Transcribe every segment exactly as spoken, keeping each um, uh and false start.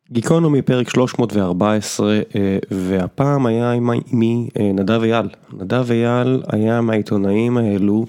גיקונומי פרק שלוש מאות וארבע עשרה, והפעם היה עם מי נדב אייל. נדב אייל היה מהעיתונאים האלו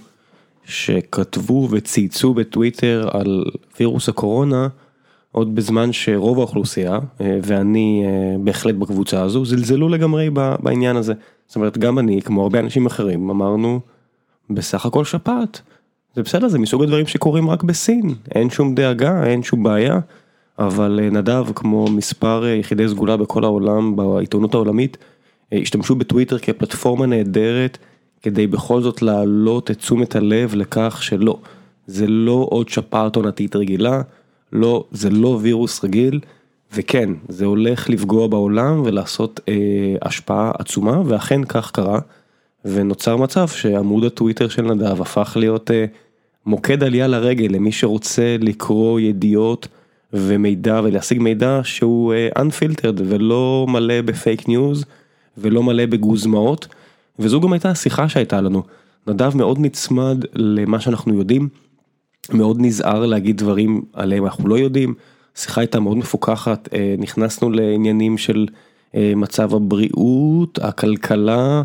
שכתבו וצייצו בטוויטר על וירוס הקורונה, עוד בזמן שרוב האוכלוסייה, ואני בהחלט בקבוצה הזו, זלזלו לגמרי בעניין הזה. זאת אומרת, גם אני, כמו הרבה אנשים אחרים, אמרנו, בסך הכל שפעת. זה בסדר, זה מסוג הדברים שקורים רק בסין. אין שום דאגה, אין שום בעיה. אבל נדב, כמו מספר יחידי סגולה בכל העולם, בעיתונות העולמית, השתמשו בטוויטר כפלטפורמה נהדרת, כדי בכל זאת להעלות את תשומת הלב לכך שלא, זה לא עוד שפעת עונתית רגילה, לא, זה לא וירוס רגיל, וכן, זה הולך לפגוע בעולם ולעשות אה, השפעה עצומה, ואכן כך קרה, ונוצר מצב שעמוד הטוויטר של נדב הפך להיות אה, מוקד עלייה לרגל, למי שרוצה לקרוא ידיעות, ומידע ולהשיג מידע שהוא unfiltered ולא מלא בפייק ניוז ולא מלא בגוזמאות, וזו גם הייתה השיחה שהייתה לנו. נדב מאוד נצמד למה שאנחנו יודעים, מאוד נזהר להגיד דברים עליהם אנחנו לא יודעים, שיחה הייתה מאוד מפוקחת, נכנסנו לעניינים של מצב הבריאות, הכלכלה,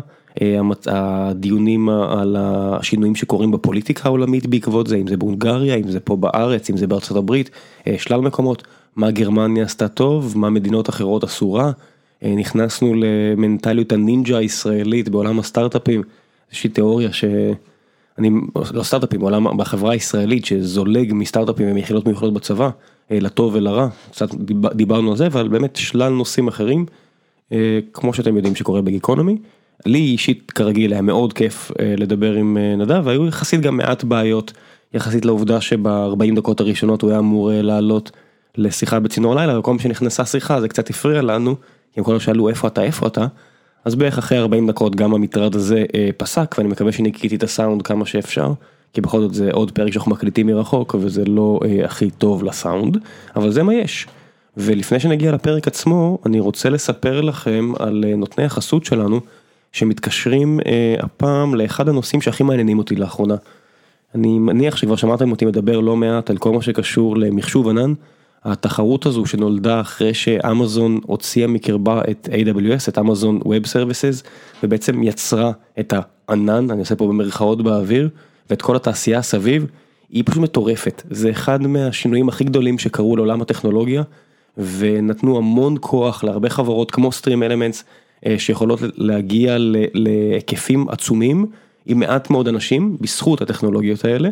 הדיונים על השינויים שקורים בפוליטיקה העולמית בעקבות זה, אם זה בהונגריה, אם זה פה בארץ, אם זה בארצות הברית, שלל מקומות, מה גרמניה עשתה טוב, מה מדינות אחרות אסורה, נכנסנו למנטליות הנינג'ה הישראלית בעולם הסטארט-אפים, איזושהי תיאוריה שאני, לא סטארט-אפים, בעולם, בחברה הישראלית שזולג מסטארט-אפים ומיחידות מיוחדות בצבא, לטוב ולרע, קצת דיברנו על זה, אבל באמת שלל נושאים אחרים, כמו שאתם יודעים שקורה בגיקונומי, לי אישית כרגיל היה מאוד כיף לדבר עם נדב, והיו יחסית גם מעט בעיות, יחסית לעובדה שב-ארבעים דקות הראשונות הוא היה אמור לעלות לשיחה בצינור לילה, וכל שנכנסה שיחה זה קצת הפריע לנו, כי הם כל שאלו איפה אתה, איפה אתה, אז בערך אחרי ארבעים דקות גם המטרד הזה פסק, ואני מקווה שניקיתי את הסאונד כמה שאפשר, כי בכל זאת זה עוד פרק שאנחנו מקליטים מרחוק, וזה לא הכי טוב לסאונד, אבל זה מה יש. ולפני שנגיע לפרק עצמו, אני רוצה לספר לכם על נותני החסות שלנו, שמתקשרים אה, הפעם לאחד הנושאים שהכי מעניינים אותי לאחרונה. אני מניח שכבר שמעתם אותי מדבר לא מעט על כל מה שקשור למחשוב ענן, התחרות הזו שנולדה אחרי שאמזון הוציאה מקרבה את איי דאבליו אס, את אמזון Web Services, ובעצם יצרה את הענן, אני עושה פה במרכאות באוויר, ואת כל התעשייה סביב, היא פשוט מטורפת. זה אחד מהשינויים הכי גדולים שקרו לעולם הטכנולוגיה, ונתנו המון כוח להרבה חברות כמו Stream Elements, שיכולות להגיע להיקפים עצומים עם מעט מאוד אנשים בזכות הטכנולוגיות האלה,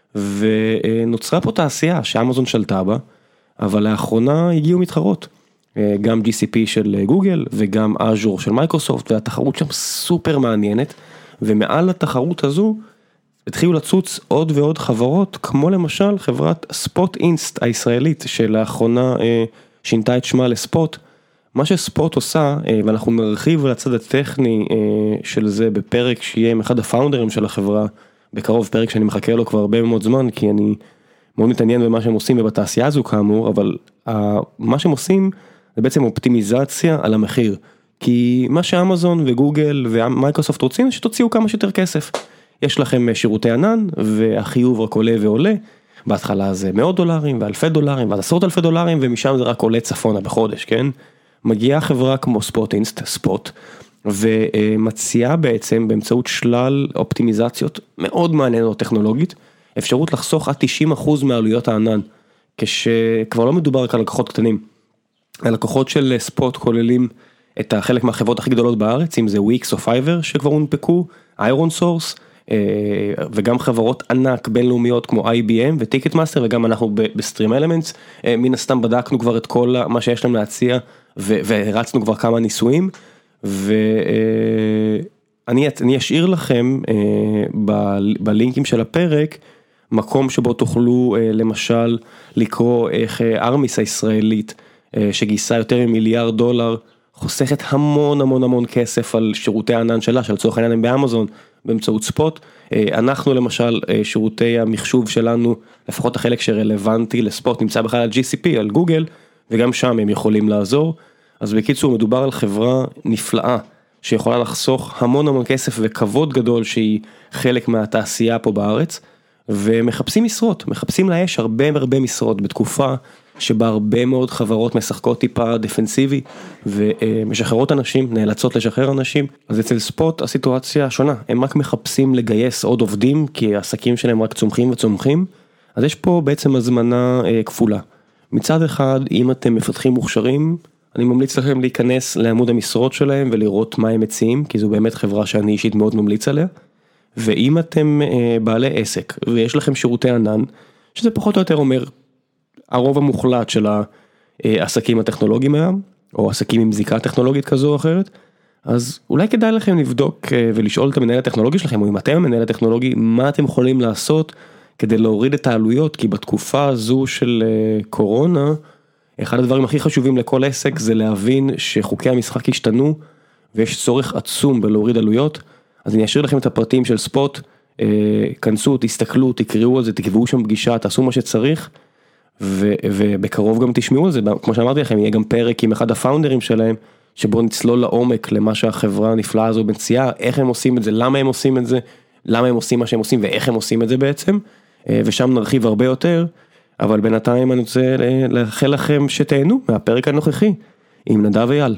ונוצרה פה תעשייה שאמזון שלטה בה, אבל לאחרונה הגיעו מתחרות, גם ג'י סי פי של גוגל וגם אז'ור של מייקרוסופט, והתחרות שם סופר מעניינת, ומעל התחרות הזו התחילו לצוץ עוד ועוד חברות, כמו למשל חברת ספוט אינסט הישראלית, שלאחרונה שינתה את שמה לספוט, מה שספוט עושה, ואנחנו נרחיב לצד הטכני של זה בפרק שיהיה עם אחד הפאונדרים של החברה, בקרוב פרק שאני מחכה לו כבר הרבה מאוד זמן, כי אני מאוד מתעניין במה שהם עושים ובתעשייה הזו כאמור, אבל מה שהם עושים זה בעצם אופטימיזציה על המחיר, כי מה שאמזון וגוגל ומייקרוסופט רוצים, זה שתוציאו כמה שיותר כסף. יש לכם שירותי ענן, והחיוב רק עולה ועולה, בהתחלה זה מאות דולרים ואלפי דולרים, ועד עשרות אלפי דולרים, ומשם זה רק עולה צפונה בחודש, כן? מגיעה חברה כמו ספוט אינסט, ספוט, ומציעה בעצם באמצעות שלל אופטימיזציות מאוד מעניינות טכנולוגית, אפשרות לחסוך עד תשעים אחוז מעלויות הענן, כשכבר לא מדובר רק על לקוחות קטנים. הלקוחות של ספוט כוללים את החלק מהחברות הכי גדולות בארץ, אם זה וויקס או פייבר שכבר הונפקו, איירון סורס, וגם חברות ענק בינלאומיות כמו איי בי אם וטיקט מאסטר, וגם אנחנו בסטרים אלמנטס, מן הסתם בדקנו כבר את כל מה שיש להם להציע, והרצנו כבר כמה ניסויים, ואני אשאיר לכם בלינקים של הפרק, מקום שבו תוכלו למשל לקרוא איך ארמיס הישראלית, שגייסה יותר ממיליארד דולר, חוסכת המון המון המון כסף על שירותי הענן שלה, של צורך הענן באמזון, באמצעות ספוט. אנחנו למשל, שירותי המחשוב שלנו, לפחות החלק שרלוונטי לספוט, נמצא בכלל על ג'י סי פי, על גוגל, וגם שם הם יכולים לעזור. אז בקיצור, מדובר על חברה נפלאה, שיכולה לחסוך המון המון כסף וכבוד גדול, שהיא חלק מהתעשייה פה בארץ, ומחפשים משרות, מחפשים לאש הרבה הרבה משרות בתקופה שבה הרבה מאוד חברות משחקות טיפה דפנסיבי ומשחררות אנשים, נאלצות לשחרר אנשים. אז אצל ספוט הסיטואציה שונה, הם רק מחפשים לגייס עוד עובדים כי העסקים שלהם רק צומחים וצומחים, אז יש פה בעצם הזמנה כפולה. מצד אחד, אם אתם מפתחים מוכשרים, אני ממליץ לכם להיכנס לעמוד המשרות שלהם ולראות מה הם מציעים, כי זו באמת חברה שאני אישית מאוד ממליץ עליה. ואם אתם בעלי עסק ויש לכם שירותי ענן, שזה פחות או יותר אומר, הרוב המוחלט של העסקים הטכנולוגיים היום, או עסקים עם זיקה טכנולוגית כזו או אחרת, אז אולי כדאי לכם לבדוק ולשאול את המנהל הטכנולוגי שלכם, או אם אתם המנהל הטכנולוגי, מה אתם יכולים לעשות כדי להוריד את העלויות, כי בתקופה הזו של קורונה, אחד הדברים הכי חשובים לכל עסק זה להבין שחוקי המשחק השתנו, ויש צורך עצום בלהוריד עלויות. אז אני אשאיר לכם את הפרטים של ספוט, כנסו, תסתכלו, תקראו על זה, תקבעו שם פגישה, תעשו מה שצריך, ו- ובקרוב גם תשמעו על זה, כמו שאמרתי לכם, יהיה גם פרק עם אחד הפאונדרים שלהם, שבו נצלול לעומק למה שהחברה הנפלאה הזו מציעה, איך הם עושים את זה, למה הם עושים את זה, למה הם עושים מה שהם עושים, ואיך הם עושים את זה בעצם, ושם נרחיב הרבה יותר, אבל בינתיים אני רוצה לאחל לכם שתהנו מהפרק הנוכחי, עם נדב אייל.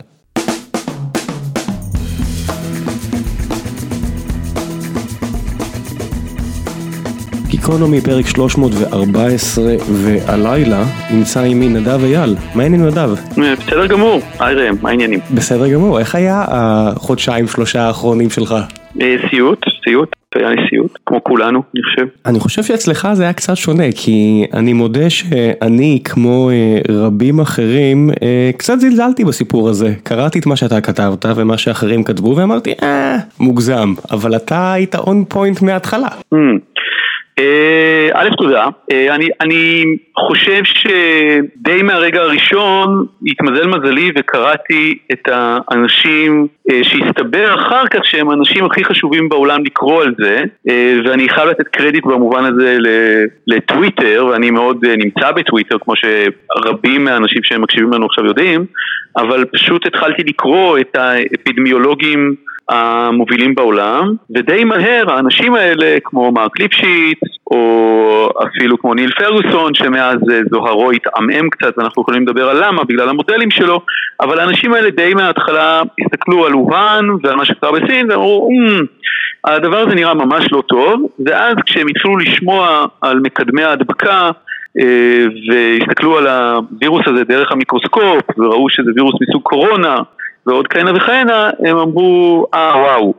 גיקונומי פרק שלוש מאות וארבע עשרה, והלילה נמצא עימי נדב אייל. מה העניינים נדב? בסדר גמור, היי ראם, מה העניינים? בסדר גמור, איך היה החודשיים שלושה האחרונים שלך? סיוט, סיוט, היה לי סיוט, כמו כולנו, אני חושב. אני חושב שאצלך זה היה קצת שונה, כי אני מודה שאני, כמו רבים אחרים, קצת זלזלתי בסיפור הזה. קראתי את מה שאתה כתבת ומה שאחרים כתבו, ואמרתי, אה, מוגזם, אבל אתה היית און פוינט מההתחלה. א' תודה, אני, אני חושב שדי מהרגע הראשון התמזל מזלי וקראתי את האנשים שהסתבר אחר כך שהם האנשים הכי חשובים בעולם לקרוא על זה, ואני חייב לתת קרדיט במובן הזה לטוויטר, ואני מאוד נמצא בטוויטר כמו שרבים מהאנשים שהם מקשיבים לנו עכשיו יודעים, אבל פשוט התחלתי לקרוא את האפידמיולוגים המובילים בעולם, ודי מהר האנשים האלה כמו מרק ליפשיץ או אפילו כמו ניל פרגוסון שמאז זוהרו התעמם קצת, אנחנו יכולים לדבר על למה בגלל המודלים שלו, אבל האנשים האלה די מההתחלה הסתכלו על אוהן ועל מה שקרה בסין ואמרו אמ, הדבר הזה נראה ממש לא טוב, ואז כשהם התחילו לשמוע על מקדמי ההדבקה והסתכלו על הווירוס הזה דרך המיקרוסקופ וראו שזה וירוס מסוג קורונה ועוד כהנה וכהנה, הם אמרו, אה וואו,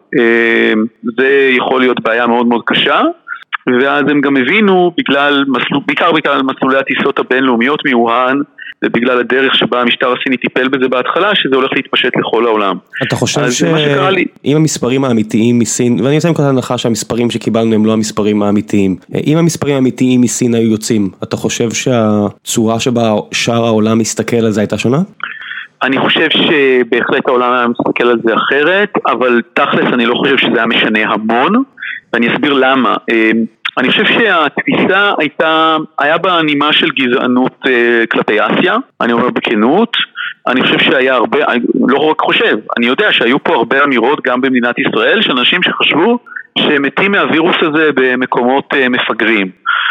זה יכול להיות בעיה מאוד מאוד קשה, ואז הם גם הבינו, בגלל, בעיקר בגלל מסלולי הטיסות הבינלאומיות מאוהן, ובגלל הדרך שבה המשטר הסיני טיפל בזה בהתחלה, שזה הולך להתפשט לכל העולם. אתה חושב שאם המספרים האמיתיים מסין, ואני יוצא מכאן הנחה שהמספרים שקיבלנו הם לא המספרים האמיתיים, אם המספרים האמיתיים מסין היו יוצאים, אתה חושב שהצורה שבה שאר העולם מסתכל על זה הייתה שונה? אני חושב שבהחלט העולם היה מסתכל על זה אחרת, אבל תכלס אני לא חושב שזה היה משנה המון, ואני אסביר למה. אני חושב שהתפיסה הייתה, היה בה נימה של גזענות כלפי אסיה, אני אומר בכנות, אני חושב שהיה הרבה, לא רק חושב, אני יודע שהיו פה הרבה אמירות גם במדינת ישראל, של אנשים שחשבו שמתים מהווירוס הזה במקומות מפגרים.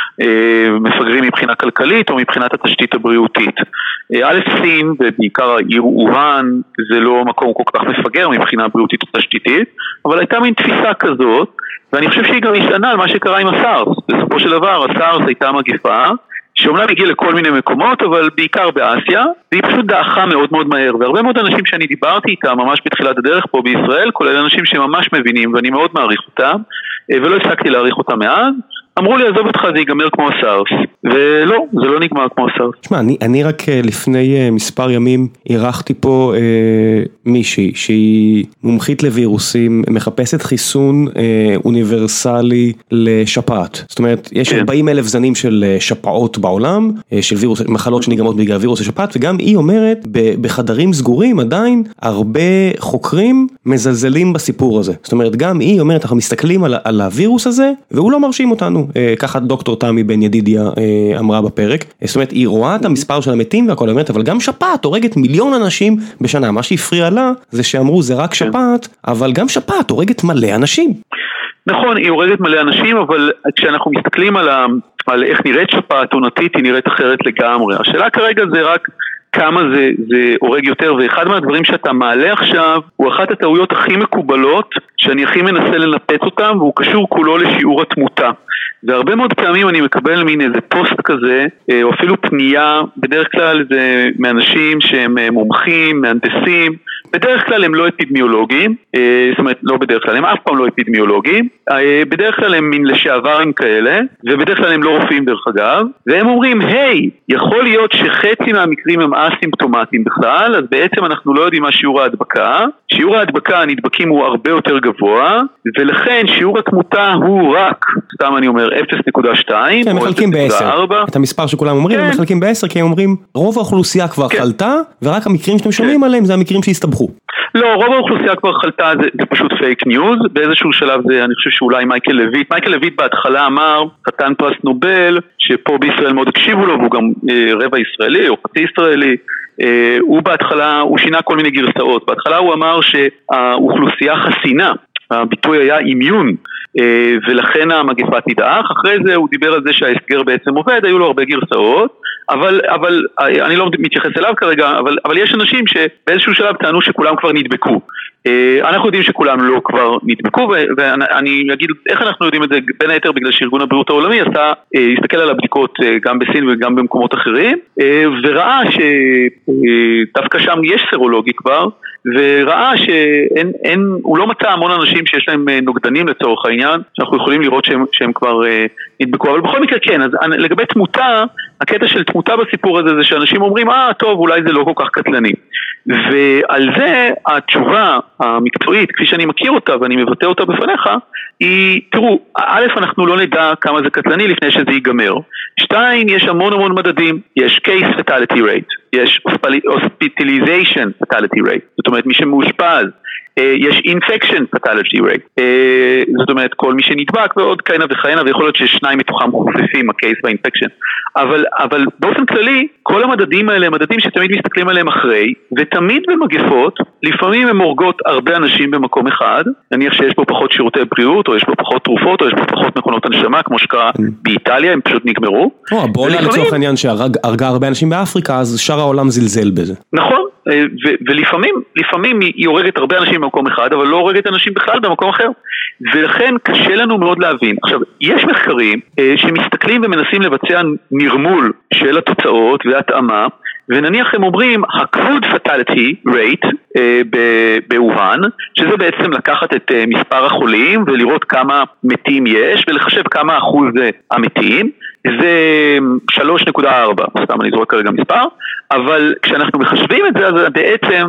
מפגרים מבחינה כלכלית או מבחינת התשתית הבריאותית. א' סין ובעיקר העיר אוהן זה לא מקום כל כך מפגר מבחינה בריאותית או תשתיתית, אבל הייתה מין תפיסה כזאת, ואני חושב שהיא גם השתנה על מה שקרה עם הסארס. בסופו של דבר הסארס הייתה מגיפה שאומנם הגיעה לכל מיני מקומות, אבל בעיקר באסיה, והיא פשוט דעכה מאוד מאוד מהר, והרבה מאוד אנשים שאני דיברתי איתם ממש בתחילת הדרך פה בישראל, כולל אנשים שממש מבינים ואני מאוד מעריך אותם, ולא הפסקתי להעריך אותם מאז, אמרו לי, עזוב אותך, זה ייגמר כמו הסארס. ולא, זה לא נגמר כמו הסארס. תשמע, אני, אני רק לפני מספר ימים אירחתי פה אה, מישהי שהיא מומחית לווירוסים, מחפשת חיסון אה, אוניברסלי לשפעת. זאת אומרת, יש כן. ארבעים אלף זנים של שפעות בעולם, אה, של וירוס, מחלות שנגרמות בגלל וירוס השפעת, וגם היא אומרת, ב, בחדרים סגורים עדיין, הרבה חוקרים מזלזלים בסיפור הזה. זאת אומרת, גם היא אומרת, אנחנו מסתכלים על, על הווירוס הזה, והוא לא מרשים אותנו. ככה דוקטור תמי בן ידידיה אמרה בפרק, זאת אומרת היא רואה את המספר של המתים והכל, אומרת, אבל גם שפעת הורגת מיליון אנשים בשנה, מה שהפריע לה זה שאמרו זה רק שפעת, אבל גם שפעת הורגת מלא אנשים. נכון, היא הורגת מלא אנשים, אבל כשאנחנו מסתכלים על, ה... על איך נראית שפעת עונתית, היא נראית אחרת לגמרי. השאלה כרגע זה רק כמה זה, זה הורג יותר, ואחד מהדברים שאתה מעלה עכשיו הוא אחת הטעויות הכי מקובלות שאני הכי מנסה לנפץ אותם, והוא קשור כולו לשיעור התמותה. והרבה מאוד פעמים אני מקבל מין איזה פוסט כזה, או אפילו פנייה, בדרך כלל זה מאנשים שהם מומחים, מהנדסים, בדרך כלל הם לא אפידמיולוגים, זאת אומרת לא בדרך כלל, הם אף פעם לא אפידמיולוגים, בדרך כלל הם מין לשעברים כאלה, ובדרך כלל הם לא רופאים דרך אגב, והם אומרים, היי, יכול להיות שחצי מהמקרים הם אסימפטומטיים בכלל, אז בעצם אנחנו לא יודעים מה שיעור ההדבקה, שיעור ההדבקה הנדבקים הוא הרבה יותר גבוה, ולכן שיעור התמותה הוא רק, סתם אני אומר, אפס נקודה שתיים או אפס נקודה ארבע. את המספר שכולם אומרים, הם מחלקים ב-עשר, כי הם אומרים, רוב האוכלוסייה כבר חלתה, ורק המקרים שאתם שומעים עליהם זה המקרים שהסתבכו. לא, רוב האוכלוסייה כבר חלתה, זה, זה פשוט פייק ניוז, באיזשהו שלב זה, אני חושב שאולי מייקל לויט, מייקל לויט בהתחלה אמר, חתן פרס נובל, שפה בישראל מאוד הקשיבו לו, והוא גם אה, רבע ישראלי או חצי ישראלי, אה, הוא בהתחלה, הוא שינה כל מיני גרסאות, בהתחלה הוא אמר שהאוכלוסייה חסינה, הביטוי היה אימיון, ולכן המגפה תדעך. אחרי זה הוא דיבר על זה שההסגר בעצם עובד, היו לו הרבה גרסאות, אבל, אבל אני לא מתייחס אליו כרגע, אבל, אבל יש אנשים שבאיזשהו שלב טענו שכולם כבר נדבקו. אנחנו יודעים שכולם לא כבר נדבקו, ואני אגיד איך אנחנו יודעים את זה, בין היתר בגלל שארגון הבריאות העולמי עשה, הסתכל על הבדיקות גם בסין וגם במקומות אחרים, וראה שדווקא שם יש סרולוגי כבר, וראה שאין, אין, הוא לא מצא המון אנשים שיש להם נוגדנים לצורך העניין, שאנחנו יכולים לראות שהם, שהם כבר נדבקו, אבל בכל מקרה כן. אז לגבי תמותה, הקטע של תמותה בסיפור הזה זה שאנשים אומרים, אה טוב, אולי זה לא כל כך קטלני, ועל זה התשובה המקצועית, כפי שאני מכיר אותה ואני מבטא אותה בפניך, היא, תראו, א', אנחנו לא נדע כמה זה קטלני לפני שזה ייגמר. שתיים, יש המון המון מדדים, יש case fatality rate, יש hospitalization fatality rate, זאת אומרת מי שמאושפז, יש infection fatality rate, זאת אומרת כל מי שנדבק ועוד כהנה וכהנה, ויכול להיות ששניים מתוכם חופפים, ה-case וה-infection, אבל, אבל באופן כללי, כל המדדים האלה הם מדדים שתמיד מסתכלים עליהם אחרי, ותמיד במגפות, לפעמים הם הורגות הרבה אנשים במקום אחד, נניח שיש פה פחות שירותי בריאות, או יש פה פחות תרופות, או יש פה פחות מכונות הנשמה, כמו שקרה באיטליה, הם פשוט נגמרו. או, הבולה לצורך העניין שהרגה הרבה אנשים באפריקה, אז שאר העולם זלזל בזה. נכון, ולפעמים, לפעמים היא הורגת הרבה אנשים במקום אחד, אבל לא הורגת אנשים בכלל במקום אחר. ולכן קשה לנו מאוד להבין. עכשיו, יש מחקרים שמסתכלים ומנסים לבצע נרמול של התוצאות והתאמה, ונניח הם אומרים, ה-crude fatality rate באוהן, שזה בעצם לקחת את מספר החולים ולראות כמה מתים יש, ולחשב כמה אחוז המתים, זה שלוש נקודה ארבע, סתם אני זורק כרגע מספר, אבל כשאנחנו מחשבים את זה, אז בעצם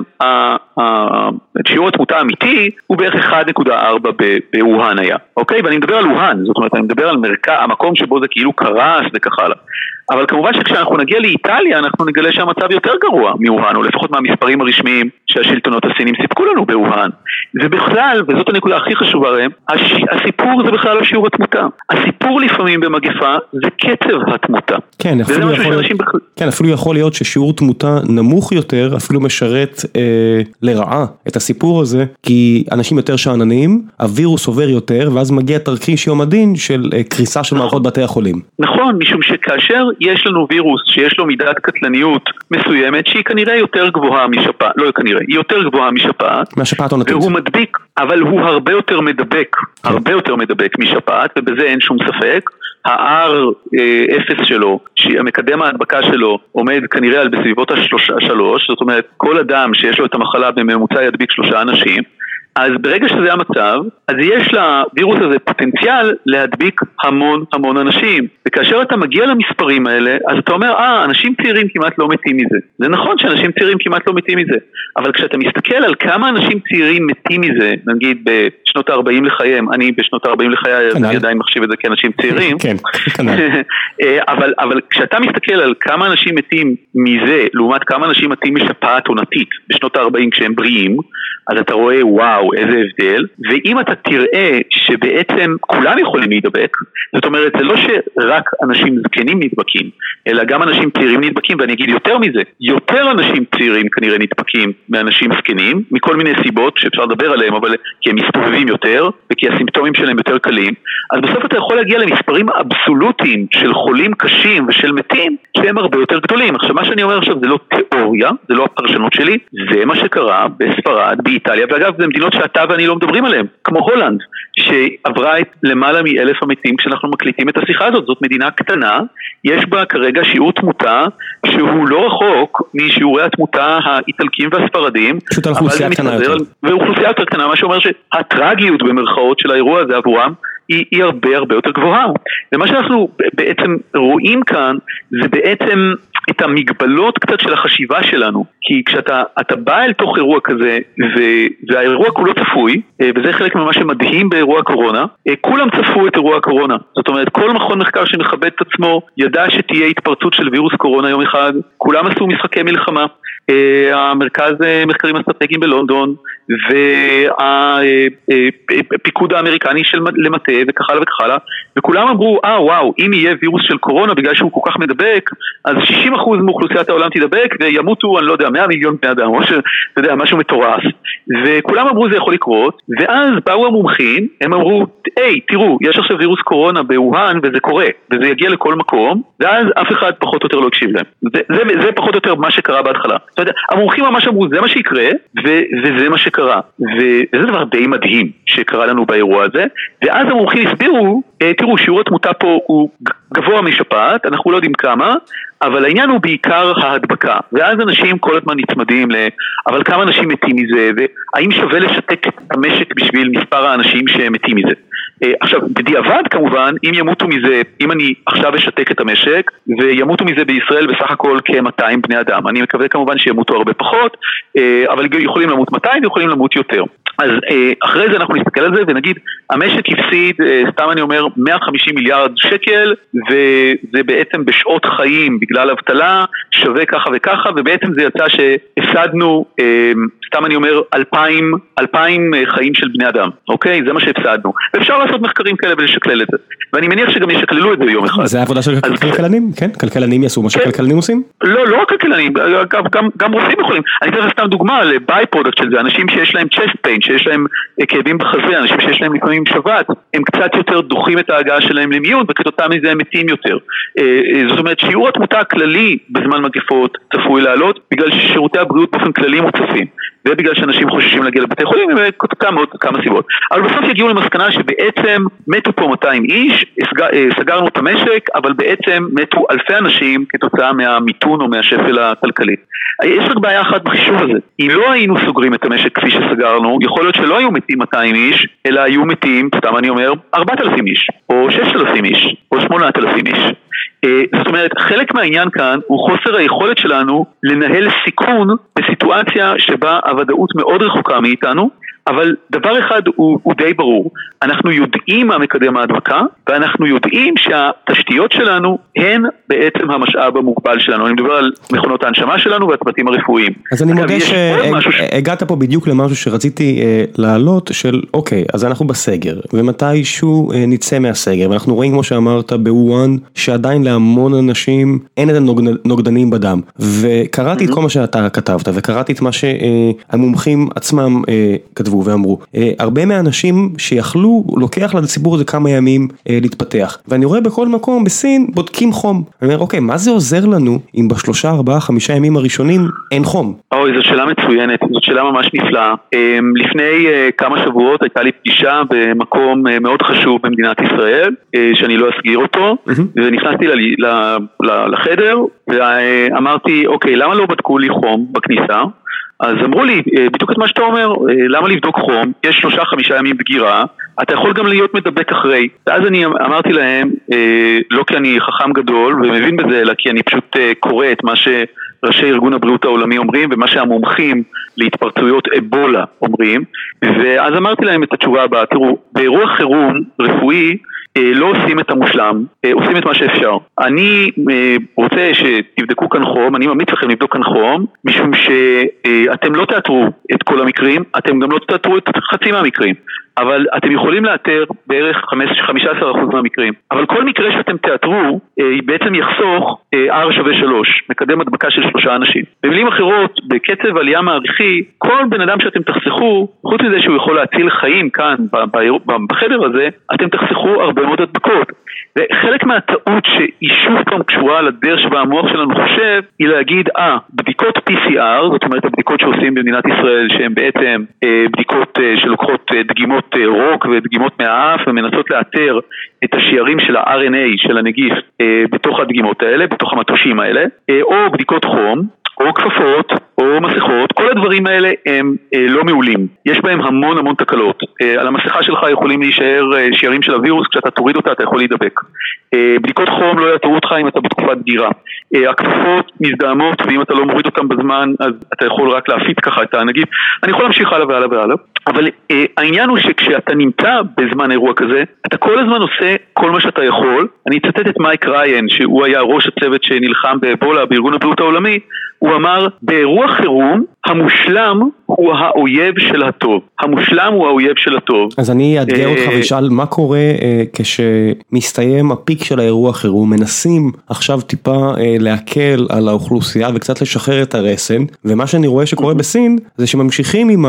שיעור התמותה האמיתי הוא בערך אחת נקודה ארבע באוהן היה, אוקיי? ואני מדבר על אוהן, זאת אומרת, אני מדבר על מרכז, המקום שבו זה כאילו קרס וכך הלאה. אבל כמובן שכשאנחנו נגיע לאיטליה, אנחנו נגלה שהמצב יותר גרוע מאוהן, או לפחות מהמספרים הרשמיים שהשלטונות הסינים סיפקו לנו באוהן. ובכלל, וזאת הנקודה הכי חשובה להם, הש... הסיפור זה בכלל לא שיעור התמותה. הסיפור לפעמים במגפה זה קצב התמותה. כן, אפילו יכול, להיות... בכ... כן, אפילו יכול להיות ששיעור תמותה נמוך יותר, אפילו משרת אה, לרעה את הסיפור הזה, כי אנשים יותר שעננים, הווירוס עובר יותר, ואז מגיע תרחיש יום הדין של אה, קריסה של מערכות בתי החולים. נכון, משום שכאשר יש לנו וירוס שיש לו מידת קטלניות מסוימת, שהיא כנראה יותר גבוהה משפעת, לא כנראה, היא יותר גבוהה משפעת, מהשפעת עונתית. והוא מדביק, אבל הוא הרבה יותר מדבק, הרבה יותר מדבק משפעת, ובזה אין שום ספק. ה-R אפס שלו, המקדם ההדבקה שלו, עומד כנראה על בסביבות השלוש, זאת אומרת, כל אדם שיש לו את המחלה בממוצע ידביק שלושה אנשים, אז ברגע שזה המצב, אז יש לווירוס הזה פוטנציאל להדביק המון המון אנשים. וכאשר אתה מגיע למספרים האלה, אז אתה אומר, אה, אנשים צעירים כמעט לא מתים מזה. זה נכון שאנשים צעירים כמעט לא מתים מזה. אבל כשאתה מסתכל על כמה אנשים צעירים מתים מזה, נגיד בשנות ה-ארבעים לחייהם, אני בשנות ה-ארבעים לחיי, אני עדיין מחשיב את זה כאנשים צעירים. כן, כנ"ל. אבל, אבל כשאתה מסתכל על כמה אנשים מתים מזה, לעומת כמה אנשים מתים משפעת עונתית בשנות ה-ארבעים כשהם בריאים, אז אתה רואה וואו איזה הבדל, ואם אתה תראה שבעצם כולם יכולים להידבק, זאת אומרת זה לא שרק אנשים זקנים נדבקים, אלא גם אנשים צעירים נדבקים, ואני אגיד יותר מזה, יותר אנשים צעירים כנראה נדבקים מאנשים זקנים, מכל מיני סיבות שאפשר לדבר עליהם, אבל כי הם מסתובבים יותר, וכי הסימפטומים שלהם יותר קלים, אז בסוף אתה יכול להגיע למספרים אבסולוטיים של חולים קשים ושל מתים, שהם הרבה יותר גדולים. עכשיו מה שאני אומר עכשיו זה לא תיאוריה, זה לא הפרשנות שלי, זה מה שקרה בספרד, באיטליה, ואגב זה מדינות שאתה ואני לא מדברים עליהן, כמו הולנד, שעברה את למעלה מאלף המתים כשאנחנו מקליטים את השיחה הזאת. זאת מדינה קטנה, יש בה כרגע שיעור תמותה שהוא לא רחוק משיעורי התמותה האיטלקים והספרדים, פשוט האוכלוסייה קטנה יותר. ואוכלוסייה יותר קטנה, מה שאומר שהטרגיות במרכאות של האירוע הזה עבורם היא, היא הרבה הרבה יותר גבוהה. ומה שאנחנו בעצם רואים כאן זה בעצם את המגבלות קצת של החשיבה שלנו, כי כשאתה אתה בא אל תוך אירוע כזה ו, והאירוע כולו צפוי, וזה חלק ממה שמדהים באירוע הקורונה, כולם צפו את אירוע הקורונה. זאת אומרת כל מכון מחקר שמכבד את עצמו ידע שתהיה התפרצות של וירוס קורונה יום אחד, כולם עשו משחקי מלחמה, המרכז מחקרים אסטרטגיים בלונדון והפיקוד האמריקני של למטה וכך הלאה וכך הלאה, וכולם אמרו אה וואו, אם יהיה וירוס של קורונה בגלל שהוא כל כך מדבק, אז שישים אחוז מאוכלוסיית העולם תדבק וימותו, אני לא יודע, מאה מיליון בני אדם, או שאתה יודע, משהו מטורף, וכולם אמרו זה יכול לקרות, ואז באו המומחים, הם אמרו היי תראו, יש עכשיו וירוס קורונה באוהן וזה קורה, וזה יגיע לכל מקום, ואז אף אחד פחות או יותר לא הקשיב להם. זה, זה, זה פחות או יותר מה שקרה בהתחלה. אתה יודע, המומחים ממש אמרו זה מה שיקרה, ו, וזה מה שקרה, וזה דבר די מדהים שקרה לנו באירוע הזה, ואז המומחים הסבירו, תראו, שיעור התמותה פה הוא גבוה משפעת, אנחנו לא יודעים כמה, אבל העניין הוא בעיקר ההדבקה, ואז אנשים כל הזמן נצמדים ל... אבל כמה אנשים מתים מזה, והאם שווה לשתק את המשק בשביל מספר האנשים שמתים מזה. עכשיו, בדיעבד כמובן, אם ימותו מזה, אם אני עכשיו אשתק את המשק, וימותו מזה בישראל בסך הכל כ-מאתיים בני אדם. אני מקווה כמובן שימותו הרבה פחות, אבל יכולים למות מאתיים ויכולים למות יותר. אז אחרי זה אנחנו נסתכל על זה ונגיד, המשק הפסיד, סתם אני אומר, מאה וחמישים מיליארד שקל, וזה בעצם בשעות חיים בגלל אבטלה, שווה ככה וככה, ובעצם זה יצא שהפסדנו, סתם אני אומר, אלפיים, אלפיים חיים של בני אדם, אוקיי? זה מה שהפסדנו. ואפשר לעשות מחקרים כאלה ולשקלל את זה. ואני מניח שגם ישקללו את זה יום אחד. זה העבודה של כלכלנים? כן? כלכלנים יעשו מה שכלכלנים עושים? לא, לא רק כלכלנים, גם רופאים יכולים. אני אתן לך סתם דוגמה לביי פרודקט של זה, אנשים שיש להם צ'סט פיין, שיש להם כאבים בחזה, אנשים שיש להם לפעמים שבת, הם קצת יותר דוחים את ההגעה שלהם למיון, וכתוצאה מזה הם מתים יותר. זאת אומרת, שיעור התמותה הכללי בזמן מגפות צפוי לעלות, בגלל ששירותי הבריאות באופן כללי מוצפים. ובגלל שאנשים חוששים להגיע לבתי חולים, וכתוצאה מאוד כמה סיבות. אבל בסוף יגיעו למסקנה שבעצם מתו פה מאתיים איש, סגרנו את המשק, אבל בעצם מתו אלפי אנשים כתוצאה מהמיתון או מהשפל הכלכלי. יש רק בעיה אחת בחישוב הזה. אם לא היינו סוגרים את המשק כפי שסגרנו, יכול להיות שלא היו מתים מאתיים איש, אלא היו מתים, סתם אני אומר, ארבעת אלפים איש, או ששת אלפים איש, או שמונת אלפים איש. זאת אומרת, חלק מהעניין כאן הוא חוסר היכולת שלנו לנהל סיכון בסיטואציה שבה הוודאות מאוד רחוקה מאיתנו, אבל דבר אחד הוא, הוא די ברור, אנחנו יודעים מה מקדם ההדבקה, ואנחנו יודעים שהתשתיות שלנו הן בעצם המשאב המוגבל שלנו. אני מדבר על מכונות ההנשמה שלנו והצוותים הרפואיים. אז אני מודה שהגעת פה בדיוק למשהו שרציתי אה, להעלות, של אוקיי, אז אנחנו בסגר, ומתישהו אה, נצא מהסגר, ואנחנו רואים כמו שאמרת באוהן, שעדיין להמון אנשים אין את הנוגדנים בדם, וקראתי mm-hmm. את כל מה שאתה כתבת, וקראתי את מה שהמומחים עצמם אה, כתבו, ואמרו, הרבה מהאנשים שיכלו, לוקח לציבור הזה כמה ימים להתפתח, ואני רואה בכל מקום בסין בודקים חום. אני אומר, אוקיי, מה זה עוזר לנו אם בשלושה, ארבעה, חמישה ימים הראשונים אין חום? אוי, זאת שאלה מצוינת, זאת שאלה ממש נפלאה. לפני כמה שבועות הייתה לי פגישה במקום מאוד חשוב במדינת ישראל, שאני לא אסגיר אותו, ונכנסתי לחדר ואמרתי, אוקיי, למה לא בדקו לי חום בכניסה? אז אמרו לי, בדיוק את מה שאתה אומר, למה לבדוק חום? יש שלושה חמישה ימים בגירה, אתה יכול גם להיות מדבק אחרי. ואז אני אמרתי להם, לא כי אני חכם גדול ומבין בזה, אלא כי אני פשוט קורא את מה שראשי ארגון הבריאות העולמי אומרים, ומה שהמומחים להתפרצויות אבולה אומרים, ואז אמרתי להם את התשובה הבאה, תראו, באירוע חירום רפואי, לא עושים את המושלם, עושים את מה שאפשר. אני רוצה שתבדקו כאן חום, אני ממליץ לכם לבדוק כאן חום, משום שאתם לא תאתרו את כל המקרים, אתם גם לא תאתרו את חצי מהמקרים. אבל אתם יכולים לאתר בערך חמישה עשר אחוז מהמקרים. אבל כל מקרה שאתם תאתרו, בעצם יחסוך R שווה שלוש, מקדם הדבקה של שלושה אנשים. במילים אחרות, בקצב עלייה מעריכי, כל בן אדם שאתם תחסכו, חוץ מזה שהוא יכול להציל חיים כאן, בחדר הזה, אתם תחסכו הרבה מאוד הדבקות. וחלק מהטעות שהיא שוב פעם קשורה לדרך שבה המוח שלנו חושב, היא להגיד, אה, בדיקות P C R, זאת אומרת הבדיקות שעושים במדינת ישראל, שהן בעצם בדיקות שלוקחות דגימות רוק ודגימות מהאף ומנסות לאתר את השיירים של ה-R N A של הנגיף בתוך הדגימות האלה, בתוך המטושים האלה, או בדיקות חום, או כפפות, או מסכות, כל הדברים האלה הם אה, לא מעולים. יש בהם המון המון תקלות. אה, על המסכה שלך יכולים להישאר אה, שיירים של הווירוס, כשאתה תוריד אותה אתה יכול להידבק. אה, בדיקות חום לא יעתרו אותך אם אתה בתקופת דגירה. אה, הכפפות מזדהמות, ואם אתה לא מוריד אותם בזמן, אז אתה יכול רק להפיץ ככה את הנגיף. אני יכול להמשיך הלאה והלאה והלאה. אבל אה, העניין הוא שכשאתה נמצא בזמן אירוע כזה, אתה כל הזמן עושה כל מה שאתה יכול. אני אצטט את מייק ריין, שהוא היה ראש הצוות שנלחם באבולה בארגון הבריאות העולמי, הוא אמר, באירוע חירום, המושלם הוא האויב של הטוב. המושלם הוא האויב של הטוב. אז אני אאתגר אותך וישאל, מה קורה כשמסתיים הפיק של האירוע חירום, מנסים עכשיו טיפה להקל על האוכלוסייה וקצת לשחרר את הרסן, ומה שאני רואה שקורה בסין, זה שממשיכים עם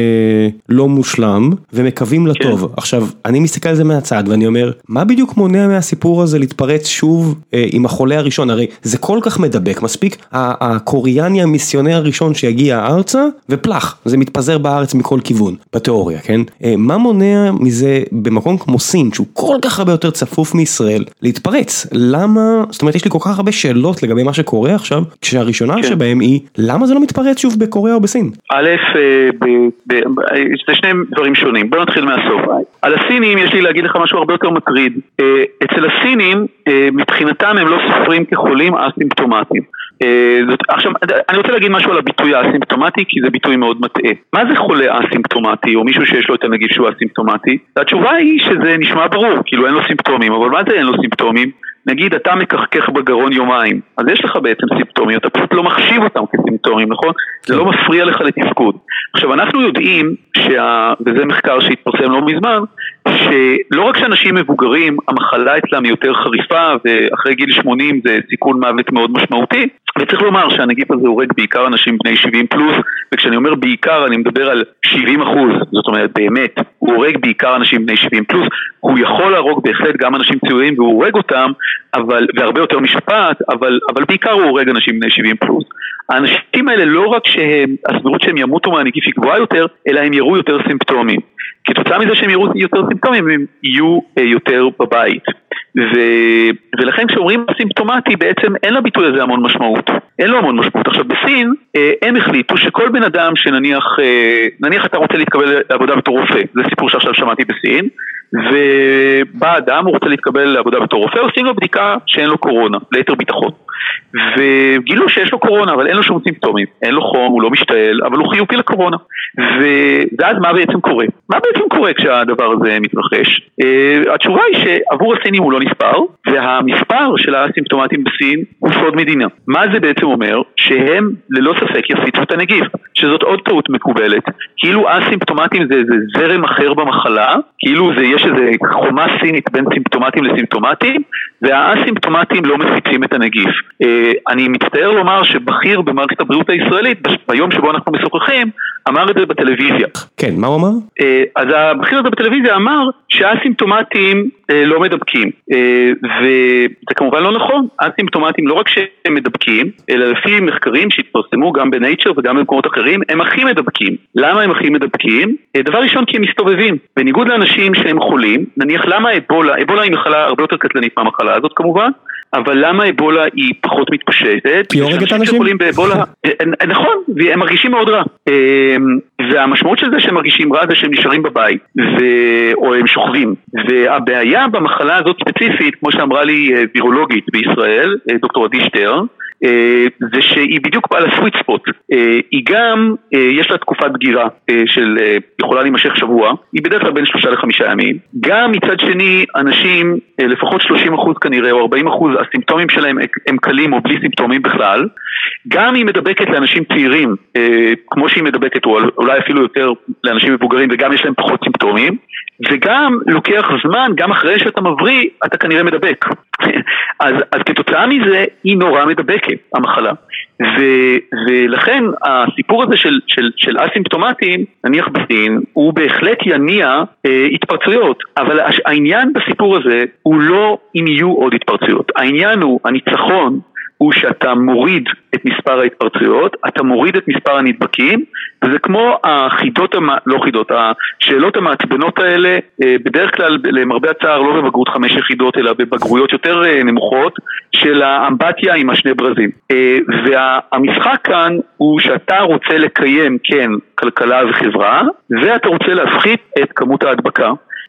הלא מושלם, ומקווים לטוב. עכשיו, אני מסתכל על זה מהצד, ואני אומר, מה בדיוק מונע מהסיפור הזה להתפרץ שוב עם החולה הראשון? הרי זה כל כך מדבק, מספיק הקוריאני המיסיונר הראשון שיגיע ארצה, ופלח, זה מתפזר בארץ מכל כיוון, בתיאוריה, כן? מה מונע מזה במקום כמו סין, שהוא כל כך הרבה יותר צפוף מישראל, להתפרץ? למה, זאת אומרת, יש לי כל כך הרבה שאלות לגבי מה שקורה עכשיו, כשהראשונה כן. שבהם היא, למה זה לא מתפרץ שוב בקוריאה או בסין? א', זה שני דברים שונים, בוא נתחיל מהסוף. על הסינים יש לי להגיד לך משהו הרבה יותר מטריד. אצל הסינים, מבחינתם הם לא סופרים כחולים אסימפטומטיים. עכשיו, אני רוצה להגיד משהו על הביטוי האסימפטומטי, כי זה ביטוי מאוד מטעה. מה זה חולה אסימפטומטי, או מישהו שיש לו את הנגיף שהוא אסימפטומטי? התשובה היא שזה נשמע ברור, כאילו אין לו סימפטומים, אבל מה זה אין לו סימפטומים? נגיד, אתה מקחקח בגרון יומיים, אז יש לך בעצם סימפטומים, אתה פשוט לא מחשיב אותם כסימפטומים, נכון? זה לא מפריע לך לתפקוד. עכשיו, אנחנו יודעים, שה... וזה מחקר שהתפרסם לא מזמן, שלא רק שאנשים מבוגרים, המחלה אצלם יותר חריפה, ואחרי גיל שמונים זה סיכון מוות מאוד משמעותי, וצריך לומר שהנגיף הזה הורג בעיקר אנשים בני שבעים פלוס, וכשאני אומר בעיקר אני מדבר על שבעים אחוז, זאת אומרת באמת, הוא הורג בעיקר אנשים בני שבעים פלוס, הוא יכול להרוג בהחלט גם אנשים צעירים והוא הורג אותם, אבל, והרבה יותר משפט, אבל, אבל בעיקר הוא הורג אנשים בני שבעים פלוס. האנשים האלה לא רק שהם, הסבירות שהם ימותו מהנגיף היא גבוהה יותר, אלא הם יראו יותר סימפטומים. כתוצאה מזה שהם יראו יותר סימפטומים, הם יהיו אה, יותר בבית. ו... ולכן כשאומרים סימפטומטי, בעצם אין לביטוי הזה המון משמעות. אין לו המון משמעות. עכשיו בסין, אה, הם החליטו שכל בן אדם שנניח, אה, נניח אתה רוצה להתקבל לעבודה בתור רופא, זה סיפור שעכשיו שמעתי בסין, ובא אדם, הוא רוצה להתקבל לעבודה בתור רופא, עושים לו בדיקה שאין לו קורונה, ליתר ביטחון. וגילו שיש לו קורונה, אבל אין לו שום סימפטומים. אין לו חום, הוא לא משתעל, אבל הוא חיובי לקורונה. ואז מה בעצם קורה? מה בעצם קורה כשהדבר הזה מתרחש? Uh, התשובה היא שעבור הסינים הוא לא נספר, והמספר של האסימפטומטים בסין הוא סוד מדינה. מה זה בעצם אומר? שהם ללא ספק יפיצו את הנגיף, שזאת עוד טעות מקובלת. כאילו האסימפטומטים זה, זה זרם אחר במחלה, כאילו זה, יש איזה חומה סינית בין סימפטומטים לסימפטומטים, והאסימפטומטים לא מפיצים את הנגיף. Uh, אני מצטער לומר שבכיר במערכת הבריאות הישראלית, ביום שבו אנחנו משוחחים, אמר את זה בטלוויזיה. כן, מה הוא אמר? Uh, אז הבכיר הזה בטלוויזיה אמר שהאסימפטומטים uh, לא מדבקים, uh, וזה כמובן לא נכון. האסימפטומטים לא רק שהם מדבקים, אלא לפי מחקרים שהתפרסמו גם בנייצ'ר וגם במקומות אחרים, הם הכי מדבקים. למה הם הכי מדבקים? Uh, דבר ראשון, כי הם מסתובבים. בניגוד לאנשים שהם חולים, נניח למה אבולה, אבולה היא מחלה הרבה יותר קטלנית מהמחלה הזאת כמובן, אבל למה אבולה היא פחות מתפשטת? כי הורגת אנשים? באבולה, נכון, והם מרגישים מאוד רע. והמשמעות של זה שהם מרגישים רע זה שהם נשארים בבית, או הם שוכבים. והבעיה במחלה הזאת ספציפית, כמו שאמרה לי וירולוגית בישראל, דוקטור עדי שטרן, זה שהיא בדיוק על הסוויט ספוט. היא גם, יש לה תקופת דגירה של יכולה להימשך שבוע, היא בדרך כלל בין שלושה לחמישה ימים. גם מצד שני, אנשים, לפחות שלושים אחוז כנראה, או ארבעים אחוז, הסימפטומים שלהם הם קלים או בלי סימפטומים בכלל. גם היא מדבקת לאנשים צעירים, כמו שהיא מדבקת, או אולי אפילו יותר לאנשים מבוגרים, וגם יש להם פחות סימפטומים. וגם לוקח זמן, גם אחרי שאתה מבריא, אתה כנראה מדבק. אז, אז כתוצאה מזה, היא נורא מדבקת, המחלה. ו, ולכן, הסיפור הזה של, של, של אסימפטומטים, נניח בסין, הוא בהחלט יניע אה, התפרצויות. אבל העניין בסיפור הזה, הוא לא אם יהיו עוד התפרצויות. העניין הוא, הניצחון, הוא שאתה מוריד את מספר ההתפרצויות, אתה מוריד את מספר הנדבקים, וזה כמו החידות, לא חידות, השאלות המעצבנות האלה, בדרך כלל למרבה הצער לא בבגרות חמש יחידות, אלא בבגרויות יותר נמוכות, של האמבטיה עם השני ברזים. והמשחק כאן הוא שאתה רוצה לקיים, כן, כלכלה וחברה, ואתה רוצה להפחית את כמות ההדבקה.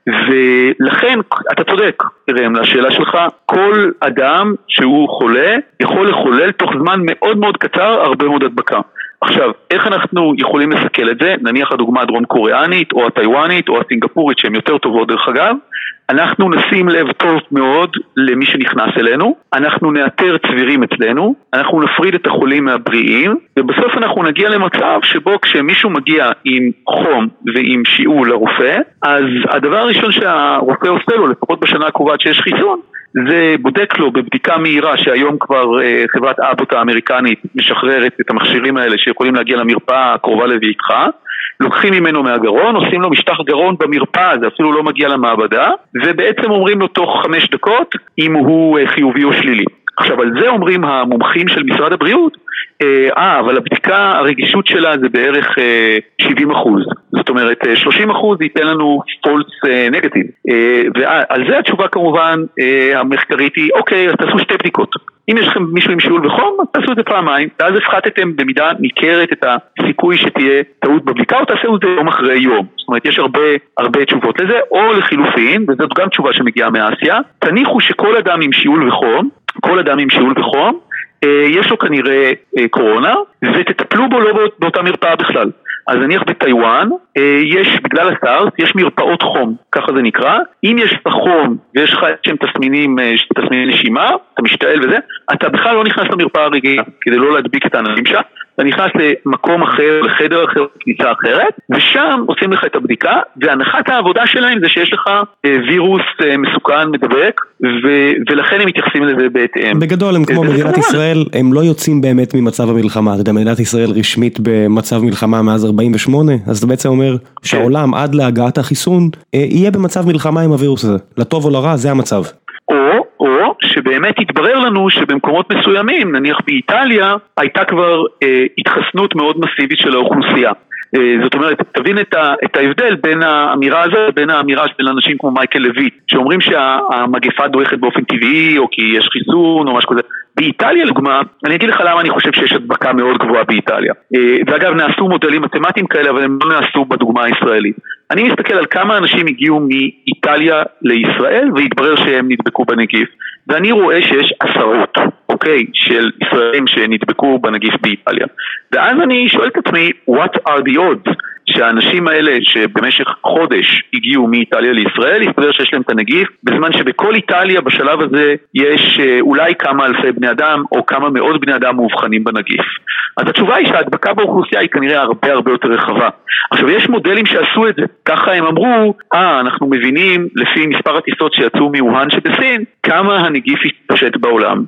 ולכן אתה צודק, רם, לשאלה שלך, כל אדם שהוא חולה יכול לחולל תוך זמן מאוד מאוד קצר הרבה מאוד הדבקה. עכשיו, איך אנחנו יכולים לסכל את זה? נניח הדוגמה הדרום קוריאנית או הטיוואנית או הסינגפורית שהן יותר טובות דרך אגב, אנחנו נשים לב טוב מאוד למי שנכנס אלינו, אנחנו נאתר צבירים אצלנו, אנחנו נפריד את החולים מהבריאים, ובסוף אנחנו נגיע למצב שבו כשמישהו מגיע עם חום ועם שיעול לרופא, אז הדבר הראשון שהרופא עושה לו, לפחות בשנה הקרובה שיש חיסון, זה בודק לו בבדיקה מהירה שהיום כבר אה, חברת אבוט האמריקנית משחררת את המכשירים האלה שיכולים להגיע למרפאה הקרובה לביתך, לוקחים ממנו מהגרון, עושים לו משטח גרון במרפאה, זה אפילו לא מגיע למעבדה, ובעצם אומרים לו תוך חמש דקות אם הוא אה, חיובי או שלילי. עכשיו על זה אומרים המומחים של משרד הבריאות, אה, אבל הבדיקה, הרגישות שלה זה בערך אה, שבעים אחוז. זאת אומרת, שלושים אחוז ייתן לנו false negative. אה, ועל זה התשובה כמובן אה, המחקרית היא, אוקיי, אז תעשו שתי בדיקות. אם יש לכם מישהו עם שיעול וחום, תעשו את זה פעמיים, ואז הפחתתם במידה ניכרת את הסיכוי שתהיה טעות בבדיקה, או תעשו את זה יום אחרי יום. זאת אומרת, יש הרבה, הרבה תשובות לזה, או לחילופין, וזאת גם תשובה שמגיעה מאסיה, תניחו שכל אדם עם שיעול וחום, כל אדם עם שיעול וחום, יש לו כנראה קורונה, ותטפלו בו לא באותה מרפאה בכלל. אז נניח בטיואן, יש, בגלל הסארס, יש מרפאות חום, ככה זה נקרא. אם יש חום ויש לך שהם תסמינים, תסמיני נשימה, אתה משתעל וזה, אתה בכלל לא נכנס למרפאה הרגילה, כדי לא להדביק את האנשים שם. אתה נכנס למקום אחר, לחדר אחר, כניסה אחרת, ושם עושים לך את הבדיקה, והנחת העבודה שלהם זה שיש לך וירוס מסוכן, מדבק, ו- ולכן הם מתייחסים לזה בהתאם. בגדול הם כמו מדינת ישראל, הם לא יוצאים באמת ממצב המלחמה. אתה יודע, מדינת ישראל רשמית במצב מלחמה מאז ארבעים ושמונה, אז אתה בעצם אומר שהעולם עד להגעת החיסון יהיה במצב מלחמה עם הווירוס הזה. לטוב או לרע, זה המצב. או, או שבאמת התברר לנו שבמקומות מסוימים, נניח באיטליה, הייתה כבר אה, התחסנות מאוד מסיבית של האוכלוסייה. אה, זאת אומרת, תבין את, ה, את ההבדל בין האמירה הזאת, בין האמירה של אנשים כמו מייקל לויט, שאומרים שהמגפה דועכת באופן טבעי, או כי יש חיסון, או משהו כזה. באיטליה, לדוגמה, אני אגיד לך למה אני חושב שיש הדבקה מאוד גבוהה באיטליה. אה, ואגב, נעשו מודלים מתמטיים כאלה, אבל הם לא נעשו בדוגמה הישראלית. אני מסתכל על כמה אנשים הגיעו מאיטליה לישראל והתברר שהם נדבקו בנגיף, ואני רואה שיש עשרות, אוקיי, של ישראלים שנדבקו בנגיף באיטליה. ואז אני שואל את עצמי, what are the odds? שהאנשים האלה שבמשך חודש הגיעו מאיטליה לישראל, יסתבר שיש להם את הנגיף, בזמן שבכל איטליה בשלב הזה יש אולי כמה אלפי בני אדם או כמה מאות בני אדם מאובחנים בנגיף. אז התשובה היא שההדבקה באוכלוסייה היא כנראה הרבה הרבה יותר רחבה. עכשיו יש מודלים שעשו את זה, ככה הם אמרו, אה, אנחנו מבינים לפי מספר הטיסות שיצאו מיוהאן שבסין, כמה הנגיף התפשט בעולם.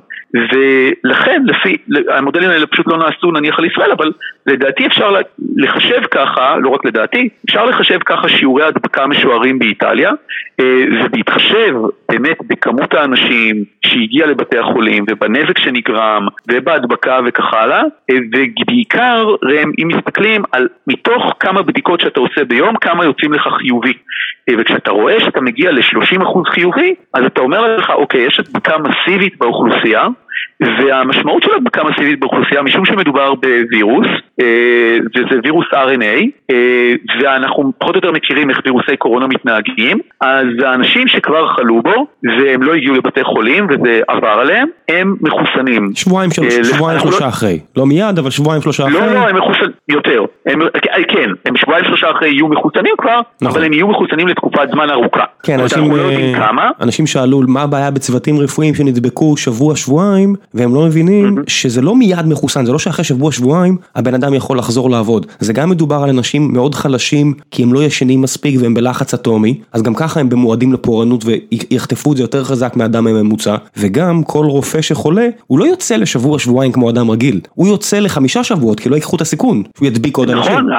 ולכן לפי, המודלים האלה פשוט לא נעשו נניח על ישראל, אבל לדעתי אפשר לחשב ככה, לא רק לדעתי, אפשר לחשב ככה שיעורי הדבקה משוערים באיטליה, ובהתחשב באמת בכמות האנשים שהגיע לבתי החולים, ובנזק שנגרם, ובהדבקה וכך הלאה, ובעיקר אם מסתכלים על מתוך כמה בדיקות שאתה עושה ביום, כמה יוצאים לך חיובי. וכשאתה רואה שאתה מגיע ל-שלושים אחוז חיובי, אז אתה אומר לך, אוקיי, יש הדבקה מסיבית באוכלוסייה, והמשמעות של הדבקה מסיבית באוכלוסייה, משום שמדובר בווירוס, וזה וירוס אר אן איי, ואנחנו פחות או יותר מכירים איך וירוסי קורונה מתנהגים, אז האנשים שכבר חלו בו, והם לא הגיעו לבתי חולים, וזה עבר עליהם, הם מחוסנים. שבועיים שלושה אחרי. לא מיד, אבל שבועיים שלושה אחרי. לא, לא, הם מחוסנים יותר. כן, הם שבועיים שלושה אחרי יהיו מחוסנים כבר, אבל הם יהיו מחוסנים לתקופת זמן ארוכה. כן, אנשים שאלו מה הבעיה בצוותים רפואיים שנדבקו שבוע, שבועיים, והם לא מבינים שזה לא מיד מחוסן, זה לא שאחרי שבוע, שבועיים, הבן אדם יכול לחזור לעבוד. זה גם מדובר על אנשים מאוד חלשים, כי הם לא ישנים מספיק והם בלחץ אטומי, אז גם ככה הם במועדים לפורענות ויחטפו את זה יותר חזק מאדם הממוצע, וגם כל רופא שחולה, הוא לא יוצא לשבוע, שבועיים כמו אדם רגיל, הוא יוצא לחמישה שבועות, כי לא ייקחו את הסיכון, שהוא ידביק עוד אנשים. נכון,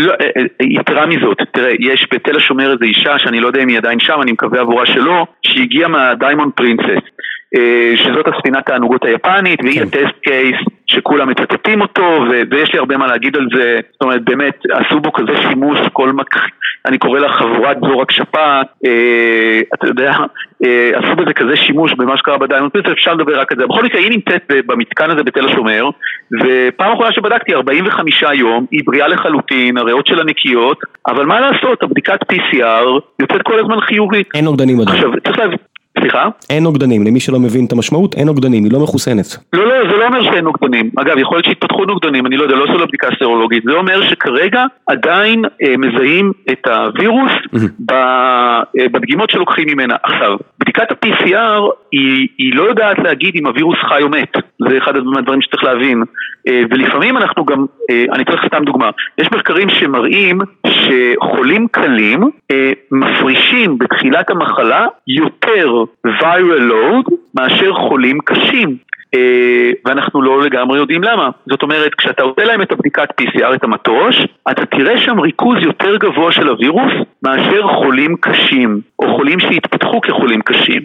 יתרה מזאת, תראה, יש בתל השומר איזו אישה, שאני לא יודע אם היא עדיין שם, אני מקווה עבורה שלו, שהגיעה מהדיימונד פרינסס, שזאת הספינת הענוגות היפנית, והיא הטסט קייס שכולם מצטטים אותו, ויש לי הרבה מה להגיד על זה. זאת אומרת, באמת עשו בו כזה שימוש, כל מק... אני קורא לה חבורת זורק שפעת, אתה יודע, עשו בזה כזה שימוש במה שקרה בדיימונד פרינסס, אפשר לדבר רק על זה. בכל מקרה, היא נמצאת במתקן הזה בתל השומר, ופעם אחרונה שבדקתי, ארבעים וחמישה יום, היא בריאה לחלוטין, הריאות שלה נקיות, אבל מה לעשות, הבדיקת פי סי אר יוצאת כל הזמן חיובית. אין נוגדנים עדיין. עכשיו, צריך להבין, סליחה? אין נוגדנים, למי שלא מבין את המשמעות, אין נוגדנים, היא לא מחוסנת. לא, לא, זה לא אומר שאין נוגדנים. אגב, יכול להיות שהתפתחו נוגדנים, אני לא יודע, לא עשו לבדיקה סרולוגית. זה אומר שכרגע עדיין אה, מזהים את הווירוס ב, אה, בדגימות שלוקחים ממנה. עכשיו, בדיקת ה-פי סי אר היא, היא לא יודעת להגיד אם הווירוס חי או מת. זה אחד הדברים שצריך להבין. אה, ולפעמים אנחנו גם, אה, אני צריך סתם דוגמה, יש מחקרים שמראים שחולים קלים אה, מפרישים בתחילת המחלה יותר viral load מאשר חולים קשים, ואנחנו לא לגמרי יודעים למה. זאת אומרת, כשאתה עושה להם את הבדיקת פי סי אר, את המטוש, אתה תראה שם ריכוז יותר גבוה של הווירוס מאשר חולים קשים, או חולים שהתפתחו כחולים קשים.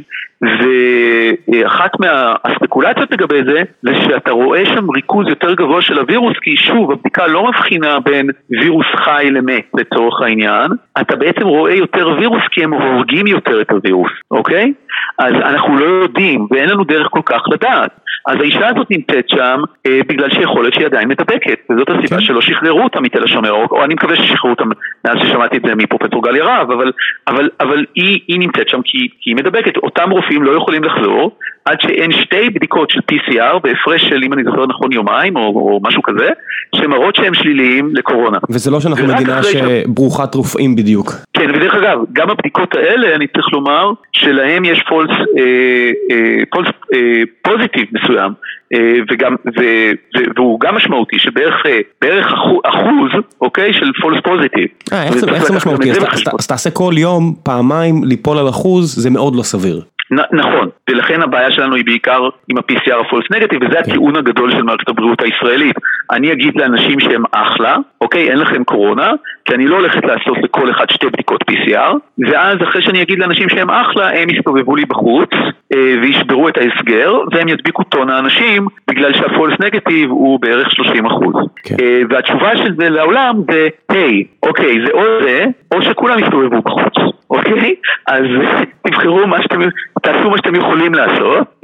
ואחת מהספקולציות לגבי זה, זה שאתה רואה שם ריכוז יותר גבוה של הווירוס, כי שוב, הבדיקה לא מבחינה בין וירוס חי למת לצורך העניין, אתה בעצם רואה יותר וירוס כי הם הורגים יותר את הווירוס, אוקיי? אז אנחנו לא יודעים, ואין לנו דרך כל כך לדעת. אז האישה הזאת נמצאת שם אה, בגלל שיכול להיות שהיא עדיין מדבקת, וזאת הסיבה okay. שלא שחררו אותה מתל השומר, או, או אני מקווה ששחררו אותה מאז ששמעתי את זה מפרופסור גל ירהב, אבל, אבל, אבל היא, היא נמצאת שם כי, כי היא מדבקת. אותם רופאים לא יכולים לחזור עד שאין שתי בדיקות של פי סי אר בהפרש של, אם אני זוכר נכון, יומיים או, או משהו כזה, שמראות שהם שליליים לקורונה. וזה לא שאנחנו מדינה שברוכת רופאים בדיוק. כן, ודרך אגב, גם הבדיקות האלה, אני צריך לומר, שלהם יש פולס, אה, אה, פולס אה, פוזיטיב מסוים, אה, וגם, ו, ו, והוא גם משמעותי, שבערך בערך אחוז, אוקיי, של פולס פוזיטיב. אה, איך זה, איך זה משמעותי? אז, אז, אז תעשה כל יום, פעמיים, ליפול על אחוז, זה מאוד לא סביר. נכון, ולכן הבעיה שלנו היא בעיקר עם ה-פי סי אר הפולס נגטיב, וזה הטיעון הגדול של מערכת הבריאות הישראלית. אני אגיד לאנשים שהם אחלה, אוקיי, אין לכם קורונה, כי אני לא הולכת לעשות לכל אחד שתי בדיקות פי סי אר, ואז אחרי שאני אגיד לאנשים שהם אחלה, הם יסתובבו לי בחוץ, וישברו את ההסגר, והם ידביקו טון האנשים, בגלל שהפולס נגטיב הוא בערך שלושים אחוז. Okay. והתשובה של זה לעולם זה, היי, אוקיי, זה או זה, או שכולם יסתובבו בחוץ. אוקיי? אז תבחרו מה שאתם, תעשו מה שאתם יכולים לעשות,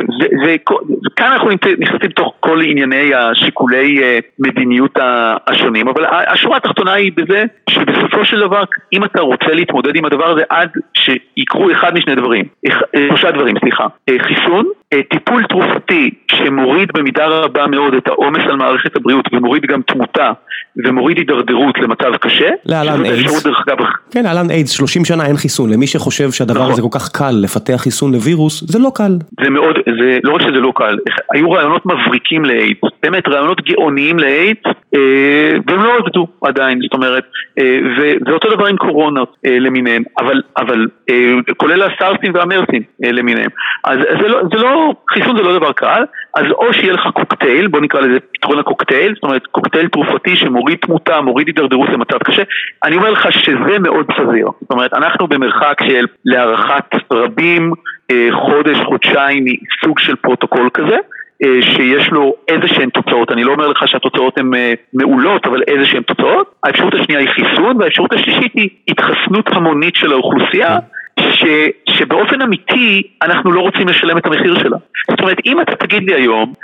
וכאן אנחנו נכנסים תוך כל ענייני השיקולי מדיניות השונים, אבל השורה התחתונה היא בזה שבסופו של דבר, אם אתה רוצה להתמודד עם הדבר הזה, עד שיקרו אחד משני דברים, שלושה דברים, סליחה, חיסון, טיפול תרופתי שמוריד במידה רבה מאוד את העומס על מערכת הבריאות, ומוריד גם תמותה, ומוריד הידרדרות למצב קשה. לאלן איידס. כן, לאלן איידס, שלושים שנה אין חיסון. למי שחושב שהדבר הזה כל כך קל לפתח חיסון לווירוס, זה לא קל. זה מאוד, זה לא רק שזה לא קל. היו רעיונות מבריקים לאיידס, באמת רעיונות גאוניים לאיידס, והם לא עובדו עדיין, זאת אומרת, וזה אותו דבר עם קורונות למיניהם, אבל, אבל כולל הסארסים והמרסים למיניהם. אז זה לא, זה לא, חיסון זה לא דבר קל, אז או שיהיה לך קוקטייל, בוא נקרא לזה פתרון הקוקטייל, זאת אומרת קוקטייל תרופתי שמוריד תמותה, מוריד הידרדרות למצב קשה, אני אומר לך שזה מאוד סביר, זאת אומרת אנחנו במרחק של להערכת רבים, חודש, חודשיים, סוג של פרוטוקול כזה, שיש לו איזה שהן תוצאות, אני לא אומר לך שהתוצאות הן מעולות, אבל איזה שהן תוצאות. האפשרות השנייה היא חיסון, והאפשרות השלישית היא התחסנות המונית של האוכלוסייה, ש, שבאופן אמיתי אנחנו לא רוצים לשלם את המחיר שלה. זאת אומרת, אם אתה תגיד לי היום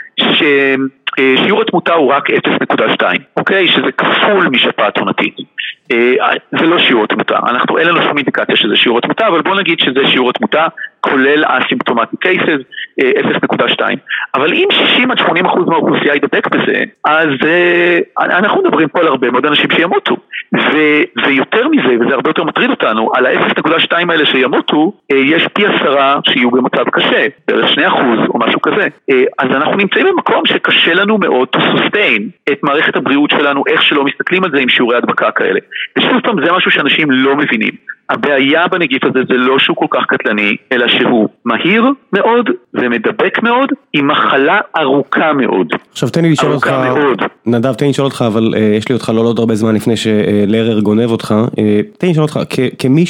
ששיעור התמותה הוא רק אפס נקודה שתיים, אוקיי? שזה כפול משפעת עונתית. זה לא שיעור התמותה, אנחנו אין לנו שום אינדיקציה שזה שיעור התמותה, אבל בוא נגיד שזה שיעור התמותה, כולל אסימפטומטיק קייסס, אפס נקודה שתיים. אבל אם שישים עד שמונים אחוז מהאוכלוסייה ידבק בזה, אז אנחנו מדברים פה על הרבה מאוד אנשים שימותו. ו- ויותר מזה, וזה הרבה יותר מטריד אותנו, על ה-אפס נקודה שתיים האלה שימותו, יש פי עשרה שיהיו במצב קשה, בערך שני אחוז או משהו כזה. אז אנחנו נמצאים במקום שקשה לנו מאוד to sustain את מערכת הבריאות שלנו, איך שלא מסתכלים על זה עם שיעורי הדבקה כאלה. ושוב פעם, זה משהו שאנשים לא מבינים. הבעיה בנגיף הזה זה לא שהוא כל כך קטלני, אלא שהוא מהיר מאוד ומדבק מאוד, עם מחלה ארוכה מאוד. עכשיו תן לי לשאול אותך, נדב, תן לי לשאול אותך, אבל uh, יש לי אותך לא עוד הרבה זמן לפני שלרר גונב אותך, uh, תן לי לשאול אותך, כ- כמי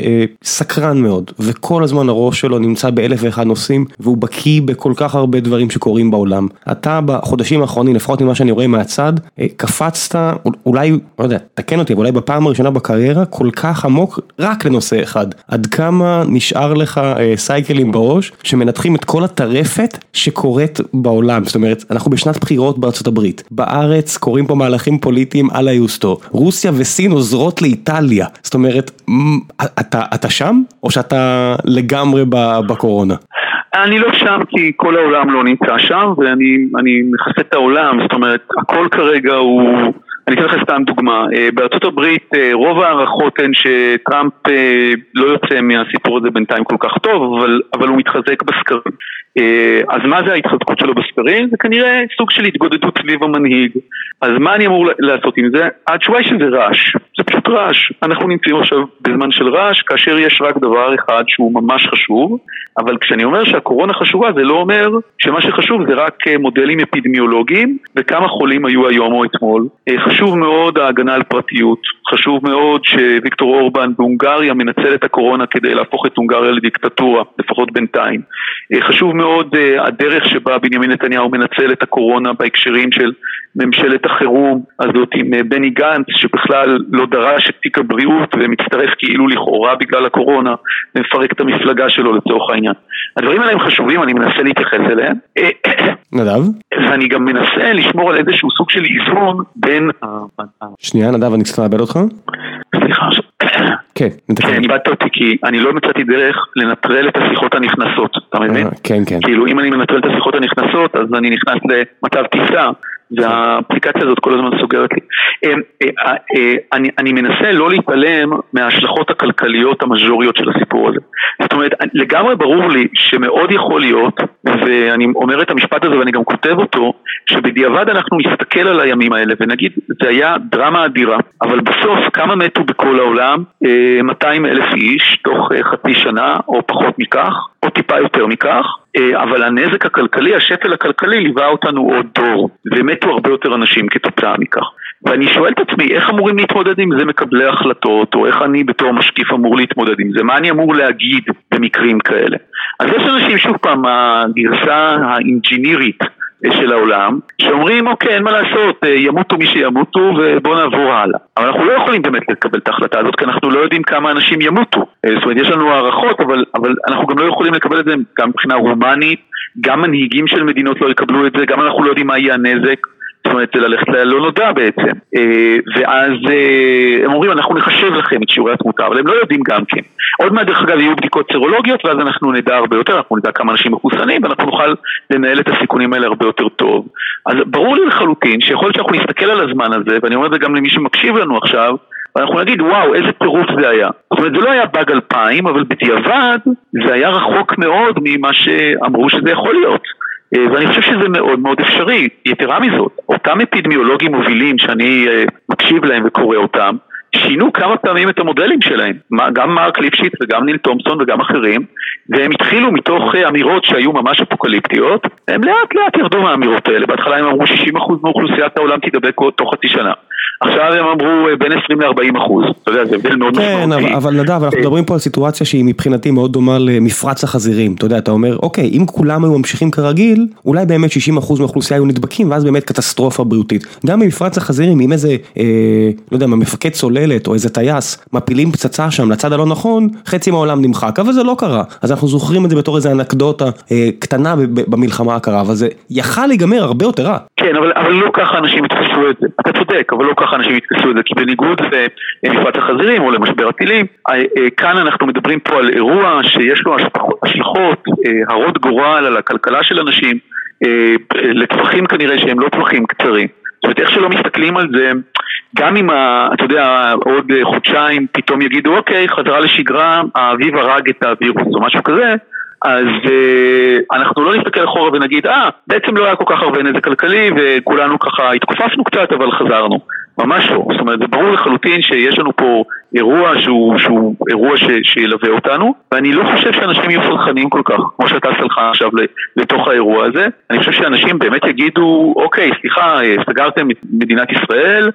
שסקרן מאוד, וכל הזמן הראש שלו נמצא באלף ואחד נושאים, והוא בקיא בכל כך הרבה דברים שקורים בעולם. אתה בחודשים האחרונים, לפחות ממה שאני רואה מהצד, uh, קפצת, אולי, לא יודע, תקן אותי, אולי בפעם הראשונה בקריירה, כל כך עמוק, רק לנושא אחד. עד כמה נשאר לך אה, סייקלים בראש שמנתחים את כל הטרפת שקורית בעולם? זאת אומרת, אנחנו בשנת בחירות בארצות הברית. בארץ קוראים פה מהלכים פוליטיים על היוסטו. רוסיה וסין עוזרות לאיטליה. זאת אומרת, אתה, אתה שם? או שאתה לגמרי בקורונה? אני לא שם כי כל העולם לא נמצא שם, ואני אני מחסה את העולם. זאת אומרת, הכל כרגע הוא... אני אתן לך סתם דוגמה, בארצות הברית רוב הערכות הן שטראמפ לא יוצא מהסיפור הזה בינתיים כל כך טוב, אבל, אבל הוא מתחזק בסקרים. אז מה זה ההתחזקות שלו בסקרים? זה כנראה סוג של התגודדות סביב המנהיג. אז מה אני אמור לעשות עם זה? התשובה היא שזה רעש, זה פשוט רעש. אנחנו נמצאים עכשיו בזמן של רעש, כאשר יש רק דבר אחד שהוא ממש חשוב, אבל כשאני אומר שהקורונה חשובה, זה לא אומר שמה שחשוב זה רק מודלים אפידמיולוגיים, וכמה חולים היו היום או אתמול. חשוב מאוד ההגנה על פרטיות, חשוב מאוד שוויקטור אורבן בהונגריה מנצל את הקורונה כדי להפוך את הונגריה לדיקטטורה, לפחות בינתיים. חשוב מאוד הדרך שבה בנימין נתניהו מנצל את הקורונה בהקשרים של ממשלת החירום הזאת עם בני גנץ, שבכלל לא דרש את תיק הבריאות ומצטרף כאילו לכאורה בגלל הקורונה, ומפרק את המפלגה שלו לצורך העניין. הדברים האלה הם חשובים, אני מנסה להתייחס אליהם. נדב? ואני גם מנסה לשמור על איזשהו סוג של איזון בין... שנייה, נדב, אני קצת מאבד אותך? סליחה. כן, נתקן. אני איבדת אותי כי אני לא מצאתי דרך לנטרל את השיחות הנכנסות, אתה מבין? כן, כן. כאילו אם אני מנטרל את השיחות הנכנסות, אז אני נכנס למצב טיסה, והאפליקציה הזאת כל הזמן סוגרת לי. אני, אני מנסה לא להתעלם מההשלכות הכלכליות המז'וריות של הסיפור הזה. זאת אומרת, לגמרי ברור לי שמאוד יכול להיות, ואני אומר את המשפט הזה ואני גם כותב אותו, שבדיעבד אנחנו נסתכל על הימים האלה ונגיד, זה היה דרמה אדירה, אבל בסוף כמה מתו בכל העולם? מאתיים אלף איש תוך חצי שנה או פחות מכך, או טיפה יותר מכך, אבל הנזק הכלכלי, השפל הכלכלי ליווה אותנו עוד דור, ומתו הרבה יותר אנשים כתוצאה מכך. ואני שואל את עצמי, איך אמורים להתמודד עם זה מקבלי החלטות, או איך אני בתור משקיף אמור להתמודד עם זה, מה אני אמור להגיד במקרים כאלה. אז יש אנשים, שוב פעם, הגרסה האינג'ינירית של העולם, שאומרים, אוקיי, אין מה לעשות, ימותו מי שימותו ובוא נעבור הלאה. אבל אנחנו לא יכולים באמת לקבל את ההחלטה הזאת, כי אנחנו לא יודעים כמה אנשים ימותו. זאת אומרת, יש לנו הערכות, אבל, אבל אנחנו גם לא יכולים לקבל את זה גם מבחינה רומנית, גם מנהיגים של מדינות לא יקבלו את זה, גם אנחנו לא יודעים מה יהיה הנזק. זאת אומרת, זה ללכת ללא נודע בעצם. ואז הם אומרים, אנחנו נחשב לכם את שיעורי התמותה, אבל הם לא יודעים גם כן. עוד מעט דרך אגב יהיו בדיקות סרולוגיות, ואז אנחנו נדע הרבה יותר, אנחנו נדע כמה אנשים מחוסנים, ואנחנו נוכל לנהל את הסיכונים האלה הרבה יותר טוב. אז ברור לי לחלוטין, שיכול להיות שאנחנו נסתכל על הזמן הזה, ואני אומר את זה גם למי שמקשיב לנו עכשיו, ואנחנו נגיד, וואו, איזה טירוף זה היה. זאת אומרת, זה לא היה באג אלפיים, אבל בדיעבד זה היה רחוק מאוד ממה שאמרו שזה יכול להיות. ואני חושב שזה מאוד מאוד אפשרי. יתרה מזאת, אותם אפידמיולוגים מובילים שאני מקשיב להם וקורא אותם, שינו כמה פעמים את המודלים שלהם, גם מרק ליפשיץ וגם ניל תומפסון וגם אחרים, והם התחילו מתוך אמירות שהיו ממש אפוקליפטיות, הם לאט לאט ירדו מהאמירות האלה, בהתחלה הם אמרו שישים אחוז מאוכלוסיית העולם תדבק תוך חצי שנה, עכשיו הם אמרו בין עשרים לארבעים אחוז, אתה יודע, זה הבדל מאוד משמעותי. כן, אבל, אבל נדב, אנחנו מדברים פה על סיטואציה שהיא מבחינתי מאוד דומה למפרץ החזירים, אתה יודע, אתה אומר, אוקיי, אם כולם היו ממשיכים כרגיל, אולי באמת שישים אחוז מהאוכלוסייה היו נדבקים, ואז באמת קטסטרופה בריאותית. גם במפרץ החזירים, אם איזה, אה, לא יודע, מפקד צוללת או איזה טייס, מפילים פצצה שם לצד הלא נכון, חצי מהעולם נמחק, אבל זה לא קרה. אז אנחנו זוכרים את זה בתור איזה אנקדוטה אה, קטנה במלחמה הקרה, אבל זה יכל להיגמר הרבה יותר רע. כן, אבל, אבל לא ככה אנשים יתפסו את זה. אתה צודק, אבל לא ככה אנשים יתפסו את זה, כי בניגוד למפרץ החזירים או למשבר הטילים, כאן אנחנו מדברים פה על אירוע שיש לו השלכות, הרות גורל על הכלכלה של אנשים, לטווחים כנראה שהם לא טווחים קצרים. זאת אומרת, איך שלא מסתכלים על זה, גם אם, אתה יודע, עוד חודשיים פתאום יגידו, אוקיי, חזרה לשגרה, האביב הרג את הווירוס או משהו כזה, אז uh, אנחנו לא נסתכל אחורה ונגיד, אה, בעצם לא היה כל כך הרבה נזק כלכלי וכולנו ככה התכופפנו קצת אבל חזרנו. ממש לא. זאת אומרת, זה ברור לחלוטין שיש לנו פה אירוע שהוא, שהוא אירוע ש, שילווה אותנו, ואני לא חושב שאנשים יהיו סלחנים כל כך, כמו שאתה סלחן עכשיו לתוך האירוע הזה. אני חושב שאנשים באמת יגידו, אוקיי, סליחה, סגרתם את מדינת ישראל,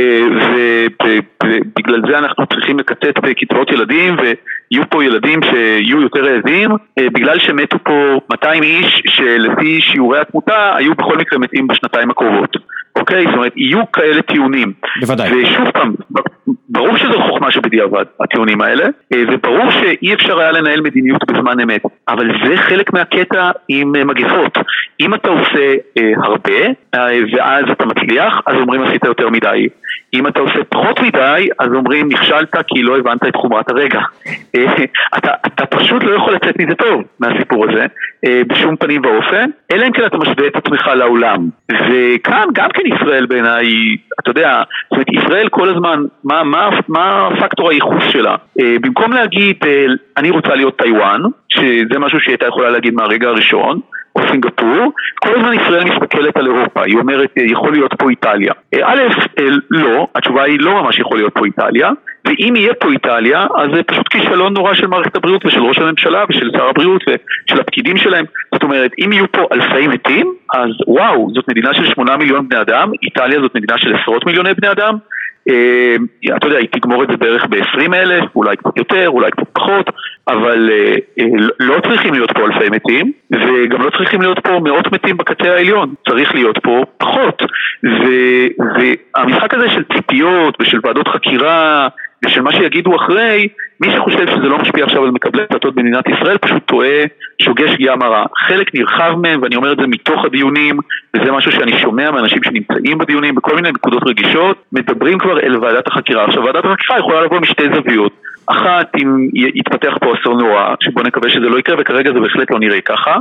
ובגלל זה אנחנו צריכים לקצץ בקצבאות ילדים, ויהיו פה ילדים שיהיו יותר רעבים, בגלל שמתו פה מאתיים איש שלפי שיעורי התמותה היו בכל מקרה מתים בשנתיים הקרובות. אוקיי, זאת אומרת, יהיו כאלה טיעונים. בוודאי. ושוב פעם, ברור שזו חוכמה שבדיעבד, הטיעונים האלה, וברור שאי אפשר היה לנהל מדיניות בזמן אמת, אבל זה חלק מהקטע עם מגפות. אם אתה עושה הרבה, ואז אתה מצליח, אז אומרים עשית יותר מדי. אם אתה עושה פחות מדי, אז אומרים נכשלת כי לא הבנת את חומרת הרגע. אתה, אתה פשוט לא יכול לצאת מזה טוב מהסיפור הזה, בשום פנים ואופן, אלא אם כן אתה משווה את עצמך לעולם. וכאן גם כן ישראל בעיניי, אתה יודע, זאת אומרת, ישראל כל הזמן, מה, מה, מה הפקטור הייחוס שלה? במקום להגיד, אני רוצה להיות טיואן, שזה משהו שהייתה יכולה להגיד מהרגע הראשון, או סינגפור, כל הזמן ישראל מסתכלת על אירופה, היא אומרת, יכול להיות פה איטליה. א', לא, התשובה היא לא ממש יכול להיות פה איטליה, ואם יהיה פה איטליה, אז זה פשוט כישלון נורא של מערכת הבריאות ושל ראש הממשלה ושל שר הבריאות ושל הפקידים שלהם. זאת אומרת, אם יהיו פה אלפי מתים, אז וואו, זאת מדינה של שמונה מיליון בני אדם, איטליה זאת מדינה של עשרות מיליוני בני אדם, אתה יודע, היא תגמור את זה בערך ב-עשרים אלף, אולי קצת יותר, אולי קצת פחות, אבל לא צריכים להיות פה אלפי מתים, וגם לא צריכים להיות פה מאות מתים בקצה העליון, צריך להיות פה פחות. והמשחק הזה של ציפיות ושל ועדות חקירה ושל מה שיגידו אחרי, מי שחושב שזה לא משפיע עכשיו על מקבלי החלטות במדינת ישראל פשוט טועה, שוגה שגיאה מרה. חלק נרחב מהם, ואני אומר את זה מתוך הדיונים, וזה משהו שאני שומע מאנשים שנמצאים בדיונים בכל מיני נקודות רגישות, מדברים כבר אל ועדת החקירה. עכשיו, ועדת החקירה יכולה לבוא משתי זוויות. אחת, אם יתפתח פה אסון נורא, שבוא נקווה שזה לא יקרה, וכרגע זה בהחלט לא נראה ככה.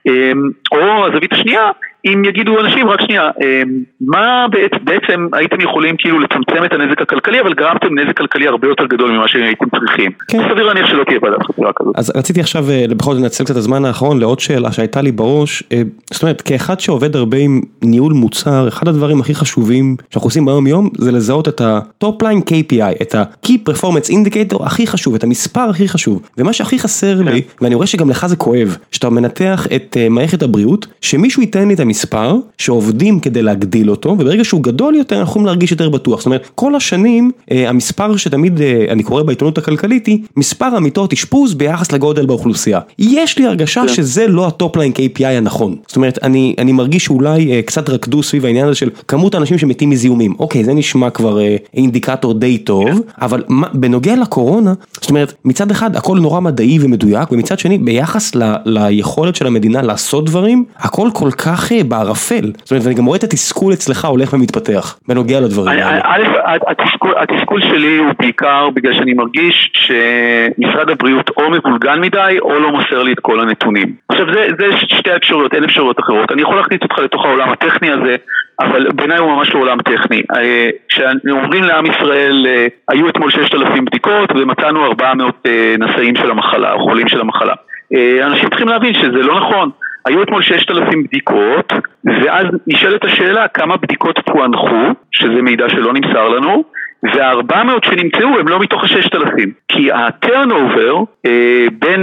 או הזווית השנייה, אם יגידו אנשים, רק שנייה, מה בעצם הייתם יכולים כאילו לצמצם את הנזק הכלכלי, אבל גרמתם נזק כלכלי הרבה יותר גדול ממה שהייתם צריכים. כן. סביר להניח שלא תהיה ועדת חקירה כזאת. אז רציתי עכשיו בכל זאת לנצל קצת הזמן האחרון לעוד שאלה שהייתה לי בראש, זאת אומרת, כאחד שעובד הרבה עם ניהול מוצר, אחד הדברים הכי חשובים שאנחנו עושים ביום יום, זה לזהות את ה-top line K P I, את ה-Key Performance Indicator הכי חשוב, את המספר הכי חשוב, ומה שהכי חסר לי, ואני רואה שגם לך זה כואב, שאתה מנתח את מערכת הבריאות, שמישהו ייתן לי את המספר, שעובדים כדי להגדיל אותו, וברגע שהוא גדול יותר, אנחנו יכולים להרגיש יותר בטוח. זאת אומרת, כל השנים, המספר שתמיד אני קורא בעיתונות הכלכלית היא, מספר המיטות אשפוז ביחס לגודל באוכלוסייה. יש לי הרגשה שזה לא הטופ ליין K P I הנכון. זאת אומרת, אני, אני מרגיש שאולי קצת רקדו סביב העניין הזה של כמות האנשים שמתים מזיהומים. אוקיי, זה נשמע כבר אינדיקטור די טוב, אבל בנוגע לקורונה, זאת אומרת, מצד אחד הכל נורא מדעי ומדויק, ומצד שני, ביחס ל, ליכולת של המדינה לעשות דברים, הכל כל כך בערפל. זאת אומרת, ואני גם רואה את התסכול אצלך הולך ומתפתח, בנוגע לדברים האלה. התסכול שלי הוא בעיקר בגלל שאני מרגיש שמשרד הבריאות או מבולגן מדי, או לא מוסר לי את כל הנתונים. עכשיו, זה שתי אפשרויות, אין אפשרויות אחרות. אני יכול להכניס אותך לתוך העולם הטכני הזה, אבל בעיניי הוא ממש לא עולם טכני. כשאומרים לעם ישראל, היו אתמול ששת אלפים בדיקות, ומצאנו ארבע מאות נשאים של המחלה, או חולים של המחלה. אנשים צריכים להבין שזה לא נכון. היו אתמול ששת אלפים בדיקות, ואז נשאלת השאלה כמה בדיקות פוענחו, שזה מידע שלא נמסר לנו, וה-ארבע מאות שנמצאו הם לא מתוך ה-ששת אלפים, כי ה-turnover בין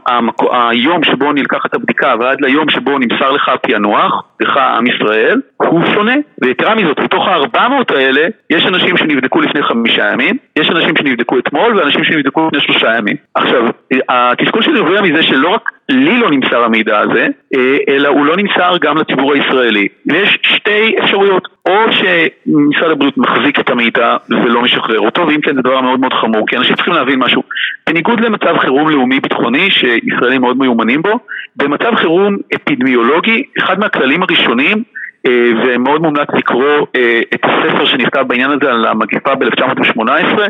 היום שבו נלקחת הבדיקה ועד ליום שבו נמסר לך הפענוח, לך עם ישראל, הוא שונה, ויתרה מזאת, בתוך ה-ארבע מאות האלה יש אנשים שנבדקו לפני חמישה ימים, יש אנשים שנבדקו אתמול ואנשים שנבדקו לפני שלושה ימים. עכשיו, התסכול שלי נובע מזה שלא רק לי לא נמסר המידע הזה, אלא הוא לא נמסר גם לציבור הישראלי. ויש שתי אפשרויות, או שמשרד הבריאות מחזיק את המידע ולא משחרר אותו, ואם כן זה דבר מאוד מאוד חמור, כי אנשים צריכים להבין משהו. בניגוד למצב חירום לאומי ביטחוני, שישראלים מאוד מיומנים בו, במצב חירום אפידמיולוגי, אחד מהכללים הראשונים, ומאוד מומלץ לקרוא את הספר שנכתב בעניין הזה על המגפה ב-אלף תשע מאות שמונה עשרה,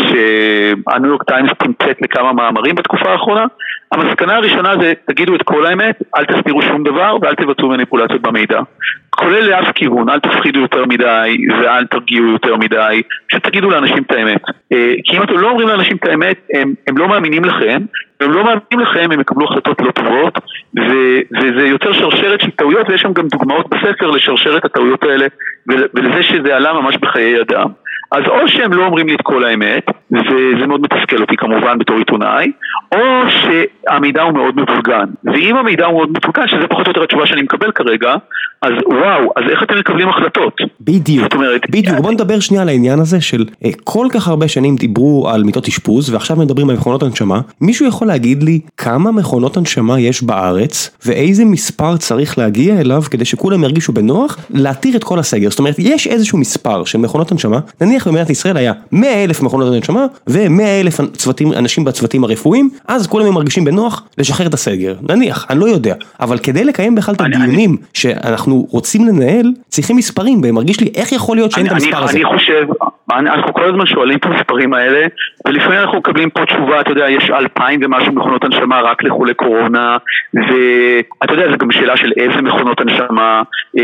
שהניו יורק טיימס תמצאת לכמה מאמרים בתקופה האחרונה. המסקנה הראשונה זה, תגידו את כל האמת, אל תסתירו שום דבר ואל תבצעו מניפולציות במידע. כולל לאף כיוון, אל תפחידו יותר מדי ואל תרגיעו יותר מדי, פשוט תגידו לאנשים את האמת. כי אם אתם לא אומרים לאנשים את האמת, הם, הם לא מאמינים לכם, והם לא מאמינים לכם, הם יקבלו החלטות לא טובות, ו- וזה יוצר שרשרת של טעויות, ויש שם גם דוגמאות בספר לשרשרת הטעויות האלה, ולזה שזה עלה ממש בחיי אדם. אז או שהם לא אומרים לי את כל האמת, וזה מאוד מתסכל אותי כמובן בתור עיתונאי, או שהמידע הוא מאוד מבולגן. ואם המידע הוא מאוד מבולגן, שזה פחות או יותר התשובה שאני מקבל כרגע, אז וואו, אז איך אתם מקבלים החלטות? בדיוק, אומרת, בדיוק. בוא נדבר שנייה על העניין הזה של אה, כל כך הרבה שנים דיברו על מיטות אשפוז, ועכשיו מדברים על מכונות הנשמה. מישהו יכול להגיד לי כמה מכונות הנשמה יש בארץ, ואיזה מספר צריך להגיע אליו, כדי שכולם ירגישו בנוח, להתיר את כל הסגר. זאת אומרת, יש איזשהו מספר של מכונות הנשמה, נניח במדינת ישראל היה מאה אלף מכונות הנשמה, ו-מאה אלף צוותים, אנשים בצוותים הרפואיים, אז כולם מרגישים בנוח לשחרר את הסגר. נניח, אני לא יודע. אבל כדי לקיים בכלל את הדיונים אני... שאנחנו רוצים לנהל, צריכים מספרים, והם מרגיש לי איך יכול להיות שאין את המספר הזה. אני חושב, אנחנו כל הזמן שואלים את המספרים האלה, ולפעמים אנחנו מקבלים פה תשובה, אתה יודע, יש אלפיים ומשהו מכונות הנשמה רק לחולי קורונה, ואתה יודע, זה גם שאלה של איזה מכונות הנשמה,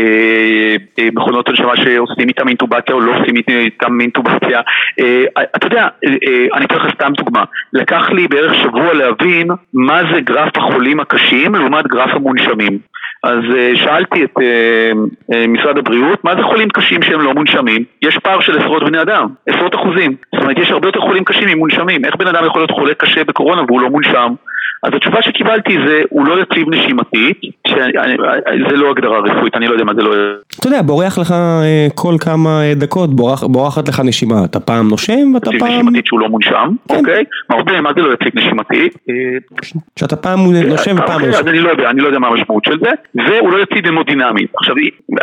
מכונות הנשמה שעושים איתם אינטובציה או לא עושים איתם אינטובציה. אתה יודע, אני אתן לך סתם דוגמה, לקח לי בערך שבוע להבין מה זה גרף החולים הקשים לעומת גרף המונשמים. אז שאלתי את משרד הבריאות, מה זה חולים קשים שהם לא מונשמים? יש פער של עשרות בני אדם, עשרות אחוזים. זאת אומרת, יש הרבה יותר חולים קשים ממונשמים. איך בן אדם יכול להיות חולה קשה בקורונה והוא לא מונשם? אז התשובה שקיבלתי זה, הוא לא יציב נשימתית, זה לא הגדרה רפואית, אני לא יודע מה זה לא... אתה יודע, בורח לך כל כמה דקות, בורחת לך נשימה, אתה פעם נושם ואתה פעם... יציב נשימתית שהוא לא מונשם, אוקיי? מה זה לא יציב נשימתית? שאתה פעם נושם ופעם נושם. אז אני לא יודע, אני לא יודע מה המשמעות של זה, והוא לא יציב המודינמית. עכשיו,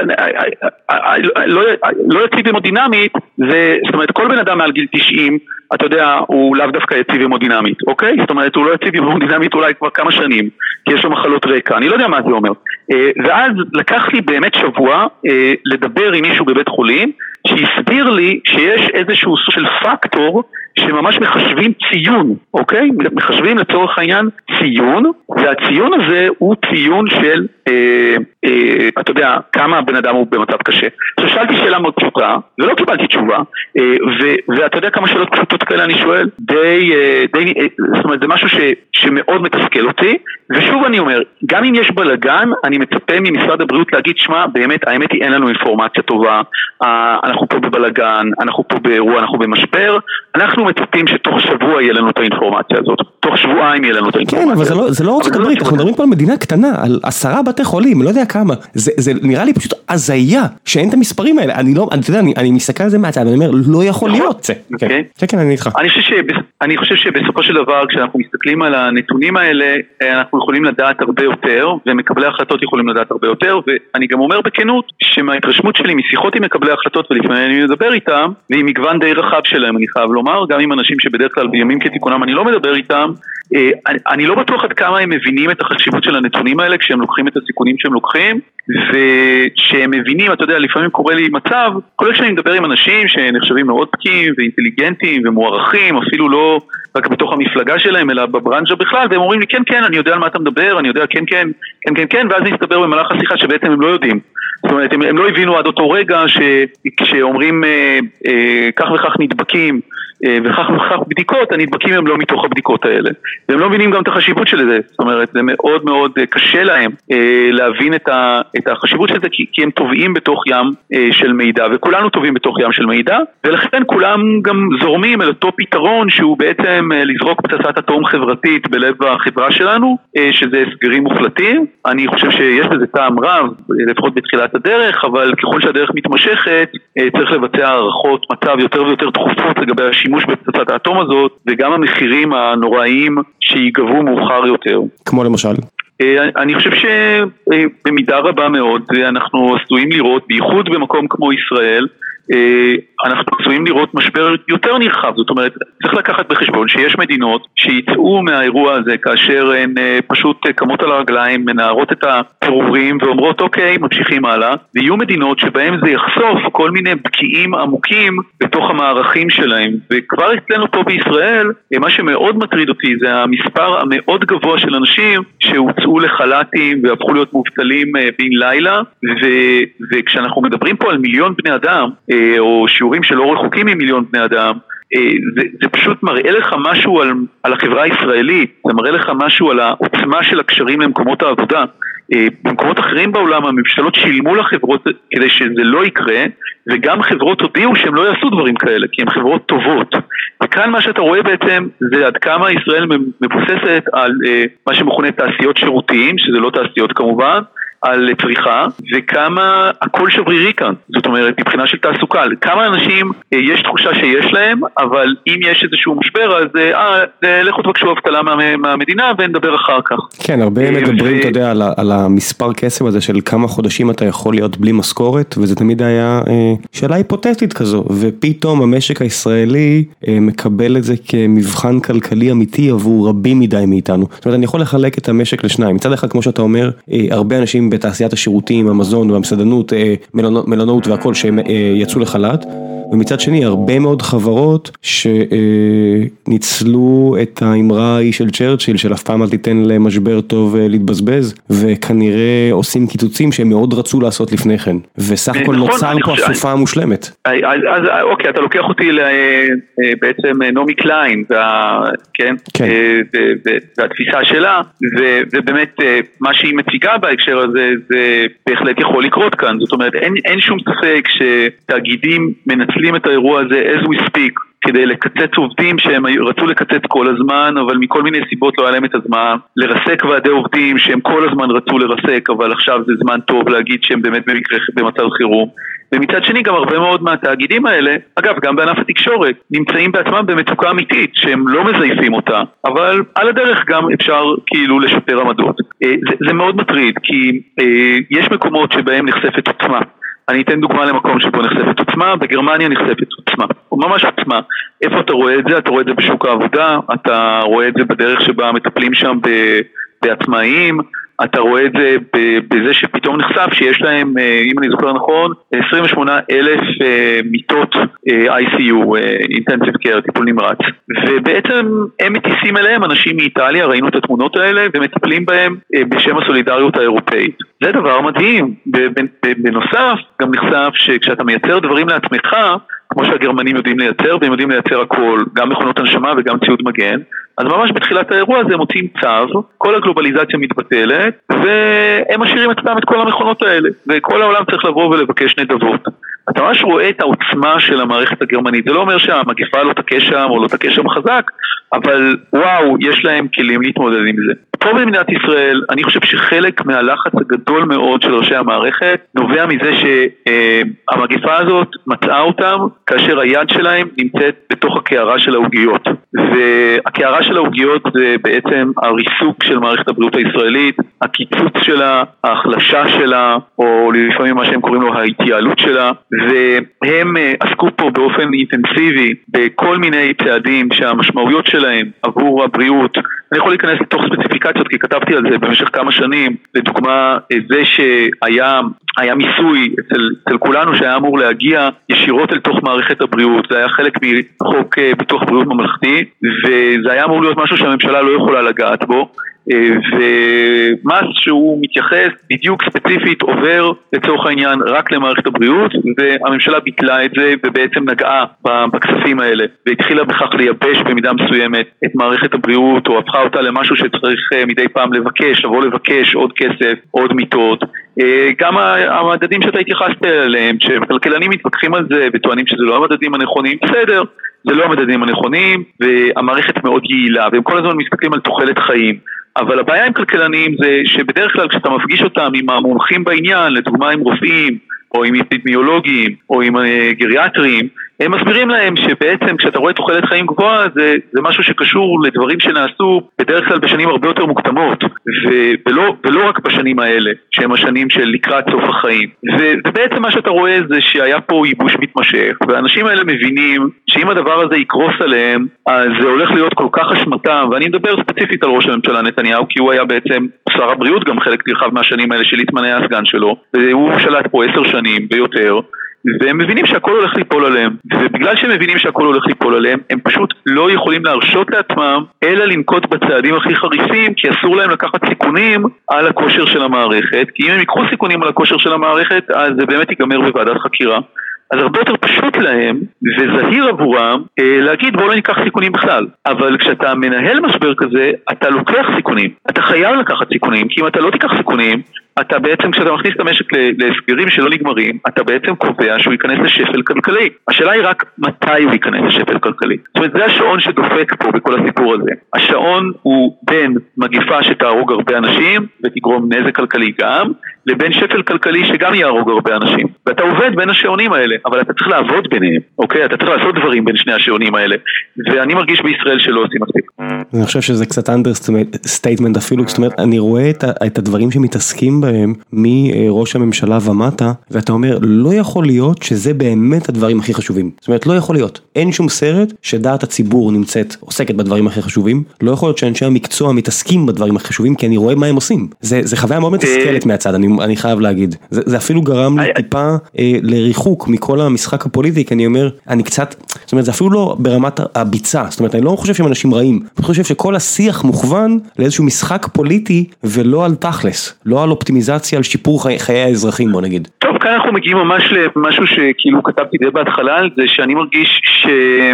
לא יציב המודינמית, זאת אומרת, כל בן אדם מעל גיל תשעים, אתה יודע, הוא לאו דווקא יציב המודינמית, אוקיי? זאת אומרת, הוא לא יציב המודינמית אולי כבר כמה שנים, כי יש לו מחלות רקע, אני לא יודע מה זה אומר. ואז לקח לי באמת שבוע לדבר עם מישהו בבית חולים, שהסביר לי שיש איזשהו סוג של פקטור, שממש מחשבים ציון, אוקיי? מחשבים לצורך העניין ציון, והציון הזה הוא ציון של, אה, אה, אתה יודע, כמה הבן אדם הוא במצב קשה. עכשיו שאלתי שאלה מאוד פשוטה, ולא קיבלתי תשובה, אה, ו- ואתה יודע כמה שאלות פשוטות כאלה אני שואל? די, אה, די, אה, זאת אומרת, זה משהו ש- שמאוד מתסכל אותי, ושוב אני אומר, גם אם יש בלגן, אני מצפה ממשרד הבריאות להגיד, שמה, באמת, האמת היא אין לנו אינפורמציה טובה, אה, אנחנו פה בבלגן, אנחנו פה באירוע, אנחנו במשבר, אנחנו מצפים שתוך שבוע יהיה לנו את האינפורמציה הזאת, תוך שבועיים יהיה לנו את האינפורמציה. כן, אבל זה לא, זה לא ארצות הברית, אנחנו מדברים פה על מדינה קטנה, על עשרה בתי חולים, לא יודע כמה, זה, זה נראה לי פשוט הזיה, שאין את המספרים האלה, אני לא, אני, אתה יודע, אני, אני מסתכל על זה מהצד, אני אומר, לא יכול להיות זה. כן, כן, אני איתך. אני חושב שבס, אני חושב שבסופו של דבר, כשאנחנו מסתכלים על הנתונים האלה, אנחנו יכולים לדעת הרבה יותר, ומקבלי ההחלטות יכולים לדעת הרבה יותר, ואני גם אומר בכנות, שמההתרשמות שלי משיחות עם מקבלי ההחלטות, ולפעמים אני מדבר איתם, ועם מגוון די רחב שלהם, אני חייב לומר, גם עם אנשים שבדרך כלל בימים כתיקונם אני לא מדבר איתם, אני, אני לא בטוח עד כמה הם מבינים את החשיבות של הנתונים האלה כשהם לוקחים את הסיכונים שהם לוקחים, ושהם מבינים, אתה יודע, לפעמים קורה לי מצב, כל כשאני מדבר עם אנשים שנחשבים מאוד בקיאים ואינטליגנטים ומוערכים, אפילו לא רק בתוך המפלגה שלהם, אלא בברנז'ה בכלל, והם אומרים לי, כן, כן, אני יודע על מה אתה מדבר, אני יודע, כן, כן, כן, כן, כן, ואז נסתבר במהלך השיחה שבעצם הם לא יודעים. זאת אומרת, הם, הם לא הבינו עד אותו רגע שכשאומרים אה, אה, כך וכך נדבקים, וכך וכך בדיקות, הנדבקים הם לא מתוך הבדיקות האלה. והם לא מבינים גם את החשיבות של זה, זאת אומרת, זה מאוד מאוד קשה להם להבין את החשיבות של זה, כי הם טובעים בתוך ים של מידע, וכולנו טובעים בתוך ים של מידע, ולכן כולם גם זורמים אל אותו פתרון שהוא בעצם לזרוק פצצת אטום חברתית בלב החברה שלנו, שזה סגרים מוחלטים. אני חושב שיש בזה טעם רב, לפחות בתחילת הדרך, אבל ככל שהדרך מתמשכת, צריך לבצע הערכות מצב יותר ויותר תכופות לגבי השימוש בפצצת האטום הזאת, וגם המחירים הנוראיים שיגבו מאוחר יותר. כמו למשל? אני חושב שבמידה רבה מאוד אנחנו עשויים לראות, בייחוד במקום כמו ישראל, אנחנו עשויים לראות משבר יותר נרחב. זאת אומרת, צריך לקחת בחשבון שיש מדינות שיצאו מהאירוע הזה כאשר הן פשוט קמות על הרגליים, מנערות את הפירורים ואומרות אוקיי, ממשיכים הלאה, ויהיו מדינות שבהם זה יחשוף כל מיני בקיעים עמוקים בתוך המערכים שלהם. וכבר אצלנו פה בישראל, מה שמאוד מטריד אותי זה המספר המאוד גבוה של אנשים שהוצאו לחל"תים והפכו להיות מובטלים בן לילה, ו... וכשאנחנו מדברים פה על מיליון בני אדם, או שיעורים שלא רחוקים ממיליון בני אדם, זה, זה פשוט מראה לך משהו על, על החברה הישראלית, זה מראה לך משהו על העוצמה של הקשרים למקומות העבודה. במקומות אחרים בעולם הממשלות שילמו לחברות כדי שזה לא יקרה, וגם חברות הודיעו שהם לא יעשו דברים כאלה, כי הן חברות טובות. וכאן מה שאתה רואה בעצם זה עד כמה ישראל מבוססת על מה שמכונה תעשיות שירותיים, שזה לא תעשיות כמובן, על צריכה, וכמה הכל שברירי כאן. זאת אומרת, מבחינה של תעסוקה, כמה אנשים יש תחושה שיש להם, אבל אם יש איזשהו משבר, אז אה, לכו תבקשו אבטלה מה, מהמדינה, ונדבר אחר כך. כן, הרבה מדברים, אתה יודע, על, על המספר כסף הזה, של כמה חודשים אתה יכול להיות בלי משכורת, וזה תמיד היה אה, שאלה היפותטית כזו, ופתאום המשק הישראלי אה, מקבל את זה כמבחן כלכלי אמיתי, עבור רבים מדי מאיתנו. זאת אומרת, אני יכול לחלק את המשק לשניים. מצד אחד, כמו שאתה אומר, אה, הרבה אנשים בתעשיית השירותים, המזון והמסעדנות, מלונות, מלונות והכל שהם יצאו לחל"ת, ומצד שני הרבה מאוד חברות שניצלו את האמרה ההיא של צ'רצ'יל, של אף פעם אל תיתן למשבר טוב להתבזבז, וכנראה עושים קיצוצים שהם מאוד רצו לעשות לפני כן, וסך הכל נוצר פה אסופה מושלמת. אז אוקיי, אתה לוקח אותי בעצם נעמי קליין, והתפיסה שלה, ובאמת מה שהיא מציגה בהקשר הזה, זה בהחלט יכול לקרות כאן. זאת אומרת, אין, אין שום ספק שתאגידים מנצלים את האירוע הזה as we speak, כדי לקצץ עובדים שהם רצו לקצץ כל הזמן, אבל מכל מיני סיבות לא היה להם את הזמן, לרסק ועדי עובדים שהם כל הזמן רצו לרסק, אבל עכשיו זה זמן טוב להגיד שהם באמת במקרה במצב חירום. ומצד שני גם הרבה מאוד מהתאגידים האלה, אגב גם בענף התקשורת, נמצאים בעצמם במצוקה אמיתית שהם לא מזייפים אותה, אבל על הדרך גם אפשר כאילו לשפר עמדות. זה, זה מאוד מטריד, כי יש מקומות שבהם נחשפת עוצמה. אני אתן דוגמה למקום שבו נחשפת עוצמה, בגרמניה נחשפת עוצמה, או ממש עוצמה. איפה אתה רואה את זה? אתה רואה את זה בשוק העבודה, אתה רואה את זה בדרך שבה מטפלים שם בעצמאיים, אתה רואה את זה בזה שפתאום נחשף שיש להם, אם אני זוכר נכון, עשרים ושמונה אלף מיטות איי סי יו, Intensive Care, טיפול נמרץ. ובעצם הם מטיסים אליהם אנשים מאיטליה, ראינו את התמונות האלה, ומטפלים בהם בשם הסולידריות האירופאית. זה דבר מדהים. בנוסף, גם נחשף שכשאתה מייצר דברים לעצמך, כמו שהגרמנים יודעים לייצר, והם יודעים לייצר הכל, גם מכונות הנשמה וגם ציוד מגן, אז ממש בתחילת האירוע הזה מוצאים צו, כל הגלובליזציה מתבטלת, והם משאירים אצלם את כל המכונות האלה, וכל העולם צריך לבוא ולבקש נדבות. אתה ממש רואה את העוצמה של המערכת הגרמנית, זה לא אומר שהמגפה לא תקש שם או לא תקש שם חזק, אבל וואו, יש להם כלים להתמודד עם זה. פה במדינת ישראל, אני חושב שחלק מהלחץ הגדול מאוד של ראשי המערכת, נובע מזה שהמגפה הזאת מצאה אותם, כאשר היד שלהם נמצאת בתוך הקערה של העוגיות. והקערה של העוגיות זה בעצם הריסוק של מערכת הבריאות הישראלית, הקיצוץ שלה, ההחלשה שלה, או לפעמים מה שהם קוראים לו ההתייעלות שלה, והם עסקו פה באופן אינטנסיבי בכל מיני צעדים שהמשמעויות שלהם עבור הבריאות, אני יכול להיכנס לתוך ספציפיקציות כי כתבתי על זה במשך כמה שנים, לדוגמה זה שהיה היה מיסוי אצל, אצל כולנו שהיה אמור להגיע ישירות אל תוך מערכת הבריאות, זה היה חלק מחוק ביטוח בריאות ממלכתי, וזה היה אמור להיות משהו שהממשלה לא יכולה לגעת בו, ומס שהוא מתייחס בדיוק ספציפית עובר לצורך העניין רק למערכת הבריאות, והממשלה ביטלה את זה ובעצם נגעה בכספים האלה והתחילה בכך לייבש במידה מסוימת את מערכת הבריאות, או הפכה אותה למשהו שצריך מדי פעם לבקש, לבוא לבקש עוד כסף, עוד מיטות. גם המדדים שאתה התייחסת אליהם, שכלכלנים מתווכחים על זה וטוענים שזה לא המדדים הנכונים, בסדר, זה לא המדדים הנכונים, והמערכת מאוד יעילה, והם כל הזמן מסתכלים על תוחלת חיים. אבל הבעיה עם כלכלנים זה שבדרך כלל כשאתה מפגיש אותם עם המומחים בעניין, לדוגמה עם רופאים, או עם אפידמיולוגים, או עם גריאטרים, הם מסבירים להם שבעצם כשאתה רואה תוחלת חיים גבוהה, זה, זה משהו שקשור לדברים שנעשו בדרך כלל בשנים הרבה יותר מוקדמות, ו- ולא, ולא רק בשנים האלה, שהם השנים של לקראת סוף החיים. ו- ובעצם מה שאתה רואה זה שהיה פה ייבוש מתמשך, והאנשים האלה מבינים שאם הדבר הזה יקרוס עליהם, אז זה הולך להיות כל כך אשמתם, ואני מדבר ספציפית על ראש הממשלה נתניהו, כי הוא היה בעצם שר הבריאות גם חלק נרחב מהשנים האלה שליצמן היה הסגן שלו, והוא שלט פה עשר שנים ויותר, והם מבינים שהכל הולך ליפול עליהם, ובגלל שהם מבינים שהכל הולך ליפול עליהם, הם פשוט לא יכולים להרשות לעצמם אלא לנקוט בצעדים הכי חריפים, כי אסור להם לקחת סיכונים על הכושר של המערכת, כי אם הם יקחו סיכונים על הכושר של המערכת, אז זה באמת ייגמר בוועדת חקירה. אז הרבה יותר פשוט להם וזהיר עבורם להגיד בואו לא ניקח סיכונים בכלל. אבל כשאתה מנהל משבר כזה, אתה לוקח סיכונים, אתה חייב לקחת סיכונים, כי אם אתה לא תיקח סיכונים, אתה בעצם כשאתה מכניס את המשק להסגרים שלא נגמרים, אתה בעצם קובע שהוא ייכנס לשפל כלכלי. השאלה היא רק מתי הוא ייכנס לשפל כלכלי. זאת אומרת, זה השעון שדופק פה בכל הסיפור הזה. השעון הוא בין מגיפה שתהרוג הרבה אנשים ותגרום נזק כלכלי גם, לבין שפל כלכלי שגם יהרוג הרבה אנשים. ואתה עובד בין השעונים האלה, אבל אתה צריך לעבוד ביניהם, אוקיי? אתה צריך לעשות דברים בין שני השעונים האלה, ואני מרגיש בישראל שלא עושים מספיק. אני חושב שזה קצת understatement אפילו, זאת אומרת, אני רואה את, את הדברים שמתעסקים בהם מראש הממשלה ומטה, ואתה אומר, לא יכול להיות שזה באמת הדברים הכי חשובים. זאת אומרת, לא יכול להיות. אין שום סרט שדעת הציבור נמצאת, עוסקת בדברים הכי חשובים. לא יכול להיות שאנשי המקצוע מתעסקים בדברים הכי חשובים, כי אני רואה מה הם עושים. זה, זה חוויה מאוד מתסכלת מהצד, אני, אני חייב להגיד. זה, זה אפילו גרם לי טיפה אה, לריחוק מכל המשחק הפוליטי, אני אומר, אני קצת, זאת אומרת, זה אפילו לא ברמת הביצה. זאת אומרת, אני לא חושב שהם אנשים רעים. אני חושב שכל השיח מוכוון לאיזשהו משחק פוליטי, ולא על תכלס, לא על אופטימיזציה, על שיפור חיי, חיי האזרחים, בוא נגיד. טוב, כאן אנחנו מגיעים ממש למשהו שכאילו כתבתי די בהתחלה, זה שאני מרגיש ש...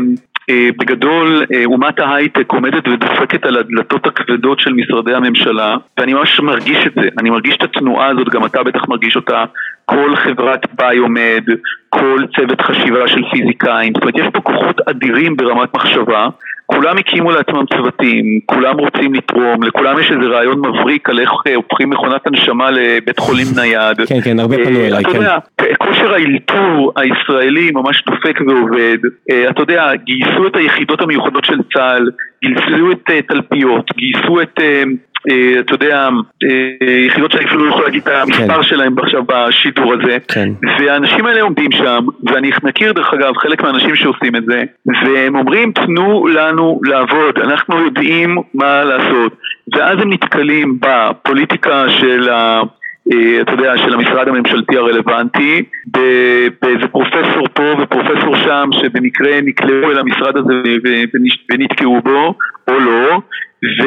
בגדול, אומת ההייטק עומדת ודופקת על הדלתות הכבדות של משרדי הממשלה, ואני ממש מרגיש את זה, אני מרגיש את התנועה הזאת, גם אתה בטח מרגיש אותה, כל חברת ביומד, כל צוות חשיבה של פיזיקאים, זאת אומרת, יש פה כוחות אדירים ברמת מחשבה, כולם הקימו לעצמם צוותים, כולם רוצים לתרום, לכולם יש איזה רעיון מבריק על איך הופכים מכונת הנשמה לבית חולים נייד. כן, כן, הרבה פנו אליי, כן. אתה יודע, כושר האלתור הישראלי ממש דופק ועובד, אתה יודע, גייסו את היחידות המיוחדות של צה"ל, גייסו את תלפיות, גייסו את... אתה יודע, יחידות שאני אפילו לא יכול להגיד את המספר שלהם עכשיו בשידור הזה, והאנשים האלה עומדים שם, ואני מכיר דרך אגב חלק מהאנשים שעושים את זה, והם אומרים תנו לנו לעבוד, אנחנו יודעים מה לעשות, ואז הם נתקלים בפוליטיקה של ה... אתה יודע, של המשרד הממשלתי הרלוונטי, באיזה פרופסור פה ופרופסור שם שבמקרה נקלעו אל המשרד הזה ונתקעו בו או לא, ו,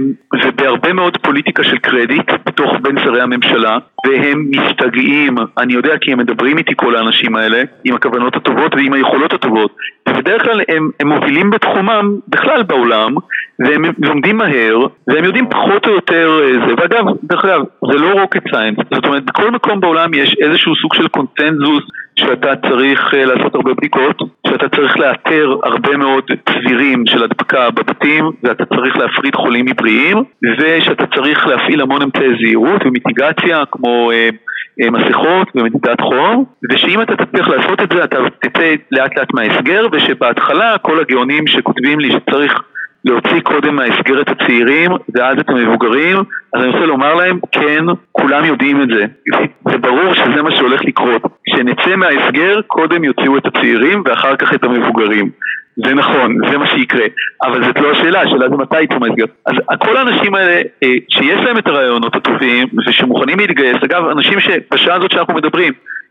ובהרבה מאוד פוליטיקה של קרדיט בתוך בין שרי הממשלה, והם מסתגעים, אני יודע כי הם מדברים איתי כל האנשים האלה עם הכוונות הטובות ועם היכולות הטובות, ובדרך כלל הם, הם מובילים בתחומם בכלל בעולם, והם לומדים מהר והם יודעים פחות או יותר זה. ואגב, דרך אגב, זה לא rocket science, זאת אומרת בכל מקום בעולם יש איזשהו סוג של קונצנזוס שאתה צריך לעשות הרבה בדיקות, שאתה צריך לאתר הרבה מאוד צבירים של הדבקה בבתים, ואתה צריך להפריד חולים מבריאים, ושאתה צריך להפעיל המון אמצעי זהירות ומיטיגציה כמו אה, אה, מסכות ומדידת חום, ושאם אתה תצליח לעשות את זה אתה תצא לאט לאט מההסגר, ושבהתחלה כל הגאונים שכותבים לי שצריך להוציא קודם מההסגר את הצעירים ואז את המבוגרים, אז אני רוצה לומר להם, כן, כולם יודעים את זה. זה ברור שזה מה שהולך לקרות. כשנצא מההסגר, קודם יוציאו את הצעירים ואחר כך את המבוגרים. זה נכון, זה מה שיקרה. אבל זאת לא השאלה, השאלה זה מתי יצאו מההסגר. אז כל האנשים האלה, שיש להם את הרעיונות הטובים ושמוכנים להתגייס, אגב, אנשים שבשעה הזאת שאנחנו מדברים,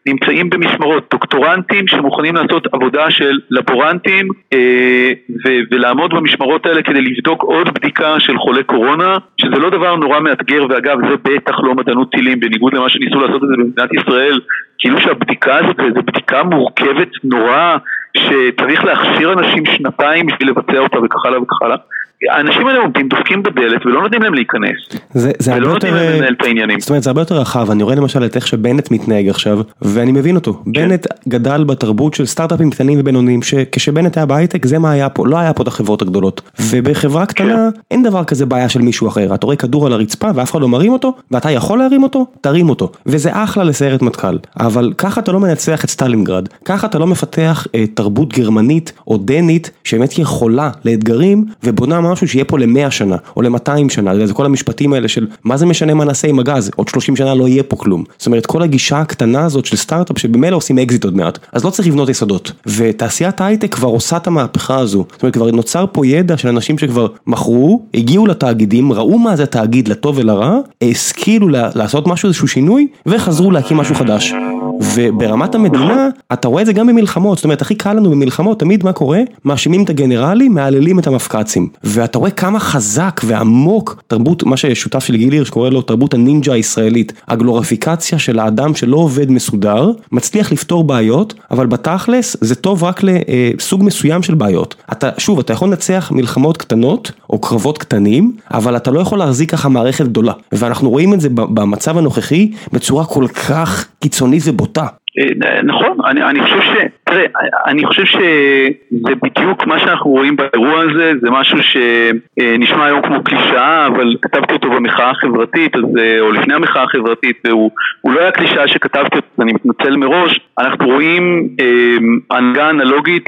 נמצאים במשמרות, דוקטורנטים שמוכנים לעשות עבודה של לבורנטים אה, ו- ולעמוד במשמרות האלה כדי לבדוק עוד בדיקה של חולי קורונה, שזה לא דבר נורא מאתגר, ואגב זה בטח לא מדענות טילים, בניגוד למה שניסו לעשות את זה במדינת ישראל, כאילו שהבדיקה הזאת זה בדיקה מורכבת נורא, שצריך להכשיר אנשים שנתיים בשביל לבצע אותה וכך הלאה וכך הלאה. האנשים האלה עומדים, דופקים בדלת ולא נותנים להם להיכנס. זה, זה ולא נותנים יותר, להם לנהל את העניינים. זאת אומרת, זה הרבה יותר רחב. אני רואה למשל את איך שבנט מתנהג עכשיו, ואני מבין אותו. כן. בנט גדל בתרבות של סטארט-אפים קטנים ובינוניים, שכשבנט היה בהייטק, זה מה היה פה. לא היה פה את החברות הגדולות. ובחברה קטנה, כן. אין דבר כזה בעיה של מישהו אחר. אתה רואה כדור על הרצפה, ואף אחד לא מרים אותו, ואתה יכול להרים אותו, תרים אותו. וזה אחלה לסיירת מטכ"ל. אבל ככה אתה לא מנצח את סטלינגרד. ככה אתה לא מפתח אה, תרבות גרמנית או דנית, שבאמת יכולה לאתגרים, ובונה משהו שיהיה פה למאה שנה, או למאתיים שנה, זה כל המשפטים האלה של, מה זה משנה מה נעשה עם הגז, עוד שלושים שנה לא יהיה פה כלום. זאת אומרת, כל הגישה הקטנה הזאת של סטארט-אפ, שבמילא עושים אקזיט עוד מעט, אז לא צריך לבנות יסודות. ותעשיית ההייטק כבר עושה את המהפכה הזו. זאת אומרת, כבר נוצר פה ידע של אנשים שכבר מכרו, הגיעו לתאגידים, ראו מה זה תאגיד לטוב ולרע, השכילו לעשות משהו, איזשהו שינוי, וחזרו להקים משהו חדש. וברמת המדינה, אתה רואה את זה גם במלחמות, זאת אומרת, הכי קל לנו במלחמות, תמיד מה קורה? מאשימים את הגנרלים, מעללים את המפקצים. ואתה רואה כמה חזק ועמוק תרבות, מה ששותף של גיל הירש שקורא לו תרבות הנינג'ה הישראלית, הגלוריפיקציה של האדם שלא עובד מסודר, מצליח לפתור בעיות, אבל בתכלס זה טוב רק לסוג מסוים של בעיות. אתה, שוב, אתה יכול לנצח מלחמות קטנות או קרבות קטנים, אבל אתה לא יכול להחזיק ככה מערכת גדולה. ואנחנו רואים את זה במצב הנוכחי בצורה כל כך קיצונית ובוטה. נכון, אני, אני חושב ש... תראה, אני חושב שזה בדיוק מה שאנחנו רואים באירוע הזה, זה משהו שנשמע היום כמו קלישאה, אבל כתבתי אותו במחאה החברתית, אז, או לפני המחאה החברתית, והוא לא היה קלישאה שכתבתי אותו, אני מתנצל מראש. אנחנו רואים אה, הנהגה אנלוגית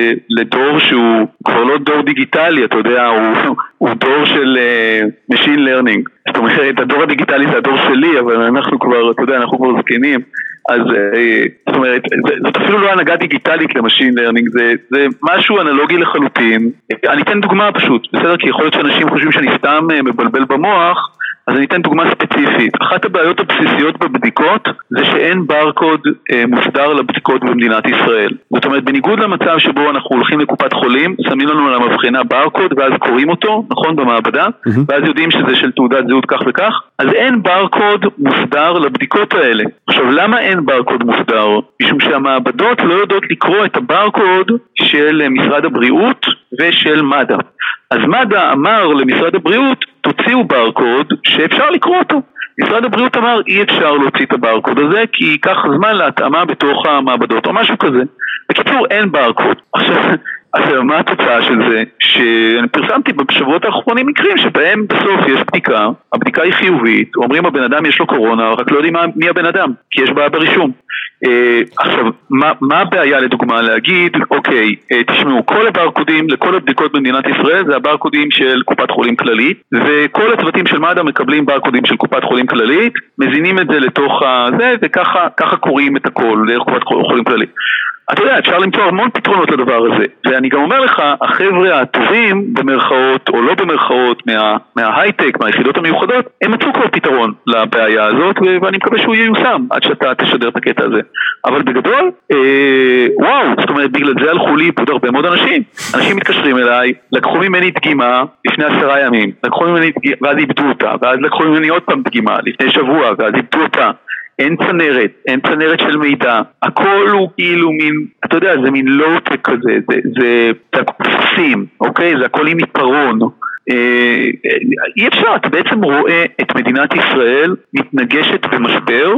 לדור שהוא כבר לא דור דיגיטלי, אתה יודע, הוא, הוא דור של אה, Machine Learning. זאת אומרת, הדור הדיגיטלי זה הדור שלי, אבל אנחנו כבר, אתה יודע, אנחנו כבר זקנים. אז זאת אומרת, זאת אפילו לא הנהגה דיגיטלית למשין לרנינג, זה, זה משהו אנלוגי לחלוטין. אני אתן דוגמה פשוט, בסדר? כי יכול להיות שאנשים חושבים שאני סתם מבלבל במוח, אז אני אתן דוגמה ספציפית. אחת הבעיות הבסיסיות בבדיקות זה שאין ברקוד אה, מוסדר לבדיקות במדינת ישראל. זאת אומרת, בניגוד למצב שבו אנחנו הולכים לקופת חולים, שמים לנו על המבחנה ברקוד ואז קוראים אותו, נכון, במעבדה, mm-hmm. ואז יודעים שזה של תעודת זהות כך וכך, אז אין ברקוד מוסדר לבדיקות האלה. עכשיו, למה אין ברקוד מוסדר? משום שהמעבדות לא יודעות לקרוא את הברקוד של משרד הבריאות ושל מד"א. אז מד"א אמר למשרד הבריאות, תוציאו ברקוד שאפשר לקרוא אותו. משרד הבריאות אמר, אי אפשר להוציא את הברקוד הזה, כי ייקח זמן להתאמה בתוך המעבדות, או משהו כזה. בקיצור, אין ברקוד. עכשיו, אז מה התוצאה של זה? שאני פרסמתי בשבועות האחרונים מקרים שבהם בסוף יש בדיקה, הבדיקה היא חיובית, אומרים הבן אדם יש לו קורונה, רק לא יודעים מי הבן אדם, כי יש בעיה ברישום. Uh, עכשיו, מה, מה הבעיה לדוגמה להגיד, אוקיי, uh, תשמעו, כל הברקודים לכל הבדיקות במדינת ישראל זה הברקודים של קופת חולים כללית, וכל הצוותים של מד"א מקבלים ברקודים של קופת חולים כללית, מזינים את זה לתוך הזה, וככה ככה קוראים את הכל, דרך קופת חולים כללית. אתה יודע, אפשר למצוא המון פתרונות לדבר הזה, ואני גם אומר לך, החבר'ה הטובים במרכאות או לא במרכאות מה, מההייטק, מהיחידות המיוחדות, הם מצאו כבר פתרון לבעיה הזאת, ואני מקווה שהוא ייושם עד שאתה תשדר את הקטע הזה. אבל בגדול, אה, וואו, זאת אומרת, בגלל זה הלכו לי פה הרבה מאוד אנשים. אנשים מתקשרים אליי, לקחו ממני דגימה לפני עשרה ימים, לקחו ממני דגימה, ואז איבדו אותה, ואז לקחו ממני עוד פעם דגימה לפני שבוע, ואז איבדו אותה. אין צנרת, אין צנרת של מידע, הכל הוא כאילו מין, אתה יודע, זה מין לואו-טק כזה, זה, זה, זה קופסים, אוקיי? זה הכל עם עיפרון. אה, אי אפשר, אתה בעצם רואה את מדינת ישראל מתנגשת במשבר,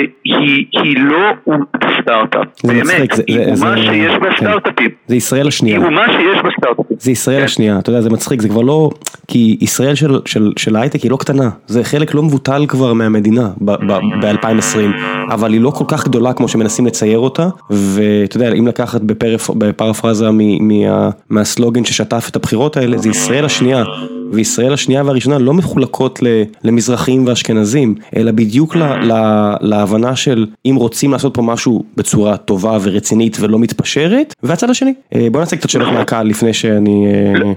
והיא לא אומת הסטארט-אפ. באמת, היא אומה שיש בסטארט-אפים. זה ישראל השנייה. היא אומה שיש בסטארט-אפים. זה ישראל השנייה, אתה יודע, זה מצחיק, זה כבר לא, כי ישראל של, של, של ההייטק היא לא קטנה, זה חלק לא מבוטל כבר מהמדינה ב-אלפיים עשרים, אבל היא לא כל כך גדולה כמו שמנסים לצייר אותה, ואתה יודע, אם לקחת בפרפרזה מהסלוגן ששטף את הבחירות האלה, זה ישראל השנייה, וישראל השנייה והראשונה לא מחולקות למזרחים ואשכנזים, אלא בדיוק להבנה של אם רוצים לעשות פה משהו בצורה טובה ורצינית ולא מתפשרת, והצד השני. בוא נעשה קצת שאלות מהקהל לפני שאני...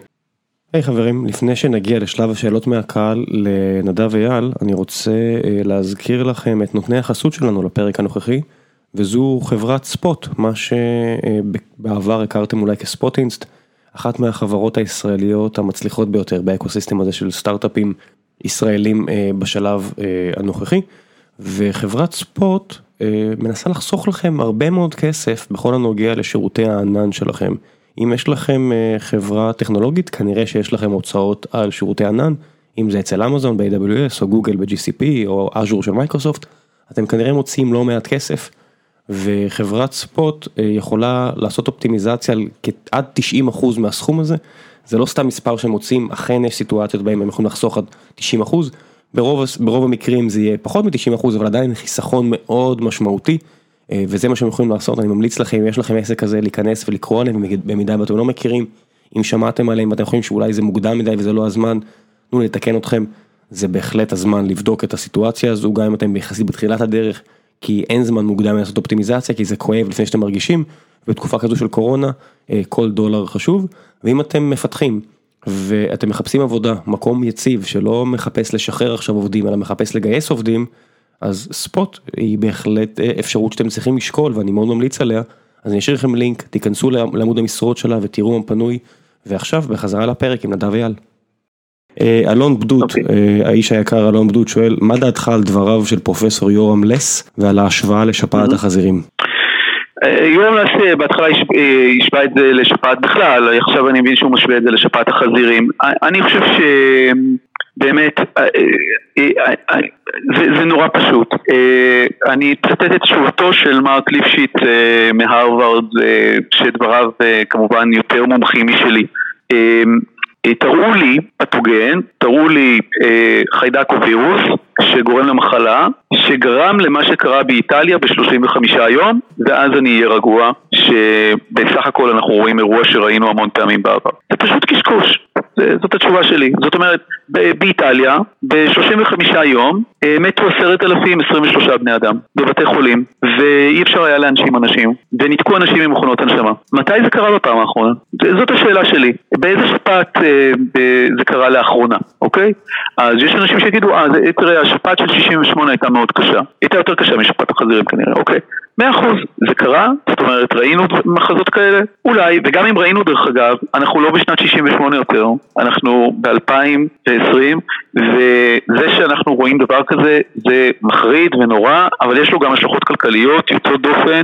היי חברים, לפני שנגיע לשלב השאלות מהקהל לנדב אייל, אני רוצה להזכיר לכם את נותני החסות שלנו לפרק הנוכחי, וזו חברת ספוט, מה שבעבר הכרתם אולי כספוטינסט, אחת מהחברות הישראליות המצליחות ביותר באקוסיסטם הזה של סטארט-אפים ישראלים בשלב הנוכחי, וחברת ספוט מנסה לחסוך לכם הרבה מאוד כסף בכל הנוגע לשירותי הענן שלכם. אם יש לכם חברה טכנולוגית, כנראה שיש לכם הוצאות על שירותי ענן, אם זה אצל אמזון, ב-איי דאבליו אס או גוגל ב-ג'י סי פי או אז'ור של מייקרוסופט, אתם כנראה מוצאים לא מעט כסף, וחברת ספוט יכולה לעשות אופטימיזציה על עד תשעים אחוז מהסכום הזה, זה לא סתם מספר שמוצאים, אכן יש סיטואציות בהם הם יכולים לחסוך עד תשעים אחוז, ברוב, ברוב המקרים זה יהיה פחות מ-תשעים אחוז, אבל עדיין חיסכון מאוד משמעותי, וזה מה שהם יכולים לעשות. אני ממליץ לכם, אם יש לכם עסק כזה, להיכנס ולקרוא עליהם, במידה ואתם לא מכירים, אם שמעתם עליהם, אתם חושבים שאולי זה מוקדם מדי וזה לא הזמן, תנו לתקן אתכם, זה בהחלט הזמן לבדוק את הסיטואציה הזו, גם אם אתם ביחסית בתחילת הדרך, כי אין זמן מוקדם לעשות אופטימיזציה, כי זה כואב לפני שאתם מרגישים, בתקופה כזו של קורונה, כל דולר חשוב, ואם אתם מפתחים, ואתם מחפשים עבודה, מקום יציב, שלא מחפש לשחרר עכשיו עובדים, אלא מחפש לגייס עובדים, אז ספוט היא בהחלט אפשרות שאתם צריכים לשקול, ואני מאוד ממליץ עליה, אז אני אשאיר לכם לינק, תיכנסו לעמוד המשרות שלה, ותראו מה פנוי, ועכשיו בחזרה לפרק עם נדב אייל. אלון בדות, האיש היקר אלון בדות שואל, מה דעתך על דבריו של פרופסור יורם לס, ועל ההשוואה לשפעת החזירים? יורם לס בהתחלה השווה את זה לשפעת בכלל, עכשיו אני מבין שהוא משווה את זה לשפעת החזירים. אני חושב שבאמת זה נורא פשוט. אני אצטט את תשובתו של מרק ליפשיץ מהרווארד, שדבריו כמובן יותר מומחים משלי. תראו לי פתוגן, תראו לי אה, חיידק או וירוס שגורם למחלה, שגרם למה שקרה באיטליה ב-שלושים וחמישה יום, ואז אני אהיה רגוע שבסך הכל אנחנו רואים אירוע שראינו המון פעמים בעבר. זה פשוט קשקוש, זאת התשובה שלי. זאת אומרת, באיטליה, ב-שלושים וחמישה יום, אה, מתו עשרת אלפים עשרים ושלושה בני אדם בבתי חולים, ואי אפשר היה להנשים אנשים, וניתקו אנשים עם מכונות הנשמה. מתי זה קרה בפעם האחרונה? זאת השאלה שלי. באיזה שפעת אה, זה קרה לאחרונה, אוקיי? אז יש אנשים שיגידו, אה, זה, תראה, השפעת של שישים ושמונה הייתה מאוד קשה. הייתה יותר קשה משפעת החזירים כנראה, אוקיי? מאה אחוז, זה קרה, זאת אומרת, ראינו מחזות כאלה? אולי, וגם אם ראינו דרך אגב, אנחנו לא בשנת שישים ושמונה יותר, אנחנו ב-אלפיים ועשרים, וזה שאנחנו רואים דבר כזה, זה מחריד ונורא, אבל יש לו גם השלכות כלכליות יוצאות דופן,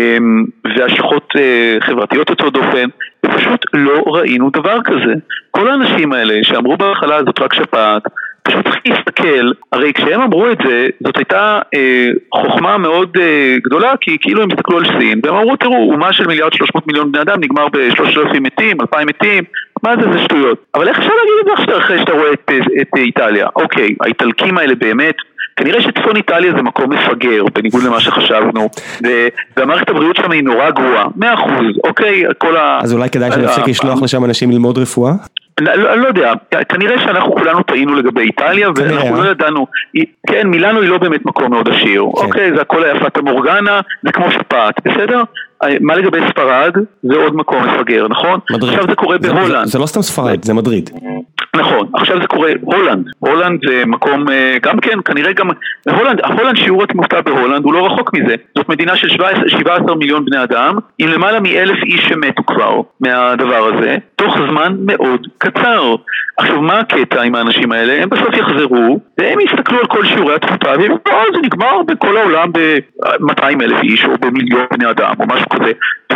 והשלכות חברתיות יוצאות דופן, ופשוט לא ראינו דבר כזה. כל האנשים האלה שאמרו בהתחלה זאת רק שפעת, פשוט צריך להסתכל, הרי כשהם אמרו את זה, זאת הייתה אה, חוכמה מאוד אה, גדולה, כי כאילו הם הסתכלו על סין, והם אמרו, תראו, אומה של מיליארד שלוש מאות מיליון בני אדם, נגמר ב-שלושת אלפים מתים, אלפיים מתים, מה זה, זה שטויות. אבל איך אפשר להגיד את זה אחרי שאתה רואה את, את איטליה? אוקיי, האיטלקים האלה באמת, כנראה שצפון איטליה זה מקום מפגר, בניגוד למה שחשבנו, והמערכת הבריאות שם היא נורא גרועה, מאה אחוז, אוקיי, כל ה... אז אולי כדאי שנפסיק לשלוח לשם אנשים ללמוד רפואה? לא, לא יודע, כנראה שאנחנו כולנו טעינו לגבי איטליה, ואנחנו לא ידענו, כן, מילאנו היא לא באמת מקום מאוד עשיר, אוקיי, זה הכל היפת המורגנה, זה כמו שפעת, בסדר? מה לגבי ספרד? זה עוד מקום מפגר, נכון? עכשיו זה קורה בהולנד. זה לא סתם ספרד, זה מדריד. נכון, עכשיו זה קורה הולנד, הולנד זה מקום, גם כן, כנראה גם, הולנד, ההולנד שיעור התמותה בהולנד הוא לא רחוק מזה, זאת מדינה של שבעה עשר מיליון בני אדם, עם למעלה מאלף איש שמתו כבר מהדבר הזה, תוך זמן מאוד קצר. עכשיו מה הקטע עם האנשים האלה? הם בסוף יחזרו, והם יסתכלו על כל שיעורי התמותה, והם יגידו, זה נגמר בכל העולם ב-מאתיים אלף איש, או במיליון בני אדם, או משהו כזה,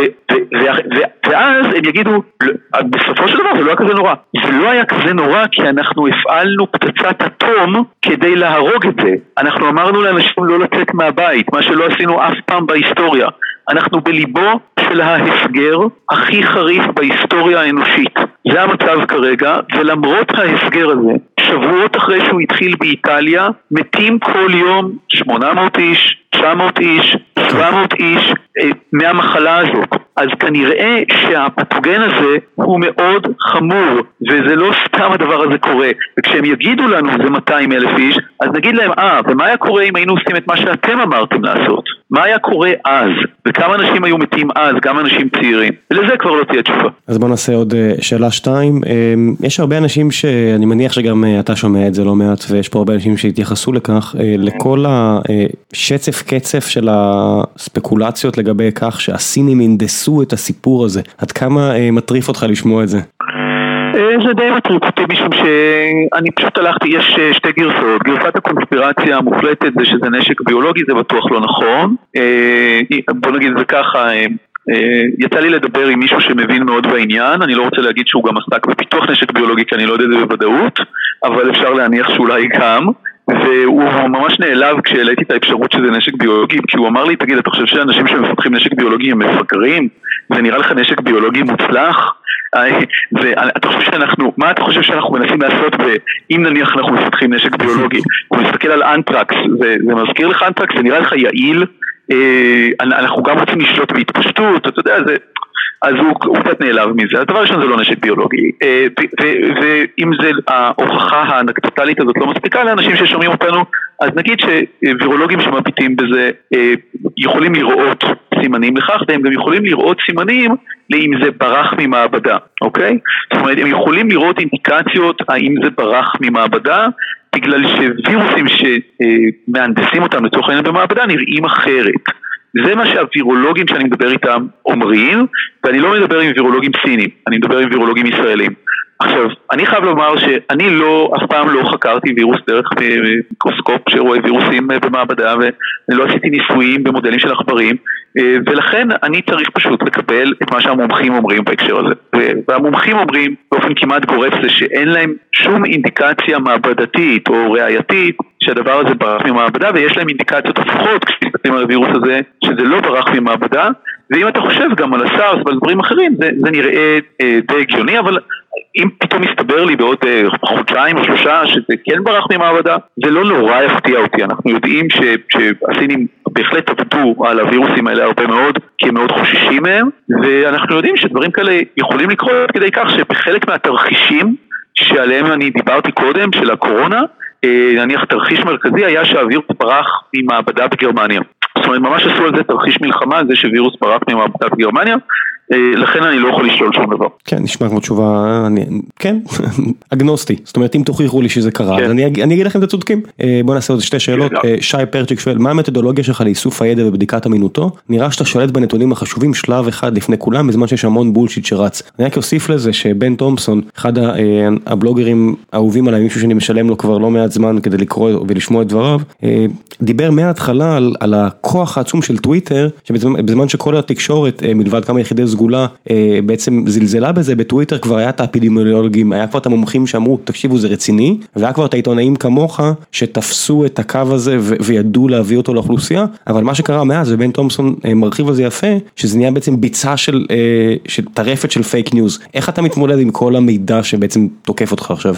ואז הם יגידו, בסופו של דבר זה לא היה כזה נורא, זה לא היה כזה נורא כי אנחנו הפעלנו פצצת אטום כדי להרוג את זה. אנחנו אמרנו לאנשים לא לצאת מהבית, מה שלא עשינו אף פעם בהיסטוריה. אנחנו בליבו של ההסגר הכי חריף בהיסטוריה האנושית. זה המצב כרגע, ולמרות ההסגר הזה, שבועות אחרי שהוא התחיל באיטליה, מתים כל יום שמונה מאות איש, תשע מאות איש, שבע מאות איש מהמחלה הזאת. אז כנראה שהפתוגן הזה הוא מאוד חמור, וזה לא סתם הדבר הזה קורה. וכשהם יגידו לנו זה מאתיים אלף איש, אז נגיד להם, אה, ומה היה קורה אם היינו עושים את מה שאתם אמרתם לעשות? מה היה קורה אז, וכמה אנשים היו מתים אז, גם אנשים צעירים, ולזה כבר לא תהיה תשובה. אז בוא נעשה עוד שאלה שתיים, יש הרבה אנשים שאני מניח שגם אתה שומע את זה לא מעט, ויש פה הרבה אנשים שהתייחסו לכך, לכל השצף קצף של הספקולציות לגבי כך שהסינים ינדסו את הסיפור הזה, עד כמה מטריף אותך לשמוע את זה? זה די מטריף אותי, משום שאני פשוט הלכתי, יש שתי גרסאות. גרסת הקונספירציה המוחלטת זה שזה נשק ביולוגי, זה בטוח לא נכון. בוא נגיד זה ככה, יצא לי לדבר עם מישהו שמבין מאוד בעניין, אני לא רוצה להגיד שהוא גם עסק בפיתוח נשק ביולוגי, כי אני לא יודע את זה בוודאות, אבל אפשר להניח שאולי גם. והוא ממש נעלב כשהעליתי את האפשרות שזה נשק ביולוגי, כי הוא אמר לי, תגיד, אתה חושב שאנשים שמפתחים נשק ביולוגי הם מפגרים? זה נראה לך נשק ביולוגי מוצלח? ואתה חושב שאנחנו, מה אתה חושב שאנחנו מנסים לעשות, ואם נניח אנחנו מפתחים נשק ביולוגי, הוא מסתכל על אנטרקס, זה מזכיר לך אנטרקס, זה נראה לך יעיל, אנחנו גם רוצים לשלוט בהתפשטות, אתה יודע, זה... אז הוא קצת נעלב מזה. הדבר ראשון זה לא נשק ביולוגי, ואם זה ההוכחה האנקדוטלית הזאת לא מספיקה לאנשים ששומעים אותנו, אז נגיד שווירולוגים שמביטים בזה יכולים לראות סימנים לכך, והם גם יכולים לראות סימנים לאם זה ברח ממעבדה, אוקיי? זאת אומרת, הם יכולים לראות אינדיקציות האם זה ברח ממעבדה, בגלל שווירוסים שמהנדסים אותם לצורך העניין במעבדה נראים אחרת. זה מה שהווירולוגים שאני מדבר איתם אומרים, ואני לא מדבר עם וירולוגים סינים, אני מדבר עם וירולוגים ישראלים. עכשיו, אני חייב לומר שאני לא, אף פעם לא חקרתי וירוס דרך מיקרוסקופ שרואה וירוסים במעבדה, ואני לא עשיתי ניסויים במודלים של עכברים, ולכן אני צריך פשוט לקבל את מה שהמומחים אומרים בהקשר הזה. והמומחים אומרים באופן כמעט גורף זה שאין להם שום אינדיקציה מעבדתית או ראייתית שהדבר הזה ברח ממעבדה, ויש להם אינדיקציות הפוכות כשמסתכלים על הווירוס הזה שזה לא ברח ממעבדה, ואם אתה חושב גם על הסארס ועל דברים אחרים זה, זה נראה אה, די הגיוני, אבל אם פתאום מסתבר לי בעוד אה, חודשיים או שלושה שזה כן ברח ממעבדה, זה לא נורא יפתיע אותי. אנחנו יודעים ש, שהסינים בהחלט עבדו על הווירוסים האלה הרבה מאוד, כי הם מאוד חוששים מהם, ואנחנו יודעים שדברים כאלה יכולים לקרות כדי כך שבחלק מהתרחישים שעליהם אני דיברתי קודם, של הקורונה, נניח תרחיש מרכזי היה שהווירוס ברח ממעבדה בגרמניה. זאת אומרת, ממש עשו על זה תרחיש מלחמה, זה שווירוס ברח ממעבדה בגרמניה, לכן אני לא יכול לשאול שום דבר. כן, נשמע כמו תשובה, כן, אגנוסטי. זאת אומרת, אם תוכיחו לי שזה קרה, אז אני אגיד לכם את הצודקים. בוא נעשה עוד שתי שאלות. שי פרצ'יק שואל, מה המתודולוגיה שלך לאיסוף הידע ובדיקת אמינותו? נראה שאתה שולט בנתונים החשובים שלב אחד לפני כולם, בזמן שיש המון בולשיט שרץ. אני רק אוסיף לזה שבן תומפסון, אחד הבלוגרים האהובים עליי, מישהו שאני משלם לו כבר לא מעט זמן כדי לקרוא ולשמוע את דבריו, דיבר מההתחלה על הכוח העצום של טוויטר, שבזמן שכל התקשורת, מלבד כמה יחידי סגולה, בעצם זלזלה בזה, בטוויטר כבר היה את האפידמיולוגים, היה כבר את המומחים שאמרו, תקשיבו, זה רציני, והיה כבר את העיתונאים כמוך, שתפסו את הקו הזה וידעו להביא אותו לאוכלוסייה, אבל מה שקרה מאז, ובן תומפסון מרחיב על זה יפה, שזה נהיה בעצם ביצה של, של טרפת של פייק ניוז. איך אתה מתמודד עם כל המידע שבעצם תוקף אותך עכשיו?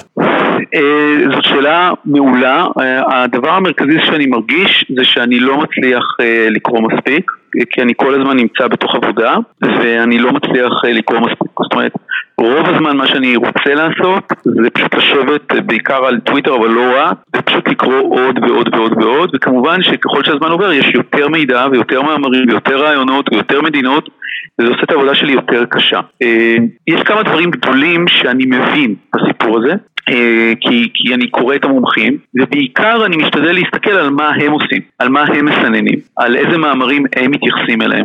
זאת שאלה מעולה. הדבר המרכזי שאני מרגיש זה שאני לא מצליח לקרוא מספיק, כי אני כל הזמן נמצא בתוך עבודה ואני לא מצליח לקרוא מספיק. זאת אומרת, רוב הזמן מה שאני רוצה לעשות זה פשוט לשבת בעיקר על טוויטר, אבל לא רע, ופשוט לקרוא עוד ועוד ועוד ועוד, וכמובן שככל שהזמן עובר יש יותר מידע ויותר מאמרים ויותר רעיונות ויותר מדינות, וזה עושה את העבודה שלי יותר קשה. יש כמה דברים גדולים שאני מבין בסיפור הזה, כי, כי אני קורא את המומחים, ובעיקר אני משתדל להסתכל על מה הם עושים, על מה הם מסננים, על איזה מאמרים הם מתייחסים אליהם.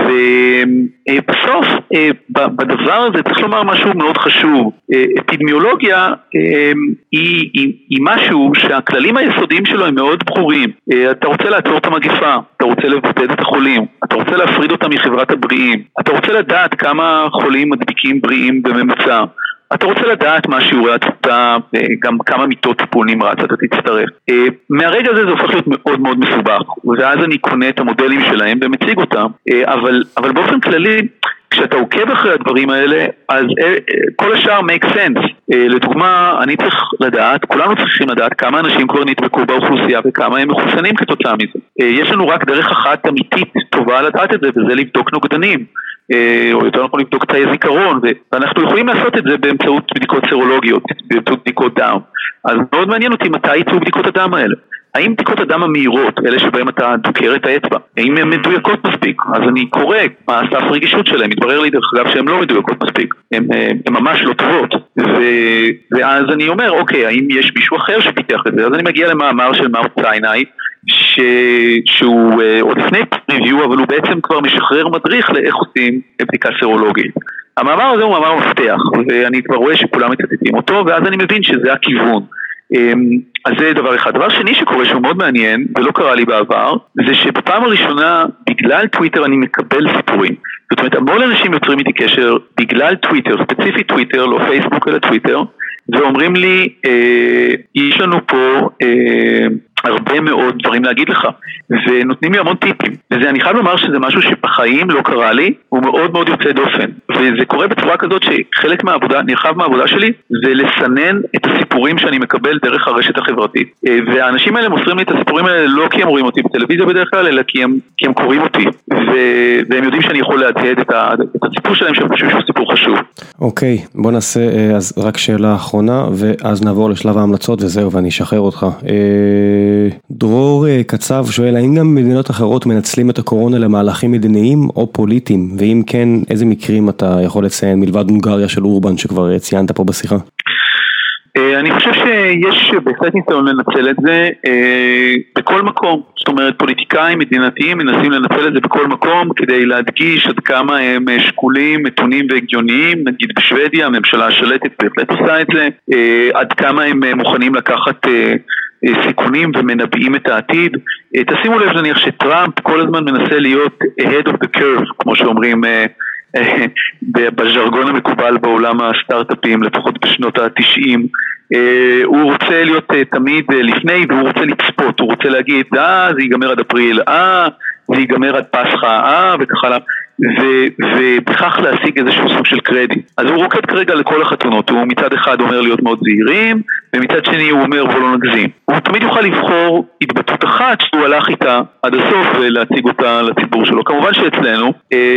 ובסוף, בדבר הזה צריך לומר משהו מאוד חשוב. אפידמיולוגיה היא, היא, היא משהו שהכללים היסודיים שלו הם מאוד ברורים. אתה רוצה לעצור את המגיפה, אתה רוצה לבודד את החולים, אתה רוצה להפריד אותם מחברת הבריאים, אתה רוצה לדעת כמה חולים מדביקים בריאים בממוצע, אתה רוצה לדעת מה שיעורי התמותה, גם כמה מיטות טיפול נמרץ אתה תצטרך. מהרגע הזה זה הופך להיות מאוד מאוד מסובך, ואז אני קונה את המודלים שלהם ומציג אותם, אבל, אבל באופן כללי, כשאתה עוקב אחרי הדברים האלה, אז כל השאר make sense. לדוגמה, אני צריך לדעת, כולנו צריכים לדעת כמה אנשים כבר נדבקו באוכלוסייה וכמה הם מחוסנים כתוצאה מזה. יש לנו רק דרך אחת אמיתית טובה לדעת את זה, וזה לבדוק נוגדנים. או יותר נכון לבדוק תאי זיכרון, ואנחנו יכולים לעשות את זה באמצעות בדיקות סרולוגיות, באמצעות בדיקות דם. אז מאוד מעניין אותי מתי יצאו בדיקות הדם האלה. האם בדיקות הדם המהירות, אלה שבהם אתה דוקר את האצבע, האם הן מדויקות מספיק? אז אני קורא מה הסף רגישות שלהם, מתברר לי דרך אגב שהן לא מדויקות מספיק, הן ממש לא טובות, ו... ואז אני אומר, אוקיי, האם יש מישהו אחר שפיתח את זה? אז אני מגיע למאמר של מאורט סיני, ש... שהוא עוד לפני ריוויו, אבל הוא בעצם כבר משחרר מדריך לאיך עושים בדיקה סרולוגית. המאמר הזה הוא מאמר מפתח, ואני כבר רואה שכולם מצטטים אותו, ואז אני מבין שזה הכיוון. אז זה דבר אחד. דבר שני שקורה שהוא מאוד מעניין, ולא קרה לי בעבר, זה שבפעם הראשונה, בגלל טוויטר אני מקבל סיפורים. זאת אומרת, המון אנשים יוצרים איתי קשר בגלל טוויטר, ספציפית טוויטר, לא פייסבוק אלא טוויטר, ואומרים לי, אה, יש לנו פה אה, הרבה מאוד דברים להגיד לך, ונותנים לי המון טיפים. וזה, אני חייב לומר שזה משהו שבחיים לא קרה לי, הוא מאוד מאוד יוצא דופן. וזה קורה בצורה כזאת שחלק מהעבודה, נרחב מהעבודה שלי, זה לסנן את הסיפורים שאני מקבל דרך הרשת החברתית. אה, והאנשים האלה מוסרים לי את הסיפורים האלה לא כי הם רואים אותי בטלוויזיה בדרך כלל, אלא כי הם, כי הם קוראים אותי. ו, והם יודעים שאני יכול להדהד את, ה, את הסיפור שלהם שהם חושבים שהוא סיפור חשוב. אוקיי, בוא נעשה אז רק שאלה אחרונה, ואז נעבור לשלב ההמלצות וזהו, ואני אשחרר אותך. דרור קצב שואל, האם גם מדינות אחרות מנצלים את הקורונה למהלכים מדיניים או פוליטיים? ואם כן, איזה מקרים אתה יכול לציין מלבד הונגריה של אורבן שכבר ציינת פה בשיחה? אני חושב שיש בהחלט ניסיון לנצל את זה בכל מקום. זאת אומרת, פוליטיקאים מדינתיים מנסים לנצל את זה בכל מקום כדי להדגיש עד כמה הם שקולים, מתונים והגיוניים. נגיד בשוודיה, הממשלה השלטת בהחלט עושה את זה. עד כמה הם מוכנים לקחת סיכונים ומנבאים את העתיד. תשימו לב נניח שטראמפ כל הזמן מנסה להיות ahead of the curve, כמו שאומרים בז'רגון המקובל בעולם הסטארט-אפים, לפחות בשנות ה-תשעים. הוא רוצה להיות תמיד לפני, והוא רוצה לצפות, הוא רוצה להגיד, אה, זה ייגמר עד אפריל, אה, זה ייגמר עד פסחה, אה, וככה לה. ובכך להשיג איזשהו סוג של קרדיט. אז הוא רוקד כרגע לכל החתונות, הוא מצד אחד אומר להיות מאוד זהירים, ומצד שני הוא אומר בוא לא נגזים. הוא תמיד יוכל לבחור התבטאות אחת שהוא הלך איתה עד הסוף ולהציג אותה לציבור שלו. כמובן שאצלנו,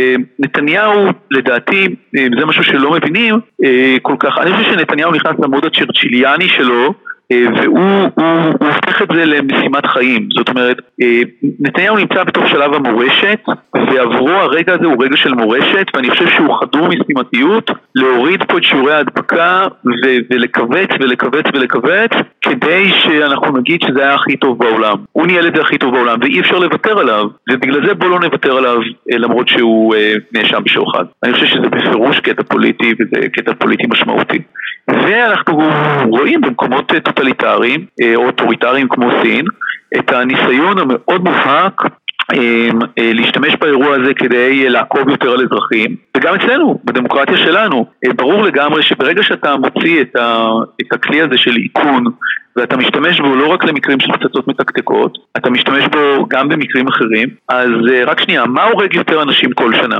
נתניהו לדעתי, זה משהו שלא מבינים כל כך, אני חושב שנתניהו נכנס למוד הצ'רצ'יליאני שלו, והוא הוא, הוא הופך את זה למשימת חיים. זאת אומרת, נתניהו נמצא בתוך שלב המורשת, ועברו הרגע הזה הוא רגע של מורשת, ואני חושב שהוא חדור משימתיות להוריד פה את שיעורי ההדבקה ו- ולקבץ ולקבץ ולקבץ כדי שאנחנו נגיד שזה היה הכי טוב בעולם. הוא ניהל את זה הכי טוב בעולם ואי אפשר לוותר עליו, ובגלל זה בוא לא נוותר עליו למרות שהוא נאשם בשוחד. אני חושב שזה בפירוש קטע פוליטי, וזה קטע פוליטי משמעותי. ואנחנו רואים במקומות טוטליטריים או אוטוריטריים כמו סין את הניסיון המאוד מובהק להשתמש באירוע הזה כדי לעקוב יותר על אזרחים, וגם אצלנו, בדמוקרטיה שלנו, ברור לגמרי שברגע שאתה מוציא את, ה, את הכלי הזה של איכון, ואתה משתמש בו לא רק למקרים של פצצות מתקתקות, אתה משתמש בו גם במקרים אחרים, אז רק שנייה, מה הורג יותר אנשים כל שנה?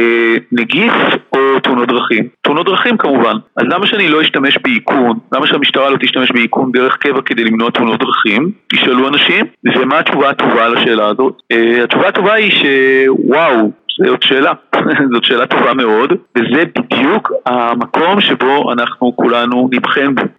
נגיף או תאונות דרכים? תאונות דרכים כמובן. אז למה שאני לא אשתמש באיכון? למה שהמשטרה לא תשתמש באיכון דרך קבע כדי למנוע תאונות דרכים? תשאלו אנשים, ומה התשובה הטובה לשאלה הזאת? התשובה הטובה היא שוואו, זאת שאלה, זאת שאלה טובה מאוד, וזה בדיוק המקום שבו אנחנו כולנו נבחן בו.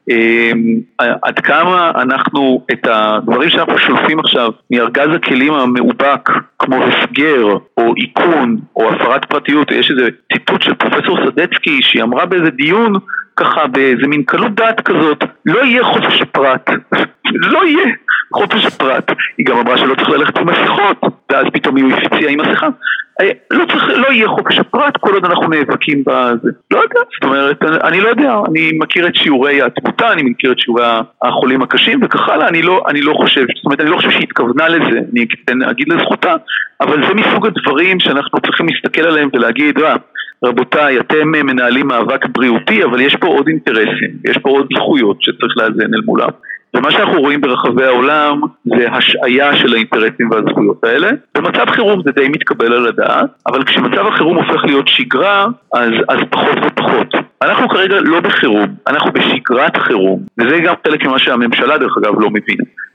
עד כמה אנחנו, את הדברים שאנחנו שולפים עכשיו מארגז הכלים המאובק, כמו הסגר, או איכון, או הפרת פרטיות, יש איזה ציטוט של פרופסור סדצקי, שהיא אמרה באיזה דיון, ככה באיזה מין קלות דעת כזאת, לא יהיה חופש הפרט, לא יהיה חופש הפרט. היא גם אמרה שלא צריך ללכת עם מסכות, ואז פתאום היא הציעה עם מסכה. לא צריך, לא יהיה חופש הפרט כל עוד אנחנו נאבקים בזה. לא יודע, זאת אומרת, אני לא יודע, אני מכיר את שיעורי התמותה, אני מכיר את שיעורי החולים הקשים, וכך הלאה, אני לא, אני לא חושב, זאת אומרת, אני לא חושב שהיא התכוונה לזה, אני אגיד לזכותה, אבל זה מסוג הדברים שאנחנו צריכים להסתכל עליהם ולהגיד, אה, רבותיי, אתם מנהלים מאבק בריאותי, אבל יש פה עוד אינטרסים, יש פה עוד זכויות שצריך לאזן אל מולם. ומה שאנחנו רואים ברחבי העולם זה השעיה של האינטרסים והזכויות האלה. במצב חירום זה די מתקבל על הדעת, אבל כשמצב החירום הופך להיות שגרה, אז, אז פחות ופחות. אנחנו כרגע לא בחירום, אנחנו בשגרת החירום, וזה גם חלק ממה שהממשלה דרך אגב לא מבינה.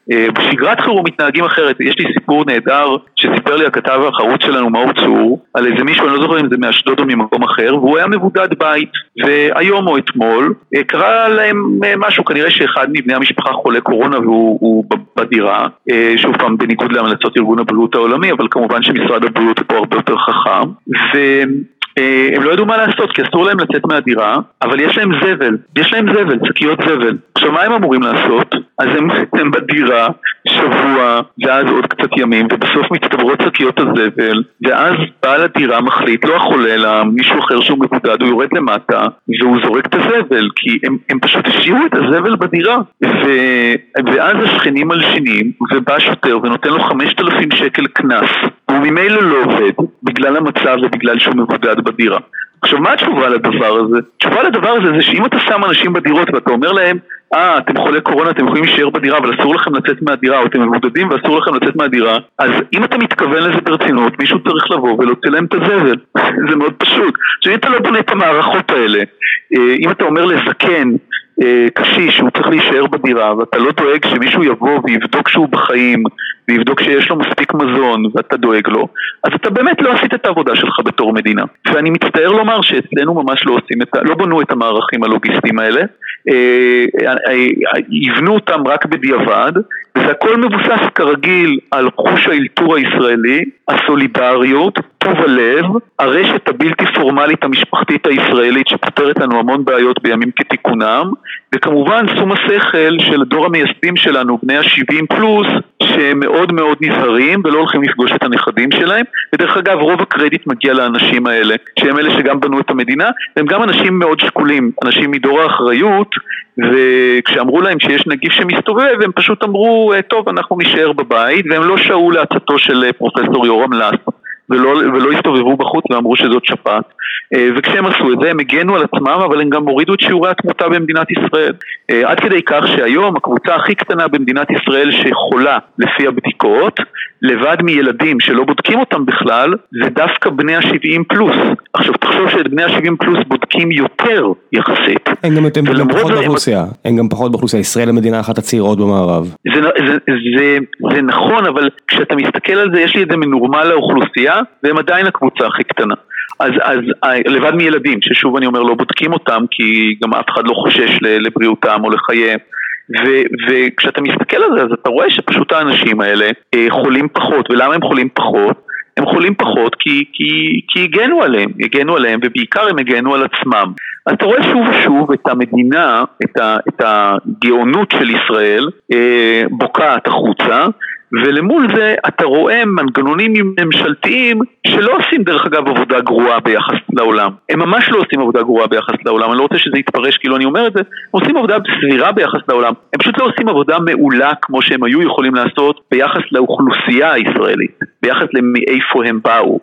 בשגרת חירום מתנהגים אחרת. יש לי סיפור נהדר שסיפר לי הכתב החרוץ שלנו מאור צור על איזה מישהו, אני לא זוכר אם זה מאשדוד או ממקום אחר, והוא היה מבודד בית, והיום או אתמול קרה להם משהו, כנראה שאחד מבני המשפחה חולה קורונה והוא בדירה, שוב פעם בניגוד להמלצות ארגון הבריאות העולמי, אבל כמובן שמשרד הבריאות פה הרבה יותר חכם, ו... הם לא ידעו מה לעשות, כי אסור להם לצאת מהדירה, אבל יש להם זבל, יש להם זבל, שקיות זבל. עכשיו, מה הם אמורים לעשות? אז הם, הם בדירה שבוע, ואז עוד קצת ימים, ובסוף מצטברות שקיות הזבל, ואז בעל הדירה מחליט, לא החולה, אלא מישהו אחר שהוא מבודד, הוא יורד למטה, והוא זורק את הזבל, כי הם, הם פשוט השאירו את הזבל בדירה. ו, ואז השכנים מלשינים, ובא שוטר ונותן לו חמשת אלפים שקל קנס, הוא ממילא לא עובד, בגלל המצב ובגלל שהוא מבודד בדירה. עכשיו, מה התשובה לדבר הזה? התשובה לדבר הזה זה שאם אתה שם אנשים בדירות ואתה אומר להם, אה, אתם חולי קורונה, אתם יכולים להישאר בדירה, אבל אסור לכם לצאת מהדירה, או אתם מבודדים ואסור לכם לצאת מהדירה, אז אם אתה מתכוון לזה ברצינות, מישהו צריך לבוא ולהוציא להם את הזבל. זה מאוד פשוט. עכשיו, אם אתה לא בונה את המערכות האלה, אם אתה אומר לזקן, קשיש שהוא צריך להישאר בדירה ואתה לא דואג שמישהו יבוא ויבדוק שהוא בחיים ויבדוק שיש לו מספיק מזון ואתה דואג לו, אז אתה באמת לא עשית את העבודה שלך בתור מדינה. ואני מצטער לומר שאצלנו ממש לא עושים את, לא בנו את המערכים הלוגיסטיים האלה, יבנו אותם רק בדיעבד, וזה הכל מבוסס כרגיל על חוש האלתור הישראלי, הסולידריות, טוב הלב, הרשת הבלתי פורמלית המשפחתית הישראלית שפותרת לנו המון בעיות בימים כתיקונם, וכמובן שום השכל של דור המייסדים שלנו, בני ה-שבעים פלוס, שהם מאוד מאוד נזהרים ולא הולכים לפגוש את הנכדים שלהם, ודרך אגב רוב הקרדיט מגיע לאנשים האלה, שהם אלה שגם בנו את המדינה, והם גם אנשים מאוד שקולים, אנשים מדור האחריות, וכשאמרו להם שיש נגיף שמסתובב, הם פשוט אמרו, טוב, אנחנו נשאר בבית, והם לא שעו להצעתו של פרופסור יורם לס, ולא, ולא הסתובבו בחוץ ואמרו שזאת שפעת. וכשהם עשו את זה, הם הגנו על עצמם, אבל הם גם הורידו את שיעורי התמותה במדינת ישראל. עד כדי כך שהיום הקבוצה הכי קטנה במדינת ישראל שחולה לפי הבדיקות, לבד מילדים שלא בודקים אותם בכלל, זה דווקא בני ה-שבעים פלוס. עכשיו תחשוב שאת בני ה-שבעים פלוס בודקים יותר יחסית. הם גם, הם גם פחות באוכלוסייה. הם גם פחות באוכלוסייה. ישראל המדינה אחת הצעירות במערב. זה, זה, זה, זה נכון, אבל כשאתה מסתכל על זה, יש לי את זה מנורמל לאוכלוסייה, והם עדיין הקבוצה הכי קטנה. אז, אז לבד מילדים, ששוב אני אומר לא בודקים אותם, כי גם אף אחד לא חושש לבריאותם או לחייהם. ו- וכשאתה מסתכל על זה, אז אתה רואה שפשוט האנשים האלה אה, חולים פחות. ולמה הם חולים פחות? הם חולים פחות כי, כי, כי הגנו עליהם, הגנו עליהם, ובעיקר הם הגנו על עצמם. אז אתה רואה שוב ושוב את המדינה, את, ה- את הגאונות של ישראל, אה, בוקעת החוצה, ולמול זה אתה רואה מנגנונים ממשלתיים שלא עושים דרך אגב עבודה גרועה ביחס לעולם. הם ממש לא עושים עבודה גרועה ביחס לעולם. אני לא רוצה שזה יתפרש כאילו אני אומר את זה. הם עושים עבודה סבירה ביחס לעולם. הם פשוט לא עושים עבודה מעולה כמו שהם היו יכולים לעשות ביחס לאוכלוסייה הישראלית, ביחס למאיפה הם באו.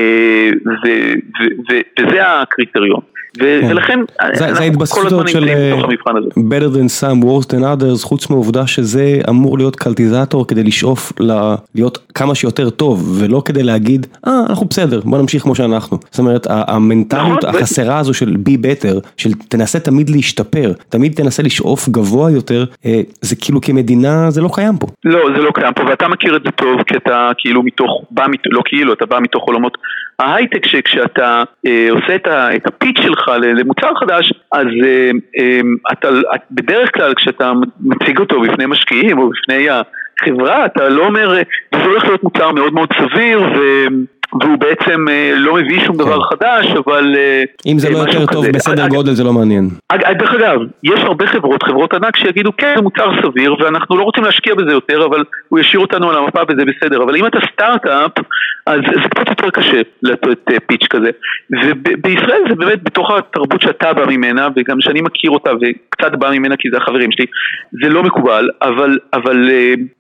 וזה הקריטריון. ולכן זה ההתבססות של better than some, worse than others, חוץ מהעובדה שזה אמור להיות קלטיזטור כדי לשאוף להיות כמה שיותר טוב, ולא כדי להגיד, אה, אנחנו בסדר, בוא נמשיך כמו שאנחנו. זאת אומרת, המנטליות החסרה הזו של be better, של תנסה תמיד להשתפר, תמיד תנסה לשאוף גבוה יותר, זה כאילו כמדינה, זה לא קיים פה. לא, זה לא קיים פה, ואתה מכיר את זה טוב, כי אתה כאילו מתוך, לא כאילו, אתה בא מתוך עולמות ההייטק, שכשאתה אה, עושה את, ה, את הפיץ' שלך למוצר חדש, אז אה, אה, אתה, בדרך כלל כשאתה מציג אותו בפני משקיעים או בפני החברה, אתה לא אומר, זה הולך להיות מוצר מאוד מאוד סביר, ו... והוא בעצם לא מביא שום דבר חדש, אבל... אם זה לא יותר טוב בסדר גודל זה לא מעניין. דרך אגב, יש הרבה חברות, חברות ענק שיגידו, כן, זה מוצר סביר, ואנחנו לא רוצים להשקיע בזה יותר, אבל הוא ישאיר אותנו על המפה וזה בסדר. אבל אם אתה סטארט-אפ, אז זה קצת יותר קשה לתת פיץ' כזה. ובישראל זה באמת בתוך התרבות שאתה בא ממנה, וגם שאני מכיר אותה וקצת בא ממנה כי זה החברים שלי, זה לא מקובל, אבל... אבל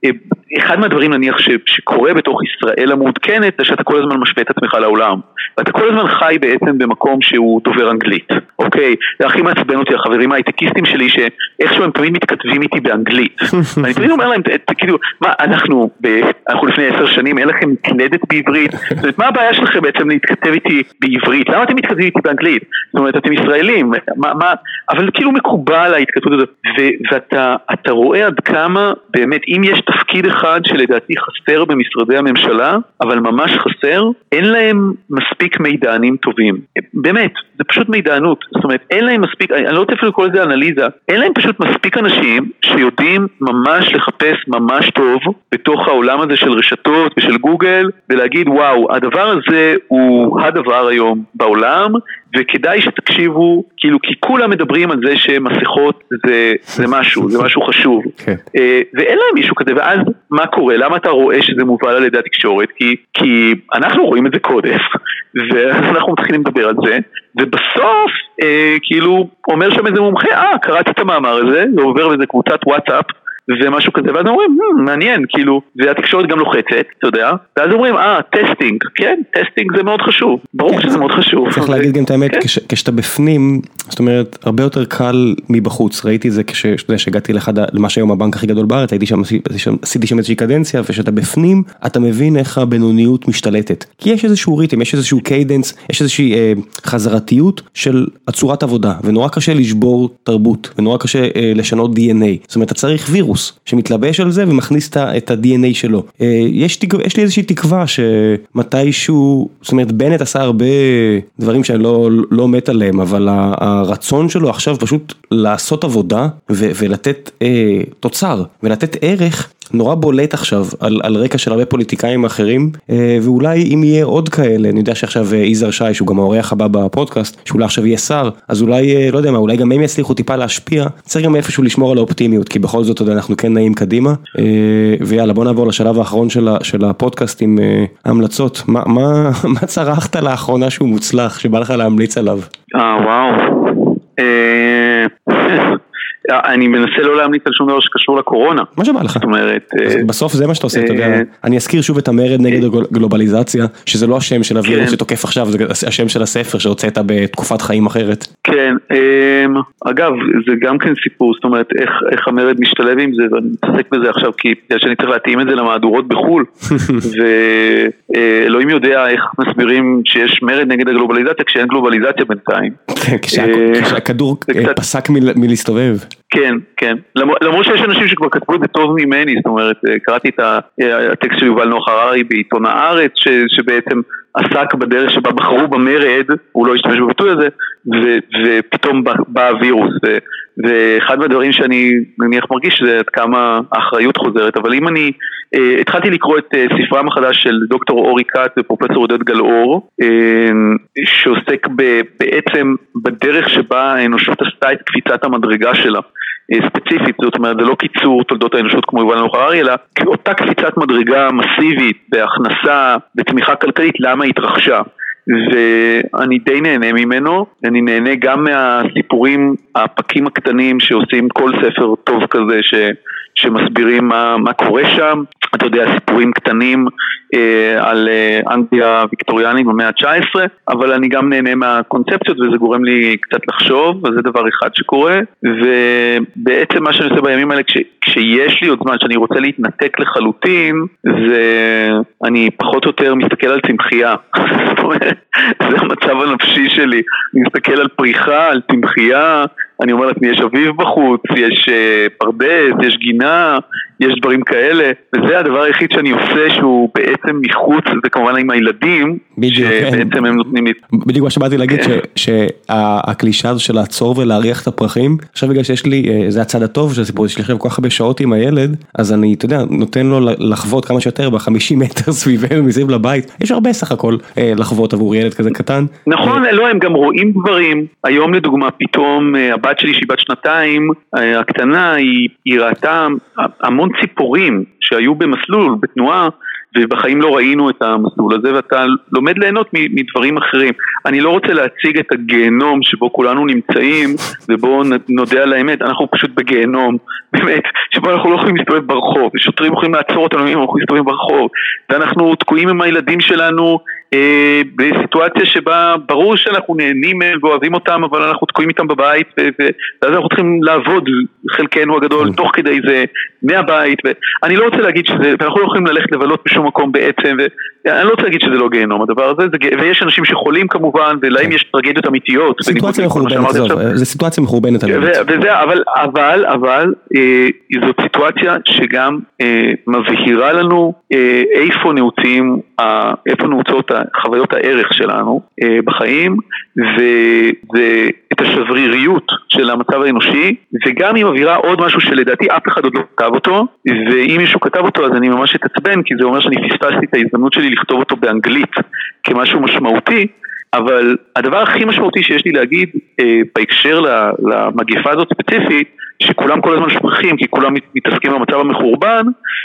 אחד מהדברים נניח ש, שקורה בתוך ישראל המעודכנת, זה שאתה כל הזמן משווה את עצמך לעולם. ואתה כל הזמן חי בעצם במקום שהוא דובר אנגלית. אוקיי? זה הכי מעצבן אותי, החברים ההייטקיסטים שלי, שאיכשהו הם תמיד מתכתבים איתי באנגלית. ואני תמיד אומר להם, כאילו, מה, אנחנו, ב, אנחנו לפני עשר שנים, אין לכם מקלדת בעברית? זאת אומרת, מה הבעיה שלכם בעצם להתכתב איתי בעברית? למה אתם מתכתבים איתי באנגלית? זאת אומרת, אתם ישראלים, מה, מה, אבל כאילו מקובל ההתכתבות הזאת. ו, ואתה, אתה רואה עד כמה, באמת, אם יש תפקיד אחד שלדעתי חסר במשרדי הממשלה, אבל ממש חסר, אין להם מספיק מידענים טובים. באמת, זה פשוט מידענות. זאת אומרת, אין להם מספיק, אני לא רוצה אפילו לקרוא לזה אנליזה, אין להם פשוט מספיק אנשים שיודעים ממש לחפש ממש טוב בתוך העולם הזה של רשתות ושל גוגל, ולהגיד, וואו, הדבר הזה הוא הדבר היום בעולם, וכדאי שתקשיבו, כאילו, כי כולם מדברים על זה שמסכות זה, זה משהו, זה משהו חשוב. Okay. ואין להם מישהו כזה, ואז מה קורה? למה אתה רואה שזה מובל על ידי התקשורת? כי, כי אנחנו רואים את זה קודם, ואנחנו מתחילים לדבר על זה, ובסוף, אה, כאילו, אומר שם איזה מומחה, אה, קראתי את המאמר הזה, זה עובר באיזה קבוצת וואטסאפ, ומשהו כזה, ואז אומרים, מעניין, כאילו, והתקשורת גם לוחצת, אתה יודע, ואז אומרים, אה, טסטינג, כן, טסטינג זה מאוד חשוב, ברור שזה מאוד חשוב. צריך להגיד גם את האמת, כשאתה בפנים, זאת אומרת, הרבה יותר קל מבחוץ, ראיתי את זה כשהגעתי למה שהיום הבנק הכי גדול בארץ, עשיתי שם איזושהי קדנציה, וכשאתה בפנים, אתה מבין איך הבינוניות משתלטת, כי יש איזשהו ריתם, יש איזשהו קיידנס, יש איזושהי חזרתיות של הצורת עבודה, ונורא קשה לשבור תרבות, ונורא קשה לשנות די אן איי, זאת אומרת, אתה צריך וירוס שמתלבש על זה ומכניס את ה-די אן איי שלו. יש, יש לי איזושהי תקווה שמתישהו, זאת אומרת, בנט עשה הרבה דברים שאני לא, לא מת עליהם, אבל הרצון שלו עכשיו פשוט לעשות עבודה ו- ולתת אה, תוצר, ולתת ערך נורא בולט עכשיו על, על רקע של הרבה פוליטיקאים אחרים, ואולי אם יהיה עוד כאלה, אני יודע שעכשיו איזר שי, שהוא גם האורח הבא בפודקאסט, שאולי עכשיו יהיה שר, אז אולי, לא יודע מה, אולי גם הם יצליחו טיפה להשפיע, צריך גם איפשהו לשמור על האופטימיות, כי בכל זאת, אנחנו כן נעים קדימה, ויאללה, בוא נעבור לשלב האחרון של, של הפודקאסט עם המלצות. מה, מה, מה צרכת לאחרונה שהוא מוצלח, שבא לך להמליץ עליו? אה, וואו. אני מנסה לא להמליץ על שום דבר שקשור לקורונה. מה שבא לך? זאת אומרת... בסוף זה מה שאתה עושה, אתה יודע. אני אזכיר שוב את המרד נגד הגלובליזציה, שזה לא השם של הווירוס שתוקף עכשיו, זה השם של הספר שהוצאת בתקופת חיים אחרת. כן, אגב, זה גם כן סיפור, זאת אומרת, איך המרד משתלב עם זה, ואני מתעסק בזה עכשיו, כי אני צריך להתאים את זה למהדורות בחול, ואלוהים יודע איך מסבירים שיש מרד נגד הגלובליזציה, כשאין גלובליזציה בינתיים. כשהכדור פסק מלהסתובב. כן, כן. למרות שיש אנשים שכבר כתבו את זה טוב ממני, זאת אומרת, קראתי את הטקסט של יובל נוח הררי בעיתון הארץ, שבעצם עסק בדרך שבה בחרו במרד, הוא לא השתמש בביטוי הזה, ופתאום בא הווירוס. ואחד מהדברים שאני נניח מרגיש זה עד כמה האחריות חוזרת, אבל אם אני התחלתי לקרוא את ספרם החדש של דוקטור אורי קאט ופרופסור עודד גלאור, שעוסק בעצם בדרך שבה האנושות עשתה את קפיצת המדרגה שלה, ספציפית, זאת אומרת, זה לא קיצור תולדות האנושות כמו יובל נוח הררי, אלא אותה קפיצת מדרגה מסיבית בהכנסה, בתמיכה כלכלית, למה היא התרחשה. ואני די נהנה ממנו, אני נהנה גם מהסיפורים הפקים הקטנים שעושים כל ספר טוב כזה ש, שמסבירים מה, מה קורה שם, אתה יודע, סיפורים קטנים אה, על אה, אנגליה ויקטוריאנית במאה ה-תשע עשרה, אבל אני גם נהנה מהקונספציות וזה גורם לי קצת לחשוב, וזה דבר אחד שקורה, ובעצם מה שאני עושה בימים האלה, כש, כשיש לי עוד זמן שאני רוצה להתנתק לחלוטין, זה אני פחות או יותר מסתכל על צמחייה, זאת אומרת, זה המצב הנפשי שלי, אני מסתכל על פריחה, על צמחייה, אני אומר לעצמי, יש אביב בחוץ, יש פרדס, יש גינה, יש דברים כאלה, וזה הדבר היחיד שאני עושה שהוא בעצם מחוץ, וכמובן עם הילדים, שבעצם הם נותנים לי... בדיוק מה שבאתי להגיד, שהקלישה הזו של לעצור ולהריח את הפרחים, עכשיו בגלל שיש לי, זה הצד הטוב של הסיפור, יש לי כל כך הרבה שעות עם הילד, אז אני, אתה יודע, נותן לו לחוות כמה שיותר, ב-חמישים מטר סביבנו, מסביב לבית, יש הרבה סך הכל לחוות עבור ילד כזה קטן. נכון, לא, הם גם רואים דברים, היום לדוגמה, פתאום הבת שלי שהיא בת שנתיים, הקטנה, היא, היא ראתה המון ציפורים שהיו במסלול, בתנועה, ובחיים לא ראינו את המסלול הזה, ואתה לומד ליהנות מדברים אחרים. אני לא רוצה להציג את הגיהנום שבו כולנו נמצאים, ובו נודע על האמת, אנחנו פשוט בגיהנום, באמת, שבו אנחנו לא יכולים להסתובב ברחוב, ושוטרים יכולים לעצור אותנו, אנחנו יכולים להסתובב ברחוב, ואנחנו תקועים עם הילדים שלנו, אה, בסיטואציה שבה ברור שאנחנו נהנים מהם ואוהבים אותם, אבל אנחנו תקועים איתם בבית, ו- ו- ואז אנחנו צריכים לעבוד חלקנו הגדול תוך כדי זה מהבית, ואני לא רוצה להגיד שזה, ואנחנו לא יכולים ללכת לבלות בשום מקום בעצם, ואני לא רוצה להגיד שזה לא גיהנום הדבר הזה, זה, ויש אנשים שחולים כמובן, ולהם יש טרגדיות אמיתיות. סיטואציה מחורבנת, זה סיטואציה מחורבנת. וזה, אבל, אבל, אבל, אה, זאת סיטואציה שגם אה, מבהירה לנו אה, איפה נעוצים, אה, איפה נעוצות חוויות הערך שלנו אה, בחיים, ואת השבריריות של המצב האנושי, וגם היא מבהירה עוד משהו שלדעתי אף אחד עוד לא כתב אותו, ואם מישהו כתב אותו אז אני ממש אתעצבן, כי זה אומר שאני פספסתי את ההזדמנות שלי לכתוב אותו באנגלית כמשהו משמעותי, אבל הדבר הכי משמעותי שיש לי להגיד אה, בהקשר למגפה הזאת ספציפית, שכולם כל הזמן שוכחים, כי כולם מתעסקים במצב המחורבן,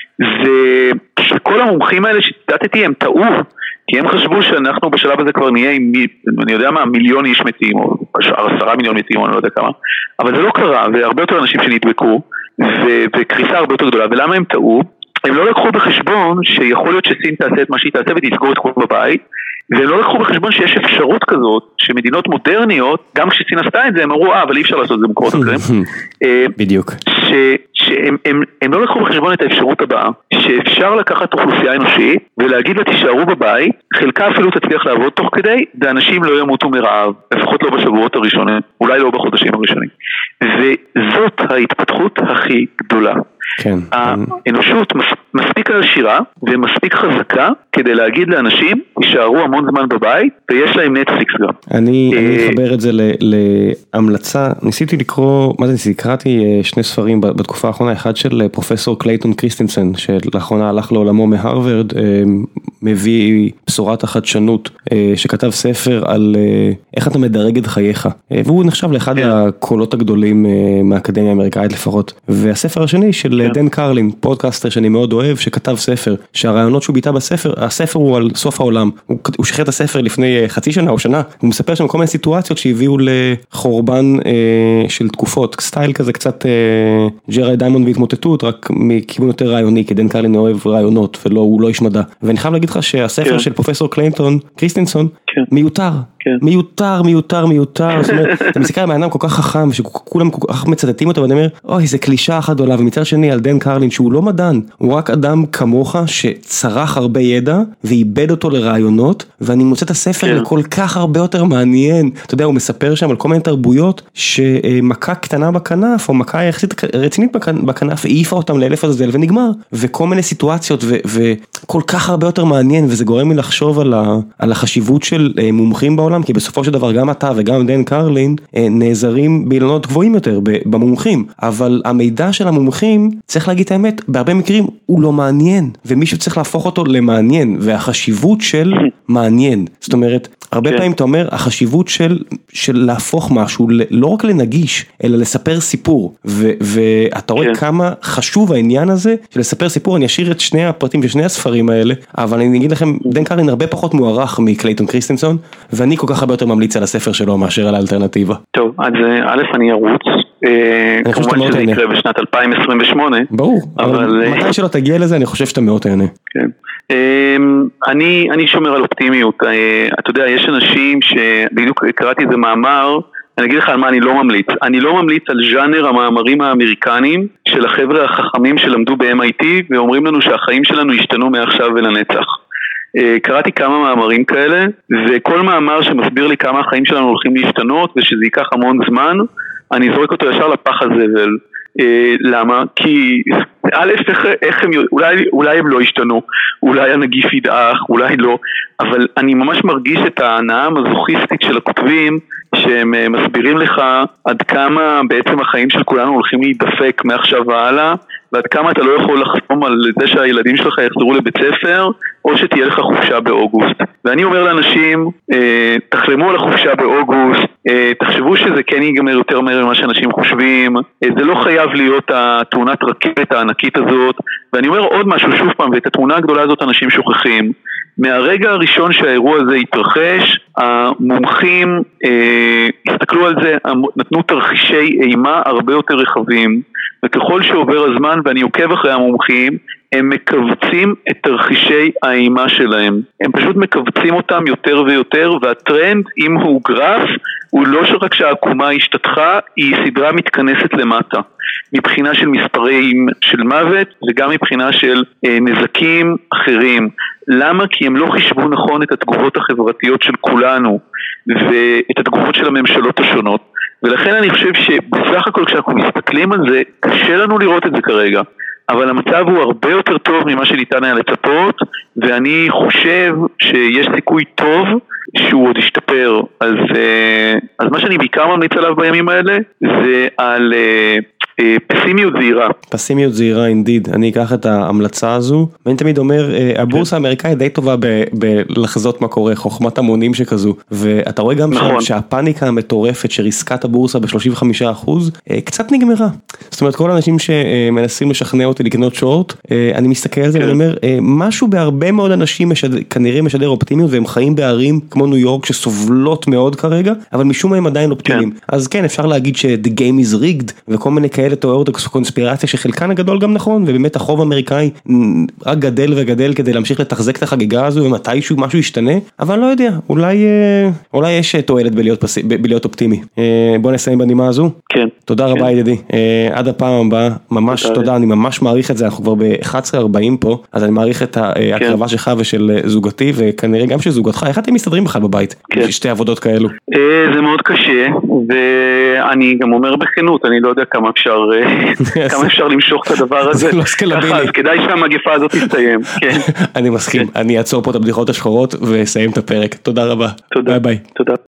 זה שכל המומחים האלה שציטטתי הם טעו, כי הם חשבו שאנחנו בשלב הזה כבר נהיה עם, אני יודע מה, מיליון איש מתים, או עשרה מיליון מתים, או אני לא יודע כמה, אבל זה לא קרה, והרבה יותר אנשים שנדבקו, וקריסה הרבה יותר גדולה, ולמה הם טעו? הם לא לקחו בחשבון שיכול להיות שסין תעשה את מה שהיא תעשה ותסגור את כל בבית, והם לא לקחו בחשבון שיש אפשרות כזאת שמדינות מודרניות, גם כשסין עשתה את זה, הם אמרו, אה, אבל אי אפשר לעשות את זה במקומות אחרים. בדיוק. שהם הם, הם לא לקחו בחשבון את האפשרות הבאה, שאפשר לקחת אוכלוסייה אנושית ולהגיד לה תישארו בבית, חלקה אפילו תצליח לעבוד תוך כדי, ואנשים לא ימותו מרעב, לפחות לא בשבועות הראשונים, אולי לא בחודשים הראשונים. וזאת ההתפתחות הכי גדולה. כן. האנושות מספיק עשירה ומספיק חזקה כדי להגיד לאנשים תישארו המון זמן בבית ויש להם נטפליקס גם. אני אחבר את זה להמלצה, ניסיתי לקרוא, מה זה ניסיתי? קראתי שני ספרים בתקופה האחרונה, אחד של פרופסור קלייטון קריסטנסן שלאחרונה הלך לעולמו מהרווארד, מביא בשורת החדשנות, שכתב ספר על איך אתה מדרג את חייך, והוא נחשב לאחד הקולות הגדולים מהאקדמיה האמריקאית לפחות, והספר השני של דן קרלין, פודקאסטר שאני מאוד אוהב, שכתב ספר, שהרעיונות שהוא ביטא בספר, הספר הוא על סוף העולם, הוא, הוא שחרר את הספר לפני חצי שנה או שנה, הוא מספר שם כל מיני סיטואציות שהביאו לחורבן אה, של תקופות, סטייל כזה קצת אה, ג'רי דיימונד והתמוטטות, רק מכיוון יותר רעיוני, כי דן קרלין אוהב רעיונות, ולא, הוא לא איש מדע, ואני חייב להגיד לך שהספר כן. של פרופסור קליינטון, קריסטנסון, כן. מיותר, כן. מיותר, מיותר, מיותר, זאת אומרת, אתה מסתכל על מהאדם כל כך חכם, שכולם כל כך מצטטים אותו, ואני אומר, אוי, זה קלישה אחת גדולה, ומצד שני על דן קרלין, שהוא לא מדען, הוא רק אדם כמוך, שצרח הרבה ידע, ואיבד אותו לרעיונות, ואני מוצא את הספר כן. לכל כך הרבה יותר מעניין, אתה יודע, הוא מספר שם על כל מיני תרבויות, שמכה קטנה בכנף, או מכה יחסית רצינית בכנף, העיפה אותם לאלף הזל ונגמר, וכל מיני סיטואציות, וכל כך הרבה יותר מעניין, וזה גורם לי לחשוב על, ה, על החשיבות של מומחים בעולם, כי בסופו של דבר גם אתה וגם דן קרלין נעזרים באילנות גבוהים יותר במומחים, אבל המידע של המומחים, צריך להגיד את האמת, בהרבה מקרים הוא לא מעניין, ומישהו צריך להפוך אותו למעניין, והחשיבות של מעניין, זאת אומרת, הרבה כן. פעמים אתה אומר, החשיבות של, של להפוך משהו, לא רק לנגיש, אלא לספר סיפור, ו, ואתה רואה כן. כמה חשוב העניין הזה, של לספר סיפור, אני אשאיר את שני הפרטים ושני הספרים האלה, אבל אני אגיד לכם, דן קרלין הרבה פחות מוערך מקלייטון קריסטנסון, ואני כל כך הרבה יותר ממליץ על הספר שלו, מאשר על האלטרנטיבה. טוב, אז א' אני ארוץ, כמובן שזה יקרה בשנת אלפיים עשרים ושמונה. ברור, אבל מתי שלא תגיע לזה, אני חושב שאתה מאוד תהנה. כן. אני, אני שומר על אופטימיות, אתה יודע, יש אנשים שבדיוק קראתי איזה מאמר, אני אגיד לך על מה אני לא ממליץ, אני לא ממליץ על ז'אנר המאמרים האמריקנים של החבר'ה החכמים שלמדו ב-אם איי טי ואומרים לנו שהחיים שלנו ישתנו מעכשיו ולנצח. קראתי כמה מאמרים כאלה, וכל מאמר שמסביר לי כמה החיים שלנו הולכים להשתנות ושזה ייקח המון זמן, אני זורק אותו ישר לפח הזבל. למה? כי א', איך, איך הם, אולי, אולי הם לא השתנו, אולי הנגיף ידעך, אולי לא, אבל אני ממש מרגיש את ההנאה המזוכיסטית של הכותבים, שהם מסבירים לך עד כמה בעצם החיים של כולנו הולכים להידפק מעכשיו והלאה, ועד כמה אתה לא יכול לחתום על זה שהילדים שלך יחזרו לבית ספר, או שתהיה לך חופשה באוגוסט. ואני אומר לאנשים, אה, תחלמו על החופשה באוגוסט, אה, תחשבו שזה כן ייגמר יותר מהר ממה שאנשים חושבים, אה, זה לא חייב להיות התאונת רכבת הענקית הזאת, ואני אומר עוד משהו שוב פעם, ואת התמונה הגדולה הזאת אנשים שוכחים, מהרגע הראשון שהאירוע הזה התרחש, המומחים אה, הסתכלו על זה, נתנו תרחישי אימה הרבה יותר רחבים, וככל שעובר הזמן ואני עוקב אחרי המומחים, הם מקבצים את תרחישי האימה שלהם. הם פשוט מקבצים אותם יותר ויותר, והטרנד, אם הוא גרף, הוא לא שרק שהעקומה השתתחה, היא סדרה מתכנסת למטה. מבחינה של מספרים של מוות, וגם מבחינה של אה, נזקים אחרים. למה? כי הם לא חישבו נכון את התגובות החברתיות של כולנו, ואת התגובות של הממשלות השונות. ולכן אני חושב שבסך הכל כשאנחנו מסתכלים על זה, קשה לנו לראות את זה כרגע. אבל המצב הוא הרבה יותר טוב ממה שניתן היה לצפות, ואני חושב שיש סיכוי טוב שהוא עוד ישתפר. אז, אז מה שאני בעיקר ממליץ עליו בימים האלה, זה על פסימיות זהירה. פסימיות זהירה, אינדיד. אני אקח את ההמלצה הזו, ואני תמיד אומר, הבורסה האמריקאית די טובה בלחזות מה קורה, חוכמת המונים שכזו, ואתה רואה גם נכון. שהפאניקה המטורפת שריסקת הבורסה ב-שלושים וחמישה אחוז, קצת נגמרה. זאת אומרת, כל האנשים שמנסים לשכנע אותי לקנות שורט, אני מסתכל על זה ואני אומר, משהו בהרבה מאוד אנשים כנראה משדר אופטימיות, והם חיים בערים כמו ניו יורק שסובלות מאוד כרגע, אבל משום מה הם עדיין אופטימיים. אז כן, אפשר להגיד ש-the game is rigged, וכל מיני כאלה תיאוריות קונספירציה שחלקן הגדול גם נכון, ובאמת החוב האמריקאי רק גדל וגדל כדי להמשיך לתחזק את החגיגה הזו, ומתישהו משהו ישתנה, אבל לא יודע, אולי, אולי יש תועלת בלהיות, פס... בלהיות אופטימי. בוא נסיים בנימה הזו. כן. תודה רבה ידידי. עד הפעם הבאה, ממש תודה, אני ממש מעריך את זה, אנחנו כבר ב-אחת עשרה ארבעים פה, אז אני מעריך את ההקרבה שלך ושל זוגתי, וכנראה גם של זוגתך. איך אתם מסתדרים בכלל בבית? שתי עבודות כאלו. זה מאוד קשה, ואני גם אומר בכנות, אני לא יודע כמה אפשר כמה אפשר למשוך את הדבר הזה. זה לא סקלבילי. אז כדאי שהמגפה הזאת תסתיים. אני מסכים, אני אעצור פה את הבדיחות השחורות ואסיים את הפרק. תודה רבה. תודה. ביי ביי. תודה.